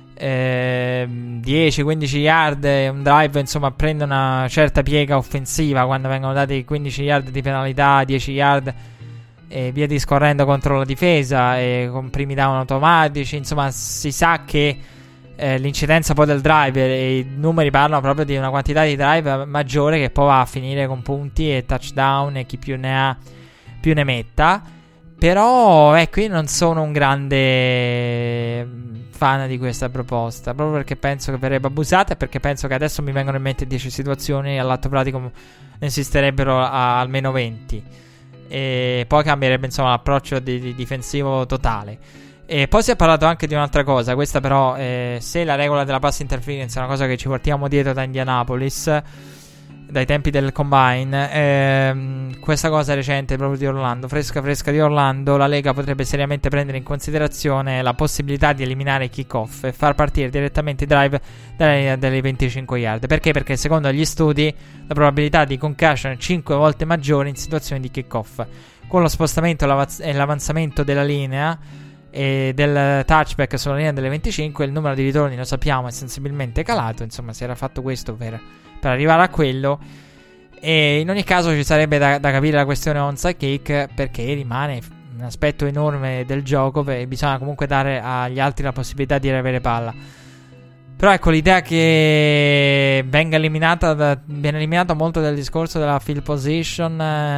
10-15 yard, un drive insomma prende una certa piega offensiva quando vengono dati 15 yard di penalità, 10 yard e via discorrendo contro la difesa, e con primi down automatici. Insomma, si sa che l'incidenza poi del drive e i numeri parlano proprio di una quantità di drive maggiore che poi va a finire con punti e touchdown, e chi più ne ha più ne metta. Però ecco, io non sono un grande fan di questa proposta, proprio perché penso che verrebbe abusata, e perché penso che adesso mi vengono in mente 10 situazioni, all'atto pratico ne esisterebbero almeno 20, e poi cambierebbe insomma l'approccio di difensivo totale. E poi si è parlato anche di un'altra cosa. Questa però, se la regola della pass interference è una cosa che ci portiamo dietro da Indianapolis, dai tempi del Combine, questa cosa recente proprio di Orlando, fresca di Orlando, la Lega potrebbe seriamente prendere in considerazione la possibilità di eliminare i kick-off e far partire direttamente i drive dalla linea delle 25 yard. Perché? Perché secondo gli studi la probabilità di concussion è 5 volte maggiore in situazioni di kick-off. Con lo spostamento e l'avanzamento della linea e del touchback sulla linea delle 25, il numero di ritorni, lo sappiamo, è sensibilmente calato. Insomma, si era fatto questo per arrivare a quello. E in ogni caso ci sarebbe da capire la questione onside kick, perché rimane un aspetto enorme del gioco e bisogna comunque dare agli altri la possibilità di avere palla. Però ecco, l'idea che viene eliminato molto del discorso della field position,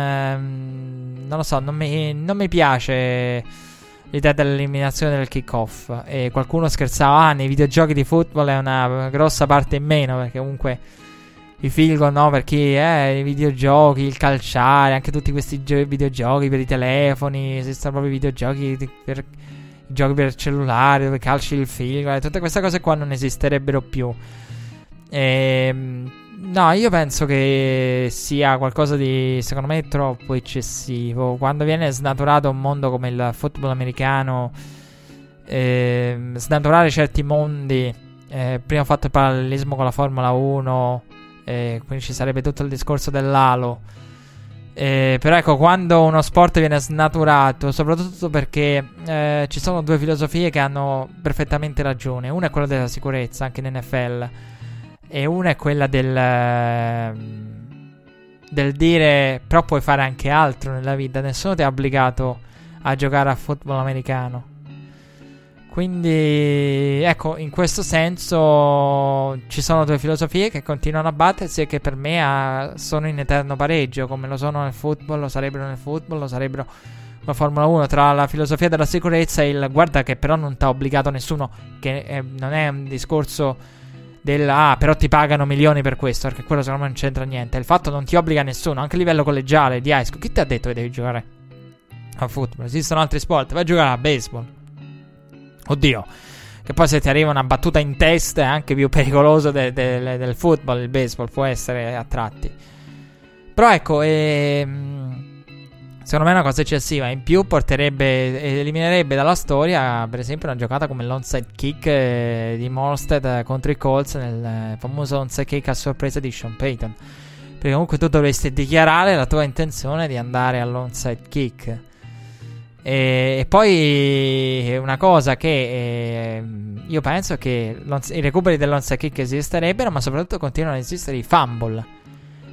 non lo so, non mi piace l'idea dell'eliminazione del kickoff. E qualcuno scherzava: nei videogiochi di football è una grossa parte in meno, perché comunque i field goal, no, per chi i videogiochi, il calciare, anche tutti questi videogiochi per i telefoni, esistono proprio i videogiochi per giochi per cellulare dove calci il field goal, tutte queste cose qua non esisterebbero più. No, io penso che sia qualcosa di, secondo me, troppo eccessivo. Quando viene snaturato un mondo come il football americano, snaturare certi mondi, prima ho fatto il parallelismo con la Formula 1, quindi ci sarebbe tutto il discorso dell'halo. Però ecco, quando uno sport viene snaturato, soprattutto perché ci sono due filosofie che hanno perfettamente ragione. Una è quella della sicurezza, anche in NFL, e una è quella del dire però puoi fare anche altro nella vita. Nessuno ti ha obbligato a giocare a football americano. Quindi ecco, in questo senso ci sono due filosofie che continuano a battersi e che per me sono in eterno pareggio, come lo sono nel football, lo sarebbero nel football, lo sarebbero la Formula 1, tra la filosofia della sicurezza e il guarda che però non ti ha obbligato nessuno, che non è un discorso del però ti pagano milioni per questo, perché quello secondo me non c'entra niente. Il fatto non ti obbliga nessuno, anche a livello collegiale di high school. Chi ti ha detto che devi giocare a football? Esistono altri sport, vai a giocare a baseball. Oddio, che poi se ti arriva una battuta in testa è anche più pericoloso del football. Il baseball può essere a tratti. Però ecco, secondo me è una cosa eccessiva. In più eliminerebbe dalla storia, per esempio, una giocata come l'onside kick di Morstead contro i Colts, nel famoso onside kick a sorpresa di Sean Payton. Perché comunque tu dovresti dichiarare la tua intenzione di andare all'onside kick. E poi una cosa che io penso che i recuperi dell'onside kick esisterebbero, ma soprattutto continuano ad esistere i fumble.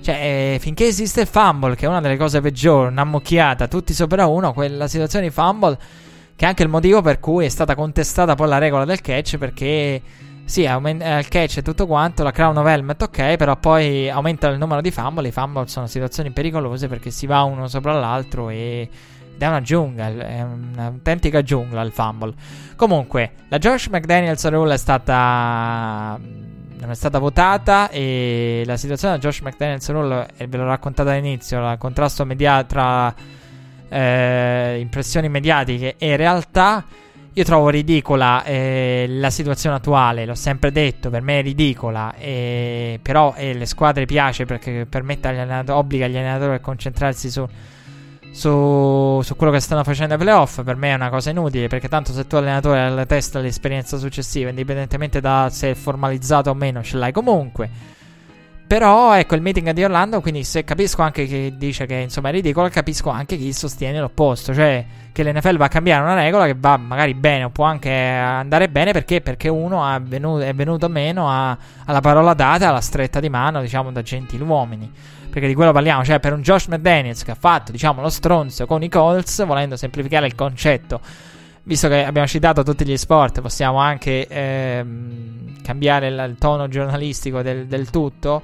Cioè, finché esiste il fumble, che è una delle cose peggiori, un'ammucchiata, tutti sopra uno, quella situazione di fumble, che è anche il motivo per cui è stata contestata poi la regola del catch, perché sì, il catch e tutto quanto, la crown of helmet ok, però poi aumenta il numero di fumble. I fumble sono situazioni pericolose perché si va uno sopra l'altro ed è una giungla, è un'autentica giungla il fumble. Comunque, la Josh McDaniels rule non è stata votata, e la situazione della Josh McDaniels rule, ve l'ho raccontata all'inizio, il contrasto tra impressioni mediatiche e realtà. Io trovo ridicola la situazione attuale, l'ho sempre detto, per me è ridicola, però le squadre piace perché obbliga gli allenatori a concentrarsi su quello che stanno facendo ai playoff. Per me è una cosa inutile, perché tanto se tu allenatore hai alla testa l'esperienza successiva, indipendentemente da se è formalizzato o meno, ce l'hai comunque. Però ecco, il meeting di Orlando, quindi se capisco anche chi dice che insomma è ridicolo, capisco anche chi sostiene l'opposto, cioè che l'NFL va a cambiare una regola che va magari bene o può anche andare bene perché uno è venuto meno alla parola data, alla stretta di mano, diciamo, da gentiluomini. Perché di quello parliamo, cioè per un Josh McDaniels che ha fatto, diciamo, lo stronzo con i Colts, volendo semplificare il concetto, visto che abbiamo citato tutti gli sport, possiamo anche cambiare il tono giornalistico del tutto.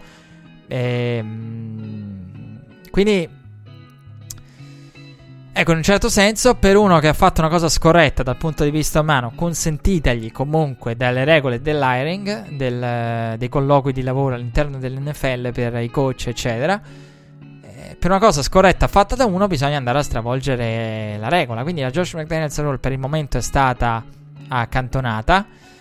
Quindi ecco, in un certo senso, per uno che ha fatto una cosa scorretta dal punto di vista umano, consentitegli comunque dalle regole dell'hiring, dei colloqui di lavoro all'interno dell'NFL per i coach eccetera, per una cosa scorretta fatta da uno bisogna andare a stravolgere la regola. Quindi la Josh McDaniels rule per il momento è stata accantonata,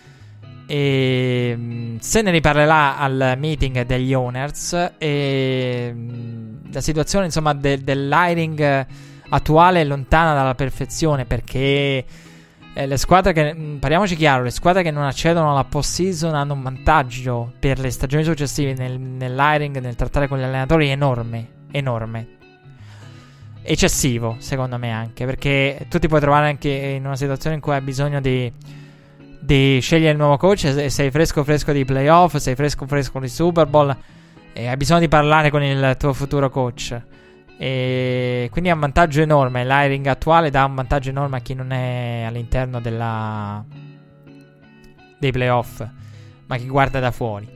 e se ne riparlerà al meeting degli owners, e la situazione insomma dell'hiring attuale è lontana dalla perfezione, perché le squadre che, parliamoci chiaro, le squadre che non accedono alla postseason hanno un vantaggio per le stagioni successive nell'hiring, nel trattare con gli allenatori enorme, eccessivo secondo me, anche perché tu ti puoi trovare anche in una situazione in cui hai bisogno di scegliere il nuovo coach, e sei fresco di playoff, sei fresco di Super Bowl, e hai bisogno di parlare con il tuo futuro coach, e quindi è un vantaggio enorme. L'hiring attuale dà un vantaggio enorme a chi non è all'interno dei playoff, ma chi guarda da fuori.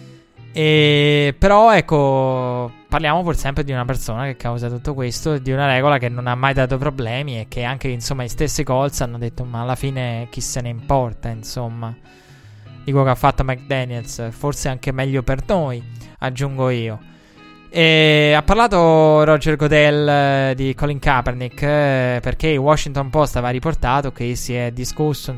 Però ecco, parliamo pur sempre di una persona che causa tutto questo, di una regola che non ha mai dato problemi, e che anche insomma i stessi Colts hanno detto ma alla fine chi se ne importa, insomma, di quello che ha fatto McDaniels, forse anche meglio per noi, aggiungo io. E ha parlato Roger Goodell di Colin Kaepernick, perché il Washington Post aveva riportato che si è discusso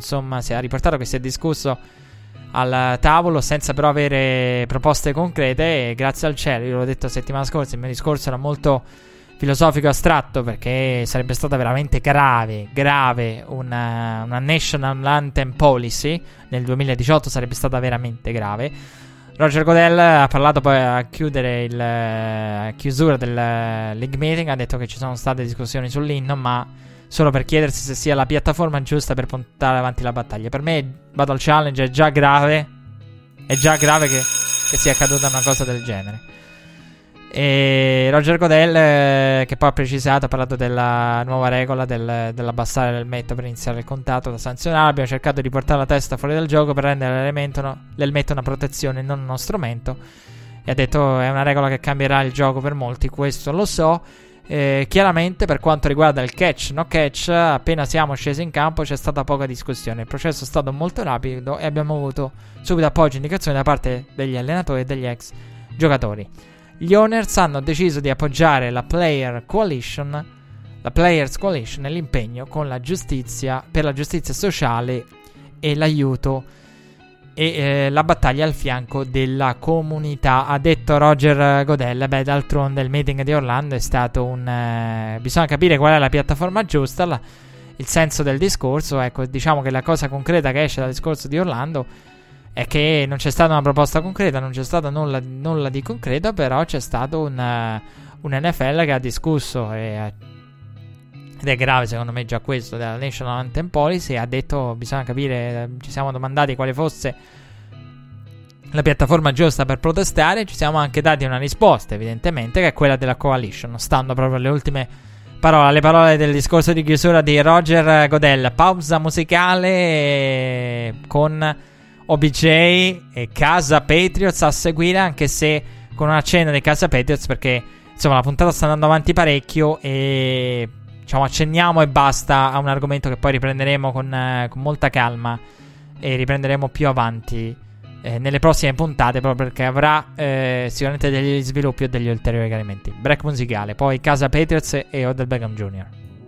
al tavolo senza però avere proposte concrete, e grazie al cielo, io l'ho detto la settimana scorsa, il mio discorso era molto filosofico e astratto, perché sarebbe stata veramente grave una National Anthem Policy nel 2018, sarebbe stata veramente grave. Roger Goodell ha parlato poi a chiusura del league meeting, ha detto che ci sono state discussioni sull'inno, ma solo per chiedersi se sia la piattaforma giusta per portare avanti la battaglia. Per me Battle Challenge è già grave che sia accaduta una cosa del genere. E Roger Goodell, che poi ha precisato, ha parlato della nuova regola dell'abbassare l'elmetto per iniziare il contatto da sanzionare. Abbiamo cercato di portare la testa fuori dal gioco per rendere l'elmetto una protezione, non uno strumento. E ha detto è una regola che cambierà il gioco per molti, questo lo so. Chiaramente per quanto riguarda il catch no catch, appena siamo scesi in campo c'è stata poca discussione, il processo è stato molto rapido e abbiamo avuto subito appoggio e indicazioni da parte degli allenatori e degli ex giocatori. Gli owners hanno deciso di appoggiare la Players Coalition e l'impegno con la giustizia, per la giustizia sociale e l'aiuto e la battaglia al fianco della comunità, ha detto Roger Goodell. D'altronde il meeting di Orlando è stato bisogna capire qual è la piattaforma giusta, il senso del discorso. Ecco, diciamo che la cosa concreta che esce dal discorso di Orlando è che non c'è stata una proposta concreta, non c'è stato nulla di concreto, però c'è stato un NFL che ha discusso, ed è grave secondo me già questo, della National Anthem Policy. Ha detto bisogna capire, ci siamo domandati quale fosse la piattaforma giusta per protestare. Ci siamo anche dati una risposta, evidentemente, che è quella della Coalition, stando proprio alle ultime parole, le parole del discorso di chiusura di Roger Godel. Pausa musicale con OBJ e Casa Patriots a seguire, anche se con un accenno di Casa Patriots, perché insomma la puntata sta andando avanti parecchio e diciamo accenniamo e basta a un argomento che poi riprenderemo con molta calma e riprenderemo più avanti nelle prossime puntate, proprio perché avrà sicuramente degli sviluppi o degli ulteriori chiarimenti. Break musicale, poi Casa Patriots e Odell Beckham Jr.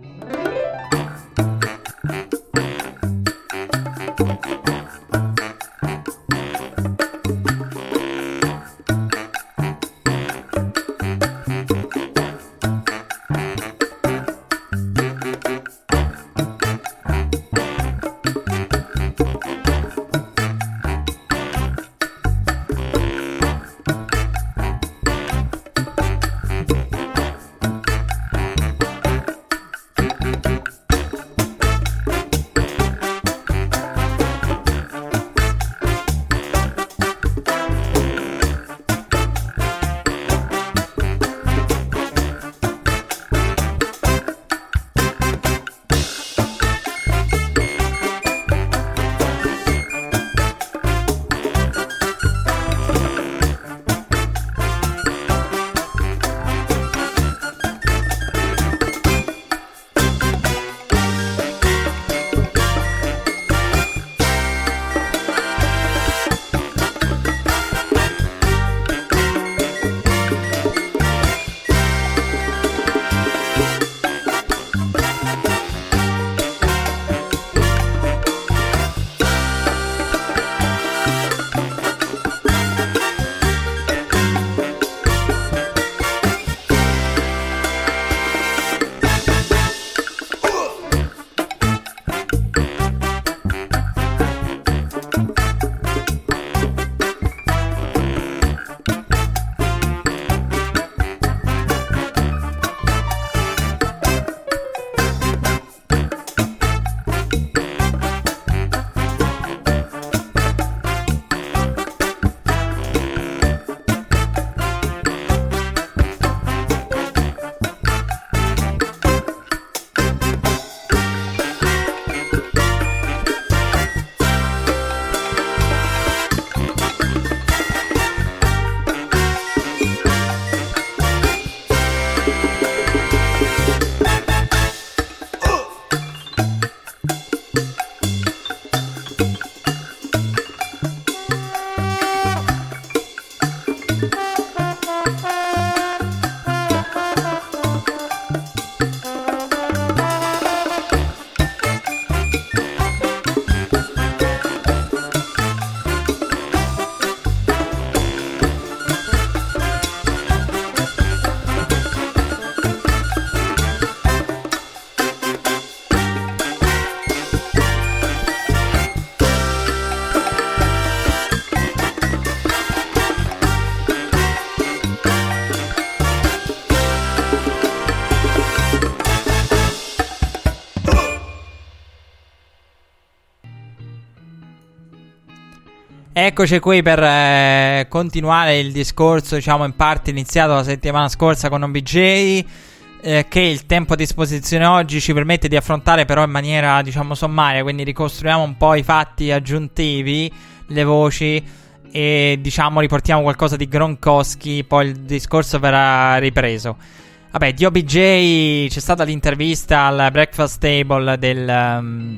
Eccoci qui per continuare il discorso, diciamo, in parte iniziato la settimana scorsa con OBJ, che il tempo a disposizione oggi ci permette di affrontare però in maniera, diciamo, sommaria, quindi ricostruiamo un po' i fatti aggiuntivi, le voci e, diciamo, riportiamo qualcosa di Gronkowski, poi il discorso verrà ripreso. Vabbè, di OBJ c'è stata l'intervista al breakfast table nel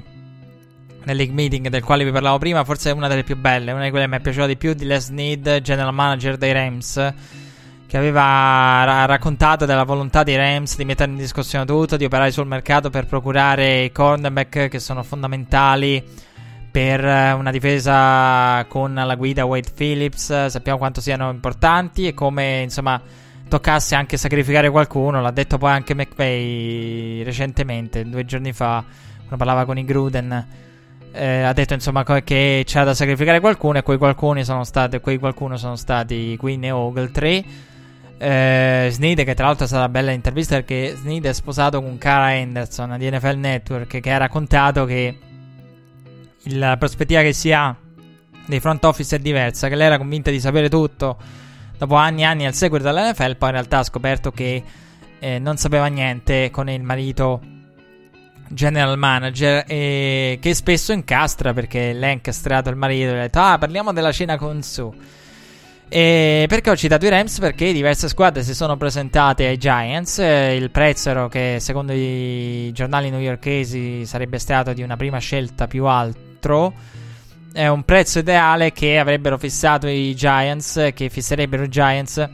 League Meeting del quale vi parlavo prima, forse è una delle più belle, una di quelle che mi è piaciuta di più, di Les Snead, general manager dei Rams, che aveva raccontato della volontà dei Rams di mettere in discussione tutto, di operare sul mercato per procurare i cornerback che sono fondamentali per una difesa con la guida Wade Phillips. Sappiamo quanto siano importanti e come, insomma, toccasse anche sacrificare qualcuno. L'ha detto poi anche recentemente, 2 giorni fa, quando parlava con i Gruden. Ha detto, insomma, che c'era da sacrificare qualcuno, e quei qualcuno sono stati Quinn e Ogletree. Snead, che tra l'altro è stata una bella intervista, perché Snead è sposato con Cara Henderson di NFL Network, che ha raccontato che la prospettiva che si ha dei front office è diversa, che lei era convinta di sapere tutto dopo anni e anni al seguito dall'NFL, poi in realtà ha scoperto che non sapeva niente con il marito general manager, che spesso incastra, perché lei ha incastrato il marito e ha detto parliamo della cena con Sue. Perché ho citato i Rams? Perché diverse squadre si sono presentate ai Giants. Il prezzo era che secondo i giornali newyorkesi sarebbe stato di una prima scelta più alto. È un prezzo ideale che avrebbero fissato i Giants, che fisserebbero i Giants,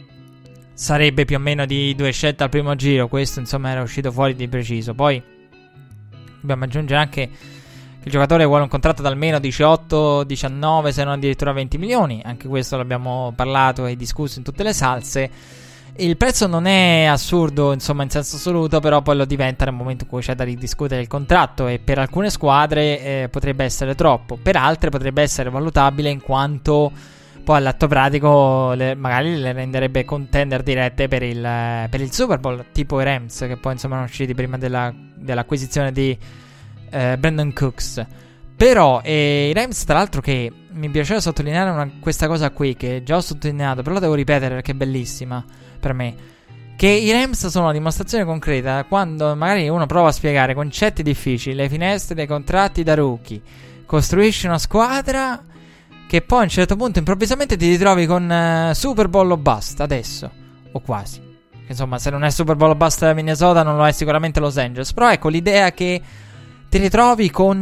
sarebbe più o meno di 2 scelte al primo giro. Questo insomma era uscito fuori di preciso. Poi dobbiamo aggiungere anche che il giocatore vuole un contratto da almeno 18, 19, se non addirittura 20 milioni. Anche questo l'abbiamo parlato e discusso in tutte le salse. Il prezzo non è assurdo, insomma, in senso assoluto, però poi lo diventa nel momento in cui c'è da ridiscutere il contratto, e per alcune squadre potrebbe essere troppo, per altre potrebbe essere valutabile, in quanto poi all'atto pratico magari le renderebbe contender dirette per il Super Bowl, tipo i Rams, che poi insomma sono usciti prima dell'acquisizione di Brandon Cooks. Però i Rams, tra l'altro, che mi piaceva sottolineare questa cosa qui, che già ho sottolineato, però la devo ripetere perché è bellissima per me, che i Rams sono una dimostrazione concreta quando magari uno prova a spiegare concetti difficili, le finestre dei contratti da rookie, costruisci una squadra che poi a un certo punto improvvisamente ti ritrovi con Super Bowl o basta adesso, o quasi. Insomma, se non è Super Bowl o basta Minnesota, non lo è sicuramente Los Angeles. Però ecco, l'idea che ti ritrovi con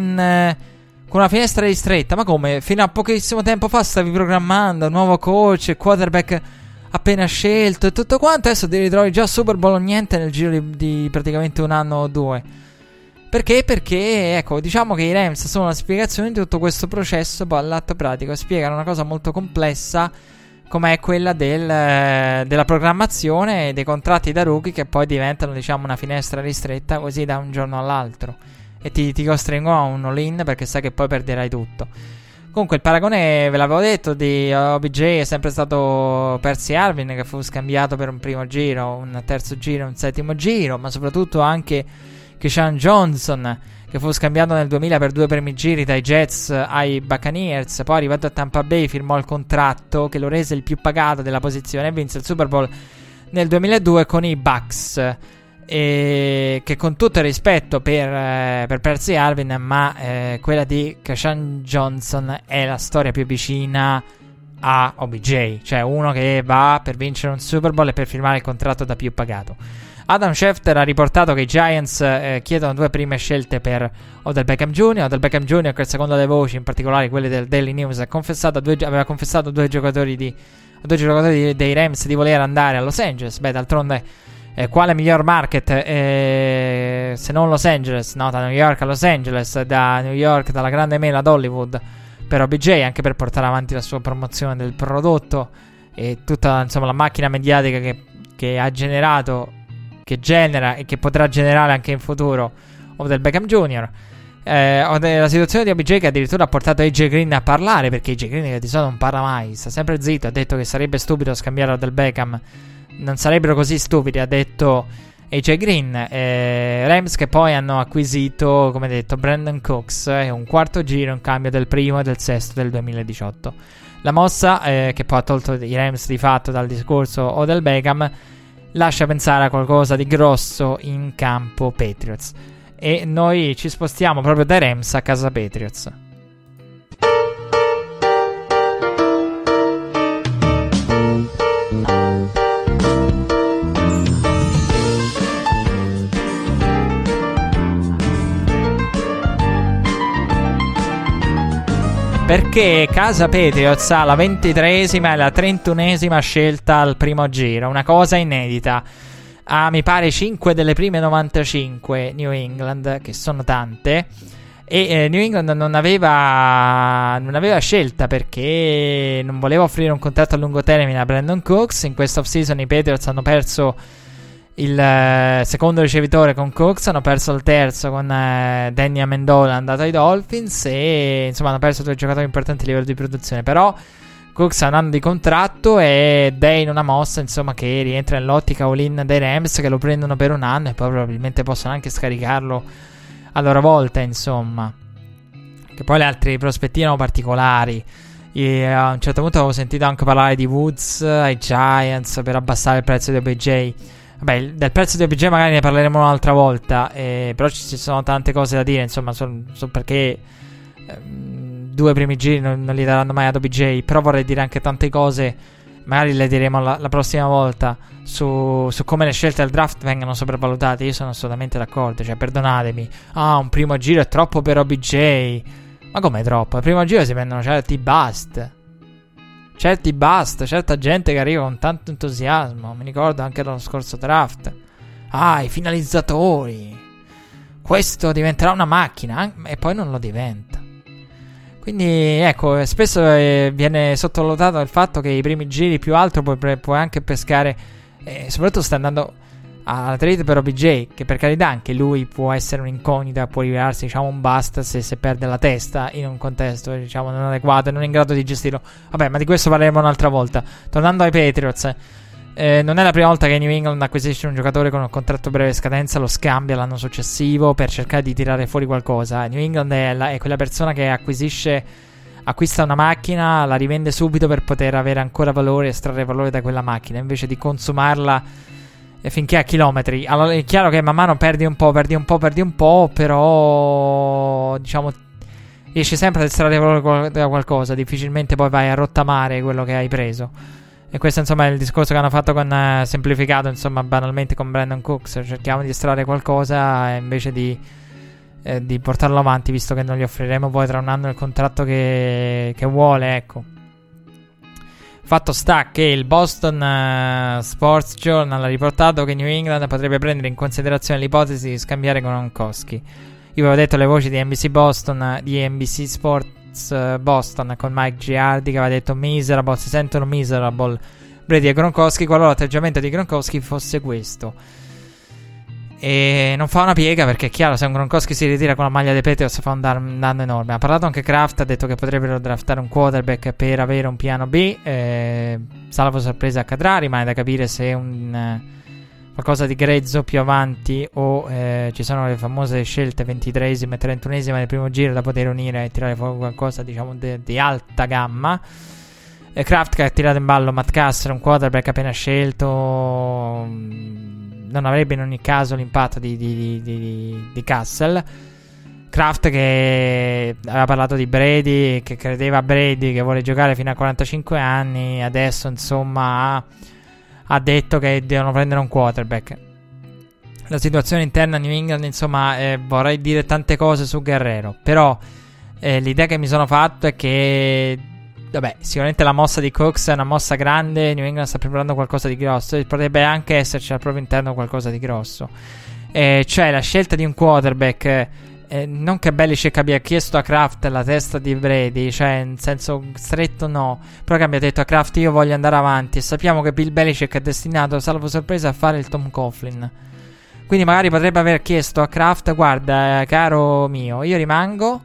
una finestra ristretta. Ma come? Fino a pochissimo tempo fa stavi programmando nuovo coach, quarterback appena scelto e tutto quanto. Adesso ti ritrovi già Super Bowl o niente nel giro di praticamente un anno o due. Perché? Perché ecco, diciamo che i Rams sono la spiegazione di tutto questo processo. Poi all'atto pratico spiegano una cosa molto complessa, come è quella della programmazione e dei contratti da rookie, che poi diventano, diciamo, una finestra ristretta così da un giorno all'altro, e ti costringono a un all-in perché sai che poi perderai tutto. Comunque il paragone, ve l'avevo detto, di OBJ è sempre stato Percy Harvin, che fu scambiato per un primo giro, un terzo giro, un settimo giro, ma soprattutto anche Keyshawn Johnson, che fu scambiato nel 2000 per 2 primi giri dai Jets ai Buccaneers. Poi arrivato a Tampa Bay firmò il contratto che lo rese il più pagato della posizione e vinse il Super Bowl nel 2002 con i Bucks. E che, con tutto il rispetto per Percy Harvin, ma quella di Keyshawn Johnson è la storia più vicina a OBJ, cioè uno che va per vincere un Super Bowl e per firmare il contratto da più pagato. Adam Schefter ha riportato che i Giants chiedono 2 prime scelte per Odell Beckham Jr. Odell Beckham Jr., che secondo le voci, in particolare quelle del Daily News, aveva confessato a due giocatori dei Rams di voler andare a Los Angeles. Beh, d'altronde quale miglior market se non Los Angeles, no? Da New York a Los Angeles, da New York, dalla grande mela ad Hollywood, per OBJ, anche per portare avanti la sua promozione del prodotto e tutta, insomma, la macchina mediatica che ha generato, che genera e che potrà generare anche in futuro Odell Beckham Jr. La situazione di OBJ, che addirittura ha portato AJ Green a parlare, perché AJ Green, che di solito non parla mai, sta sempre zitto, ha detto che sarebbe stupido scambiare Odell Beckham, non sarebbero così stupidi, ha detto AJ Green. Rams che poi hanno acquisito, come detto, Brandon Cooks e un quarto giro in cambio del primo e del sesto del 2018. La mossa che poi ha tolto i Rams di fatto dal discorso Odell Beckham lascia pensare a qualcosa di grosso in campo Patriots, e noi ci spostiamo proprio dai Rams a casa Patriots. Perché casa Patriots ha la 23esima e la 31esima scelta al primo giro, una cosa inedita. Ha, mi pare, 5 delle prime 95 New England, che sono tante, e New England non aveva scelta, perché non voleva offrire un contratto a lungo termine a Brandon Cooks. In questa off-season i Patriots hanno perso il secondo ricevitore con Cooks, hanno perso il terzo con Danny Amendola, andato ai Dolphins, e insomma hanno perso 2 giocatori importanti a livello di produzione. Però Cooks ha un anno di contratto ed è in una mossa, insomma, che rientra nell'ottica all-in dei Rams, che lo prendono per un anno e poi probabilmente possono anche scaricarlo a loro volta, insomma. che poi le altre prospettive erano particolari. E a un certo punto avevo sentito anche parlare di Woods ai Giants per abbassare il prezzo di OBJ. Vabbè, del prezzo di OBJ magari ne parleremo un'altra volta, però ci sono tante cose da dire, insomma, perché 2 primi giri non li daranno mai ad OBJ. Però vorrei dire anche tante cose, magari le diremo la prossima volta, su come le scelte del draft vengano sopravvalutate. Io sono assolutamente d'accordo, cioè perdonatemi, un primo giro è troppo per OBJ. Ma come troppo? Al primo giro si prendono certi bust, certa gente che arriva con tanto entusiasmo. Mi ricordo anche dello scorso draft. I finalizzatori, questo diventerà una macchina, e poi non lo diventa. Quindi ecco, spesso viene sottovalutato il fatto che i primi giri più alto puoi anche pescare, soprattutto sta andando alla trade per OBJ, che per carità anche lui può essere un'incognita, può rivelarsi, diciamo, un bust se perde la testa in un contesto, diciamo, non adeguato e non in grado di gestirlo. Vabbè, ma di questo parleremo un'altra volta. Tornando ai Patriots, non è la prima volta che New England acquisisce un giocatore con un contratto breve scadenza, lo scambia l'anno successivo per cercare di tirare fuori qualcosa. New England è quella persona che acquista una macchina, la rivende subito per poter avere ancora valore, estrarre valore da quella macchina, invece di consumarla finché ha chilometri. Allora è chiaro che man mano perdi un po', però diciamo riesci sempre ad estrarre valore da qualcosa. Difficilmente poi vai a rottamare quello che hai preso. E questo insomma è il discorso che hanno fatto con semplificato, insomma, banalmente con Brandon Cooks. Cerchiamo di estrarre qualcosa invece di portarlo avanti, visto che non gli offriremo poi tra un anno il contratto che vuole, ecco. Fatto sta che il Boston Sports Journal ha riportato che New England potrebbe prendere in considerazione l'ipotesi di scambiare con Gronkowski. Io avevo detto le voci di NBC Sports Boston con Mike Giardi, che aveva detto miserable, si sentono miserable Brady e Gronkowski qualora l'atteggiamento di Gronkowski fosse questo. E non fa una piega, perché è chiaro, se un Gronkowski si ritira con la maglia dei Patriots fa un danno enorme. Ha parlato anche Kraft, ha detto che potrebbero draftare un quarterback per avere un piano B, salvo sorpresa accadrà. Rimane da capire se qualcosa di grezzo più avanti o ci sono le famose scelte 23esima e 31esima del primo giro da poter unire e tirare fuori qualcosa, diciamo, di alta gamma. Kraft, che ha tirato in ballo Matt Cassel, un quarterback appena scelto, non avrebbe in ogni caso l'impatto di Cassel. Kraft, che aveva parlato di Brady, che credeva a Brady, che vuole giocare fino a 45 anni, adesso insomma ha detto che devono prendere un quarterback. La situazione interna a New England, insomma, vorrei dire tante cose su Guerrero, però l'idea che mi sono fatto è che vabbè, sicuramente la mossa di Cooks è una mossa grande. New England sta preparando qualcosa di grosso e potrebbe anche esserci al proprio interno qualcosa di grosso, cioè la scelta di un quarterback. Non che Belichick abbia chiesto a Kraft la testa di Brady, cioè in senso stretto no, però che abbia detto a Kraft io voglio andare avanti, e sappiamo che Bill Belichick è destinato, salvo sorpresa, a fare il Tom Coughlin. Quindi magari potrebbe aver chiesto a Kraft: guarda, caro mio, io rimango,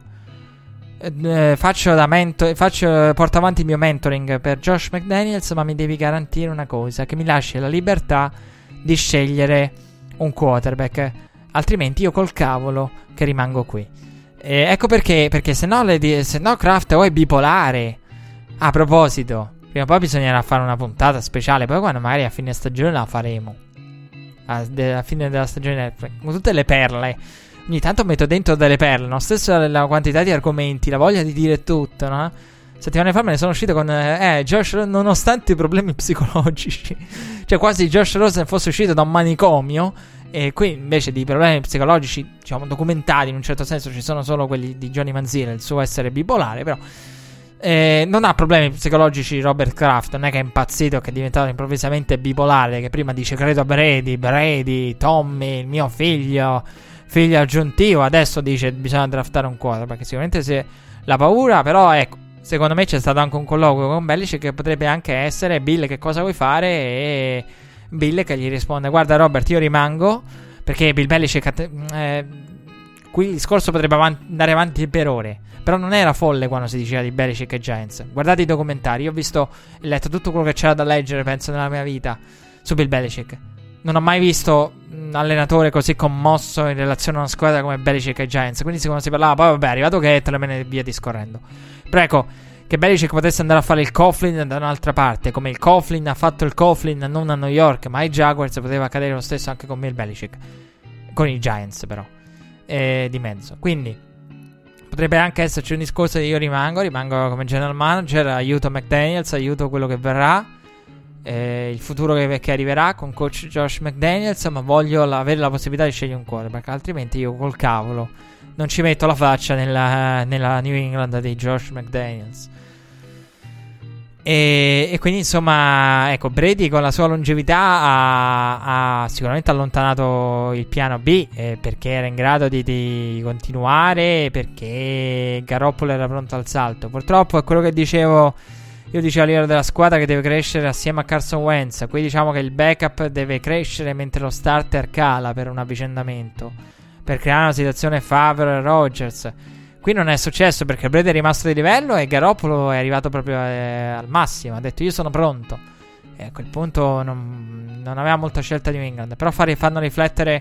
porto avanti il mio mentoring per Josh McDaniels, ma mi devi garantire una cosa, che mi lasci la libertà di scegliere un quarterback, altrimenti io col cavolo che rimango qui. Ecco perché se no Kraft o è bipolare. A proposito, prima o poi bisognerà fare una puntata speciale, poi quando magari a fine stagione la faremo, a fine della stagione, con tutte le perle. Ogni tanto metto dentro delle perle, no? Stesso la quantità di argomenti, la voglia di dire tutto, no? Settimane fa me ne sono uscito con Josh, nonostante i problemi psicologici, cioè quasi Josh Rosen fosse uscito da un manicomio. E qui invece di problemi psicologici, diciamo, documentati in un certo senso, ci sono solo quelli di Johnny Manziel, il suo essere bipolare, però non ha problemi psicologici Robert Kraft. Non è che è impazzito, che è diventato improvvisamente bipolare, che prima dice credo a Brady, Tommy, il mio figlio aggiuntivo, adesso dice bisogna draftare un quarterback, perché sicuramente se la paura, però ecco, secondo me c'è stato anche un colloquio con Belichick che potrebbe anche essere: Bill, che cosa vuoi fare? E Bill che gli risponde: guarda Robert, io rimango, perché Bill Belichick qui il discorso potrebbe andare avanti per ore, però non era folle quando si diceva di Belichick e Giants. Guardate i documentari, io ho letto tutto quello che c'era da leggere, penso, nella mia vita su Bill Belichick. non ho mai visto un allenatore così commosso in relazione a una squadra come Belichick e Giants. Quindi quando si parlava, poi vabbè, è arrivato Gettleman e via discorrendo. Però ecco, che Belichick potesse andare a fare il Coughlin da un'altra parte, come il Coughlin ha fatto il Coughlin non a New York ma ai Jaguars, poteva accadere lo stesso anche con Bill Belichick, con i Giants però di mezzo. Quindi potrebbe anche esserci un discorso di io rimango come general manager, aiuto McDaniels, aiuto quello che verrà, il futuro che arriverà con coach Josh McDaniels, ma voglio avere la possibilità di scegliere un quarterback, altrimenti io col cavolo non ci metto la faccia nella New England di Josh McDaniels. E quindi insomma, ecco, Brady con la sua longevità ha sicuramente allontanato il piano B, perché era in grado di continuare, perché Garoppolo era pronto al salto. Purtroppo è quello che dicevo a livello della squadra, che deve crescere assieme a Carson Wentz. Qui diciamo che il backup deve crescere mentre lo starter cala per un avvicendamento, per creare una situazione Favre e Rodgers. Qui non è successo perché Brady è rimasto di livello e Garoppolo è arrivato proprio al massimo. Ha detto io sono pronto, e a quel punto non aveva molta scelta di New England. Però fanno riflettere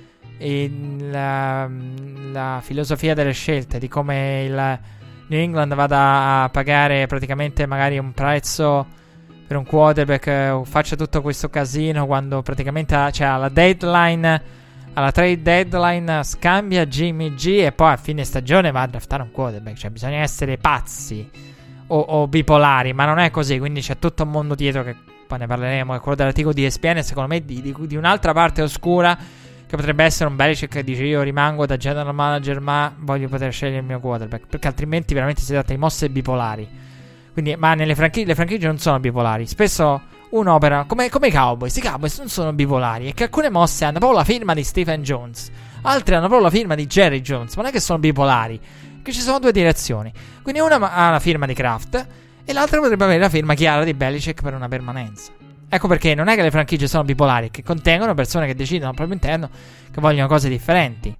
la filosofia delle scelte, di come il New England vada a pagare praticamente magari un prezzo per un quarterback, faccia tutto questo casino quando praticamente alla deadline, alla trade deadline, scambia Jimmy G e poi a fine stagione va a draftare un quarterback. Cioè bisogna essere pazzi o bipolari, ma non è così. Quindi c'è tutto un mondo dietro, che poi ne parleremo, è quello dell'articolo di ESPN, secondo me di un'altra parte oscura, che potrebbe essere un Belichick che dice io rimango da general manager ma voglio poter scegliere il mio quarterback, perché altrimenti veramente si tratta di mosse bipolari. Quindi, ma le franchigie non sono bipolari. Spesso uno opera come i Cowboys. I Cowboys non sono bipolari, e che alcune mosse hanno proprio la firma di Stephen Jones, altre hanno proprio la firma di Jerry Jones. Ma non è che sono bipolari, che ci sono due direzioni. Quindi una ha la firma di Kraft e l'altra potrebbe avere la firma chiara di Belichick per una permanenza. Ecco perché non è che le franchigie sono bipolari, che contengono persone che decidono al proprio interno che vogliono cose differenti.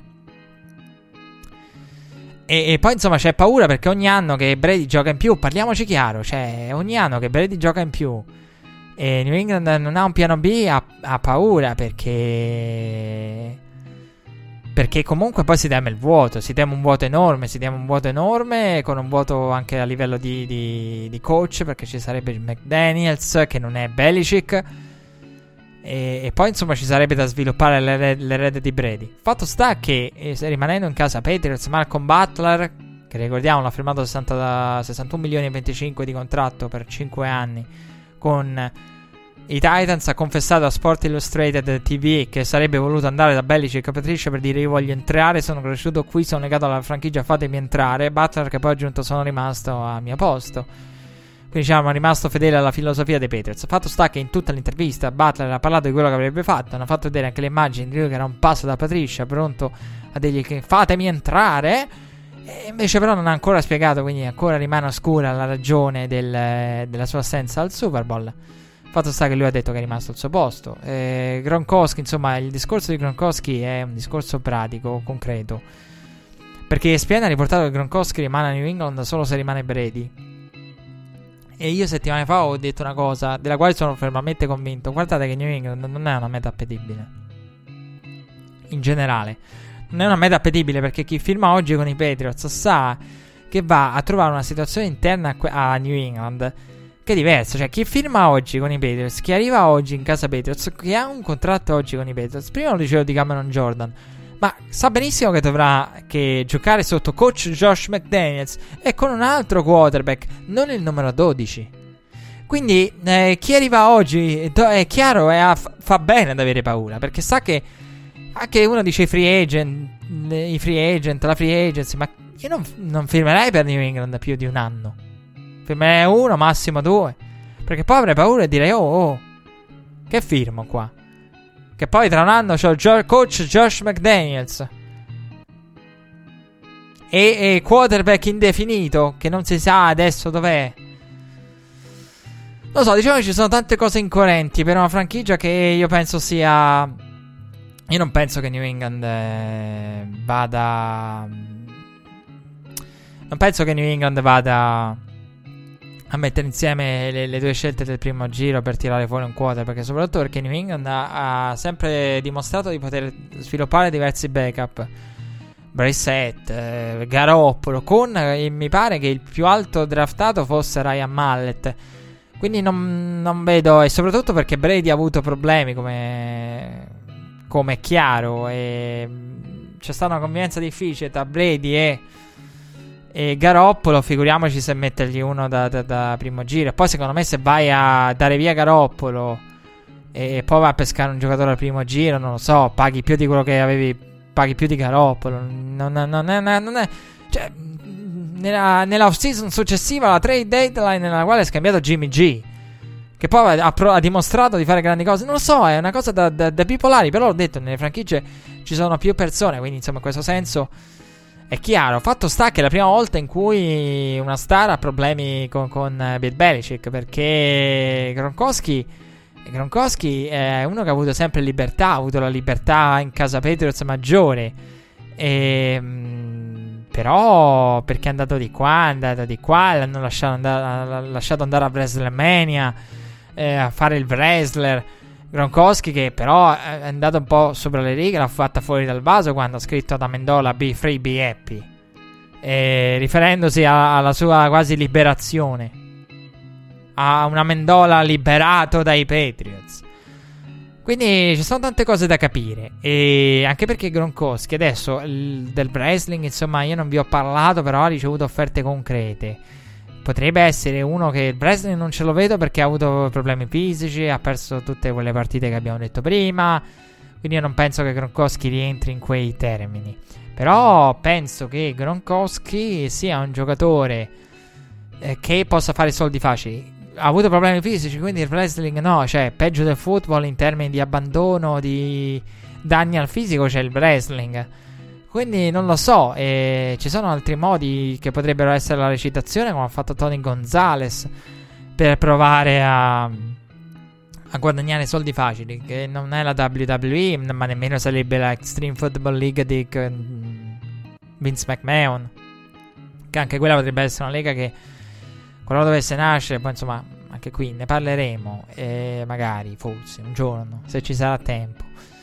E poi insomma c'è paura, perché ogni anno che Brady gioca in più, parliamoci chiaro, cioè ogni anno che Brady gioca in più e New England non ha un piano B, ha paura, perché comunque poi si teme il vuoto, si teme un vuoto enorme, con un vuoto anche a livello di coach, perché ci sarebbe McDaniels che non è Belichick, e poi insomma ci sarebbe da sviluppare l'erede di Brady. Fatto sta che rimanendo in casa Patriots, Malcolm Butler, che ricordiamo l'ha firmato 61 milioni e 25 di contratto per 5 anni con i Titans, ha confessato a Sport Illustrated TV che sarebbe voluto andare da Belichick e Patricia per dire io voglio entrare, sono cresciuto qui, sono legato alla franchigia, fatemi entrare. Butler che poi ha aggiunto sono rimasto al mio posto, quindi diciamo è rimasto fedele alla filosofia dei Patriots. Fatto sta che in tutta l'intervista Butler ha parlato di quello che avrebbe fatto, hanno fatto vedere anche le immagini di lui che era un passo da Patricia pronto a dirgli che fatemi entrare, e invece però non ha ancora spiegato, quindi ancora rimane oscura la ragione della sua assenza al Super Bowl. Fatto sta che lui ha detto che è rimasto al suo posto. Gronkowski, insomma, il discorso di Gronkowski è un discorso pratico, concreto, perché ESPN ha riportato che Gronkowski rimane a New England solo se rimane Brady. E io settimane fa ho detto una cosa della quale sono fermamente convinto. Guardate che New England non è una meta appetibile. In generale non è una meta appetibile, perché chi firma oggi con i Patriots sa che va a trovare una situazione interna a New England che è diversa. Cioè chi firma oggi con i Patriots, chi arriva oggi in casa Patriots, chi ha un contratto oggi con i Patriots, prima lo dicevo di Cameron Jordan, ma sa benissimo che dovrà giocare sotto coach Josh McDaniels e con un altro quarterback, non il numero 12. Quindi chi arriva oggi è chiaro, fa bene ad avere paura, perché sa che anche uno dice la free agency, ma io non firmerei per New England più di un anno, firmerei 1, massimo 2, perché poi avrei paura e direi oh che firmo qua, che poi tra un anno c'ho coach Josh McDaniels e quarterback indefinito che non si sa adesso dov'è. Lo so, diciamo che ci sono tante cose incoerenti per una franchigia che io penso sia... Io non penso che New England vada... Non penso che New England vada a mettere insieme le due scelte del primo giro per tirare fuori un quarterback, soprattutto perché New England ha sempre dimostrato di poter sviluppare diversi backup. Brissett, Garoppolo, mi pare che il più alto draftato fosse Ryan Mallett. Quindi non vedo, e soprattutto perché Brady ha avuto problemi, come è chiaro, e c'è stata una convivenza difficile tra Brady e Garoppolo. Figuriamoci se mettergli uno da primo giro. E poi secondo me se vai a dare via Garoppolo e poi vai a pescare un giocatore al primo giro, non lo so, paghi più di quello che avevi, paghi più di Garoppolo. Non è cioè, nella off-season successiva alla trade deadline, nella quale è scambiato Jimmy G, che poi ha dimostrato di fare grandi cose. Non lo so, è una cosa da bipolari. Però ho detto, nelle franchigie ci sono più persone, quindi insomma in questo senso è chiaro. Fatto sta che è la prima volta in cui una star ha problemi con Bill Belichick, perché Gronkowski è uno che ha avuto sempre libertà, ha avuto la libertà in casa Patriots maggiore, però perché è andato di qua, l'hanno lasciato andare a WrestleMania, a fare il wrestler. Gronkowski, che però è andato un po' sopra le righe, l'ha fatta fuori dal vaso quando ha scritto ad Amendola "Be free, be happy", riferendosi alla sua quasi liberazione, a un Amendola liberato dai Patriots. Quindi ci sono tante cose da capire, e anche perché Gronkowski adesso del wrestling, insomma, io non vi ho parlato, però ha ricevuto offerte concrete. Potrebbe essere uno che il wrestling non ce lo vedo perché ha avuto problemi fisici, ha perso tutte quelle partite che abbiamo detto prima, quindi io non penso che Gronkowski rientri in quei termini. Però penso che Gronkowski sia un giocatore che possa fare soldi facili. Ha avuto problemi fisici, quindi il wrestling no, cioè peggio del football in termini di abbandono, di danni al fisico, c'è il wrestling. Quindi non lo so, ci sono altri modi che potrebbero essere la recitazione, come ha fatto Tony Gonzalez, per provare a guadagnare soldi facili, che non è la WWE, ma nemmeno sarebbe la Extreme Football League di Vince McMahon, che anche quella potrebbe essere una lega che, qualora dovesse nascere, poi insomma anche qui ne parleremo, magari, forse, un giorno, se ci sarà tempo.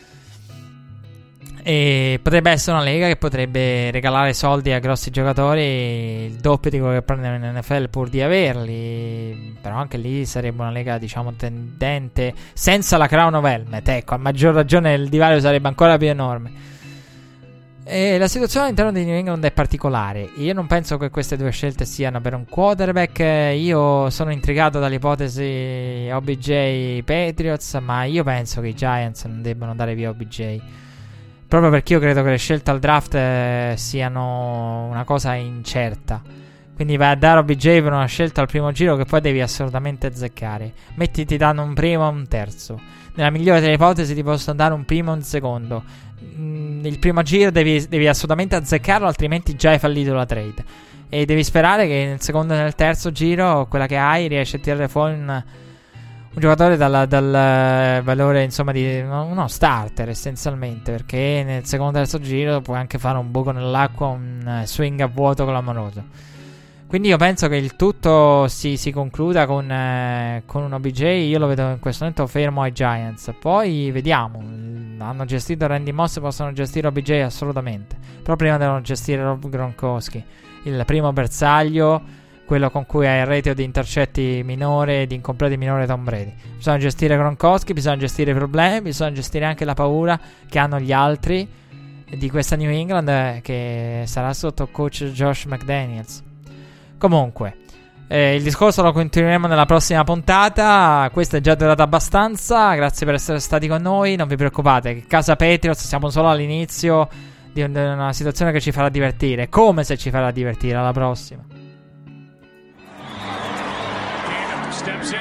E potrebbe essere una lega che potrebbe regalare soldi a grossi giocatori, il doppio di quello che prendono in NFL pur di averli. Però anche lì sarebbe una lega, diciamo, tendente, senza la Crown of Helmet. Ecco, a maggior ragione il divario sarebbe ancora più enorme. E la situazione all'interno di New England è particolare. Io non penso che queste due scelte siano per un quarterback. Io sono intrigato dall'ipotesi OBJ Patriots, ma io penso che i Giants non debbano dare via OBJ, proprio perché io credo che le scelte al draft siano una cosa incerta. Quindi vai a dare OBJ per una scelta al primo giro che poi devi assolutamente azzeccare. Ti danno un primo e un terzo. Nella migliore delle ipotesi ti possono dare un primo e un secondo. Il primo giro devi assolutamente azzeccarlo, altrimenti già hai fallito la trade. E devi sperare che nel secondo e nel terzo giro, quella che hai, riesci a tirare fuori un giocatore dal valore, insomma, di uno starter essenzialmente, perché nel secondo e terzo giro puoi anche fare un buco nell'acqua, un swing a vuoto clamoroso. Quindi io penso che il tutto si concluda con un OBJ. Io lo vedo in questo momento fermo ai Giants. Poi vediamo. Hanno gestito Randy Moss, possono gestire OBJ assolutamente, però prima devono gestire Rob Gronkowski, il primo bersaglio, quello con cui ha il ratio di intercetti minore, di incompleti minore Tom Brady. Bisogna gestire Gronkowski, bisogna gestire i problemi, bisogna gestire anche la paura che hanno gli altri di questa New England, che sarà sotto coach Josh McDaniels. Comunque, il discorso lo continueremo nella prossima puntata. Questa è già durata abbastanza. Grazie per essere stati con noi. Non vi preoccupate, che casa Patriots siamo solo all'inizio di una situazione che ci farà divertire, come se ci farà divertire. Alla prossima. Steps in.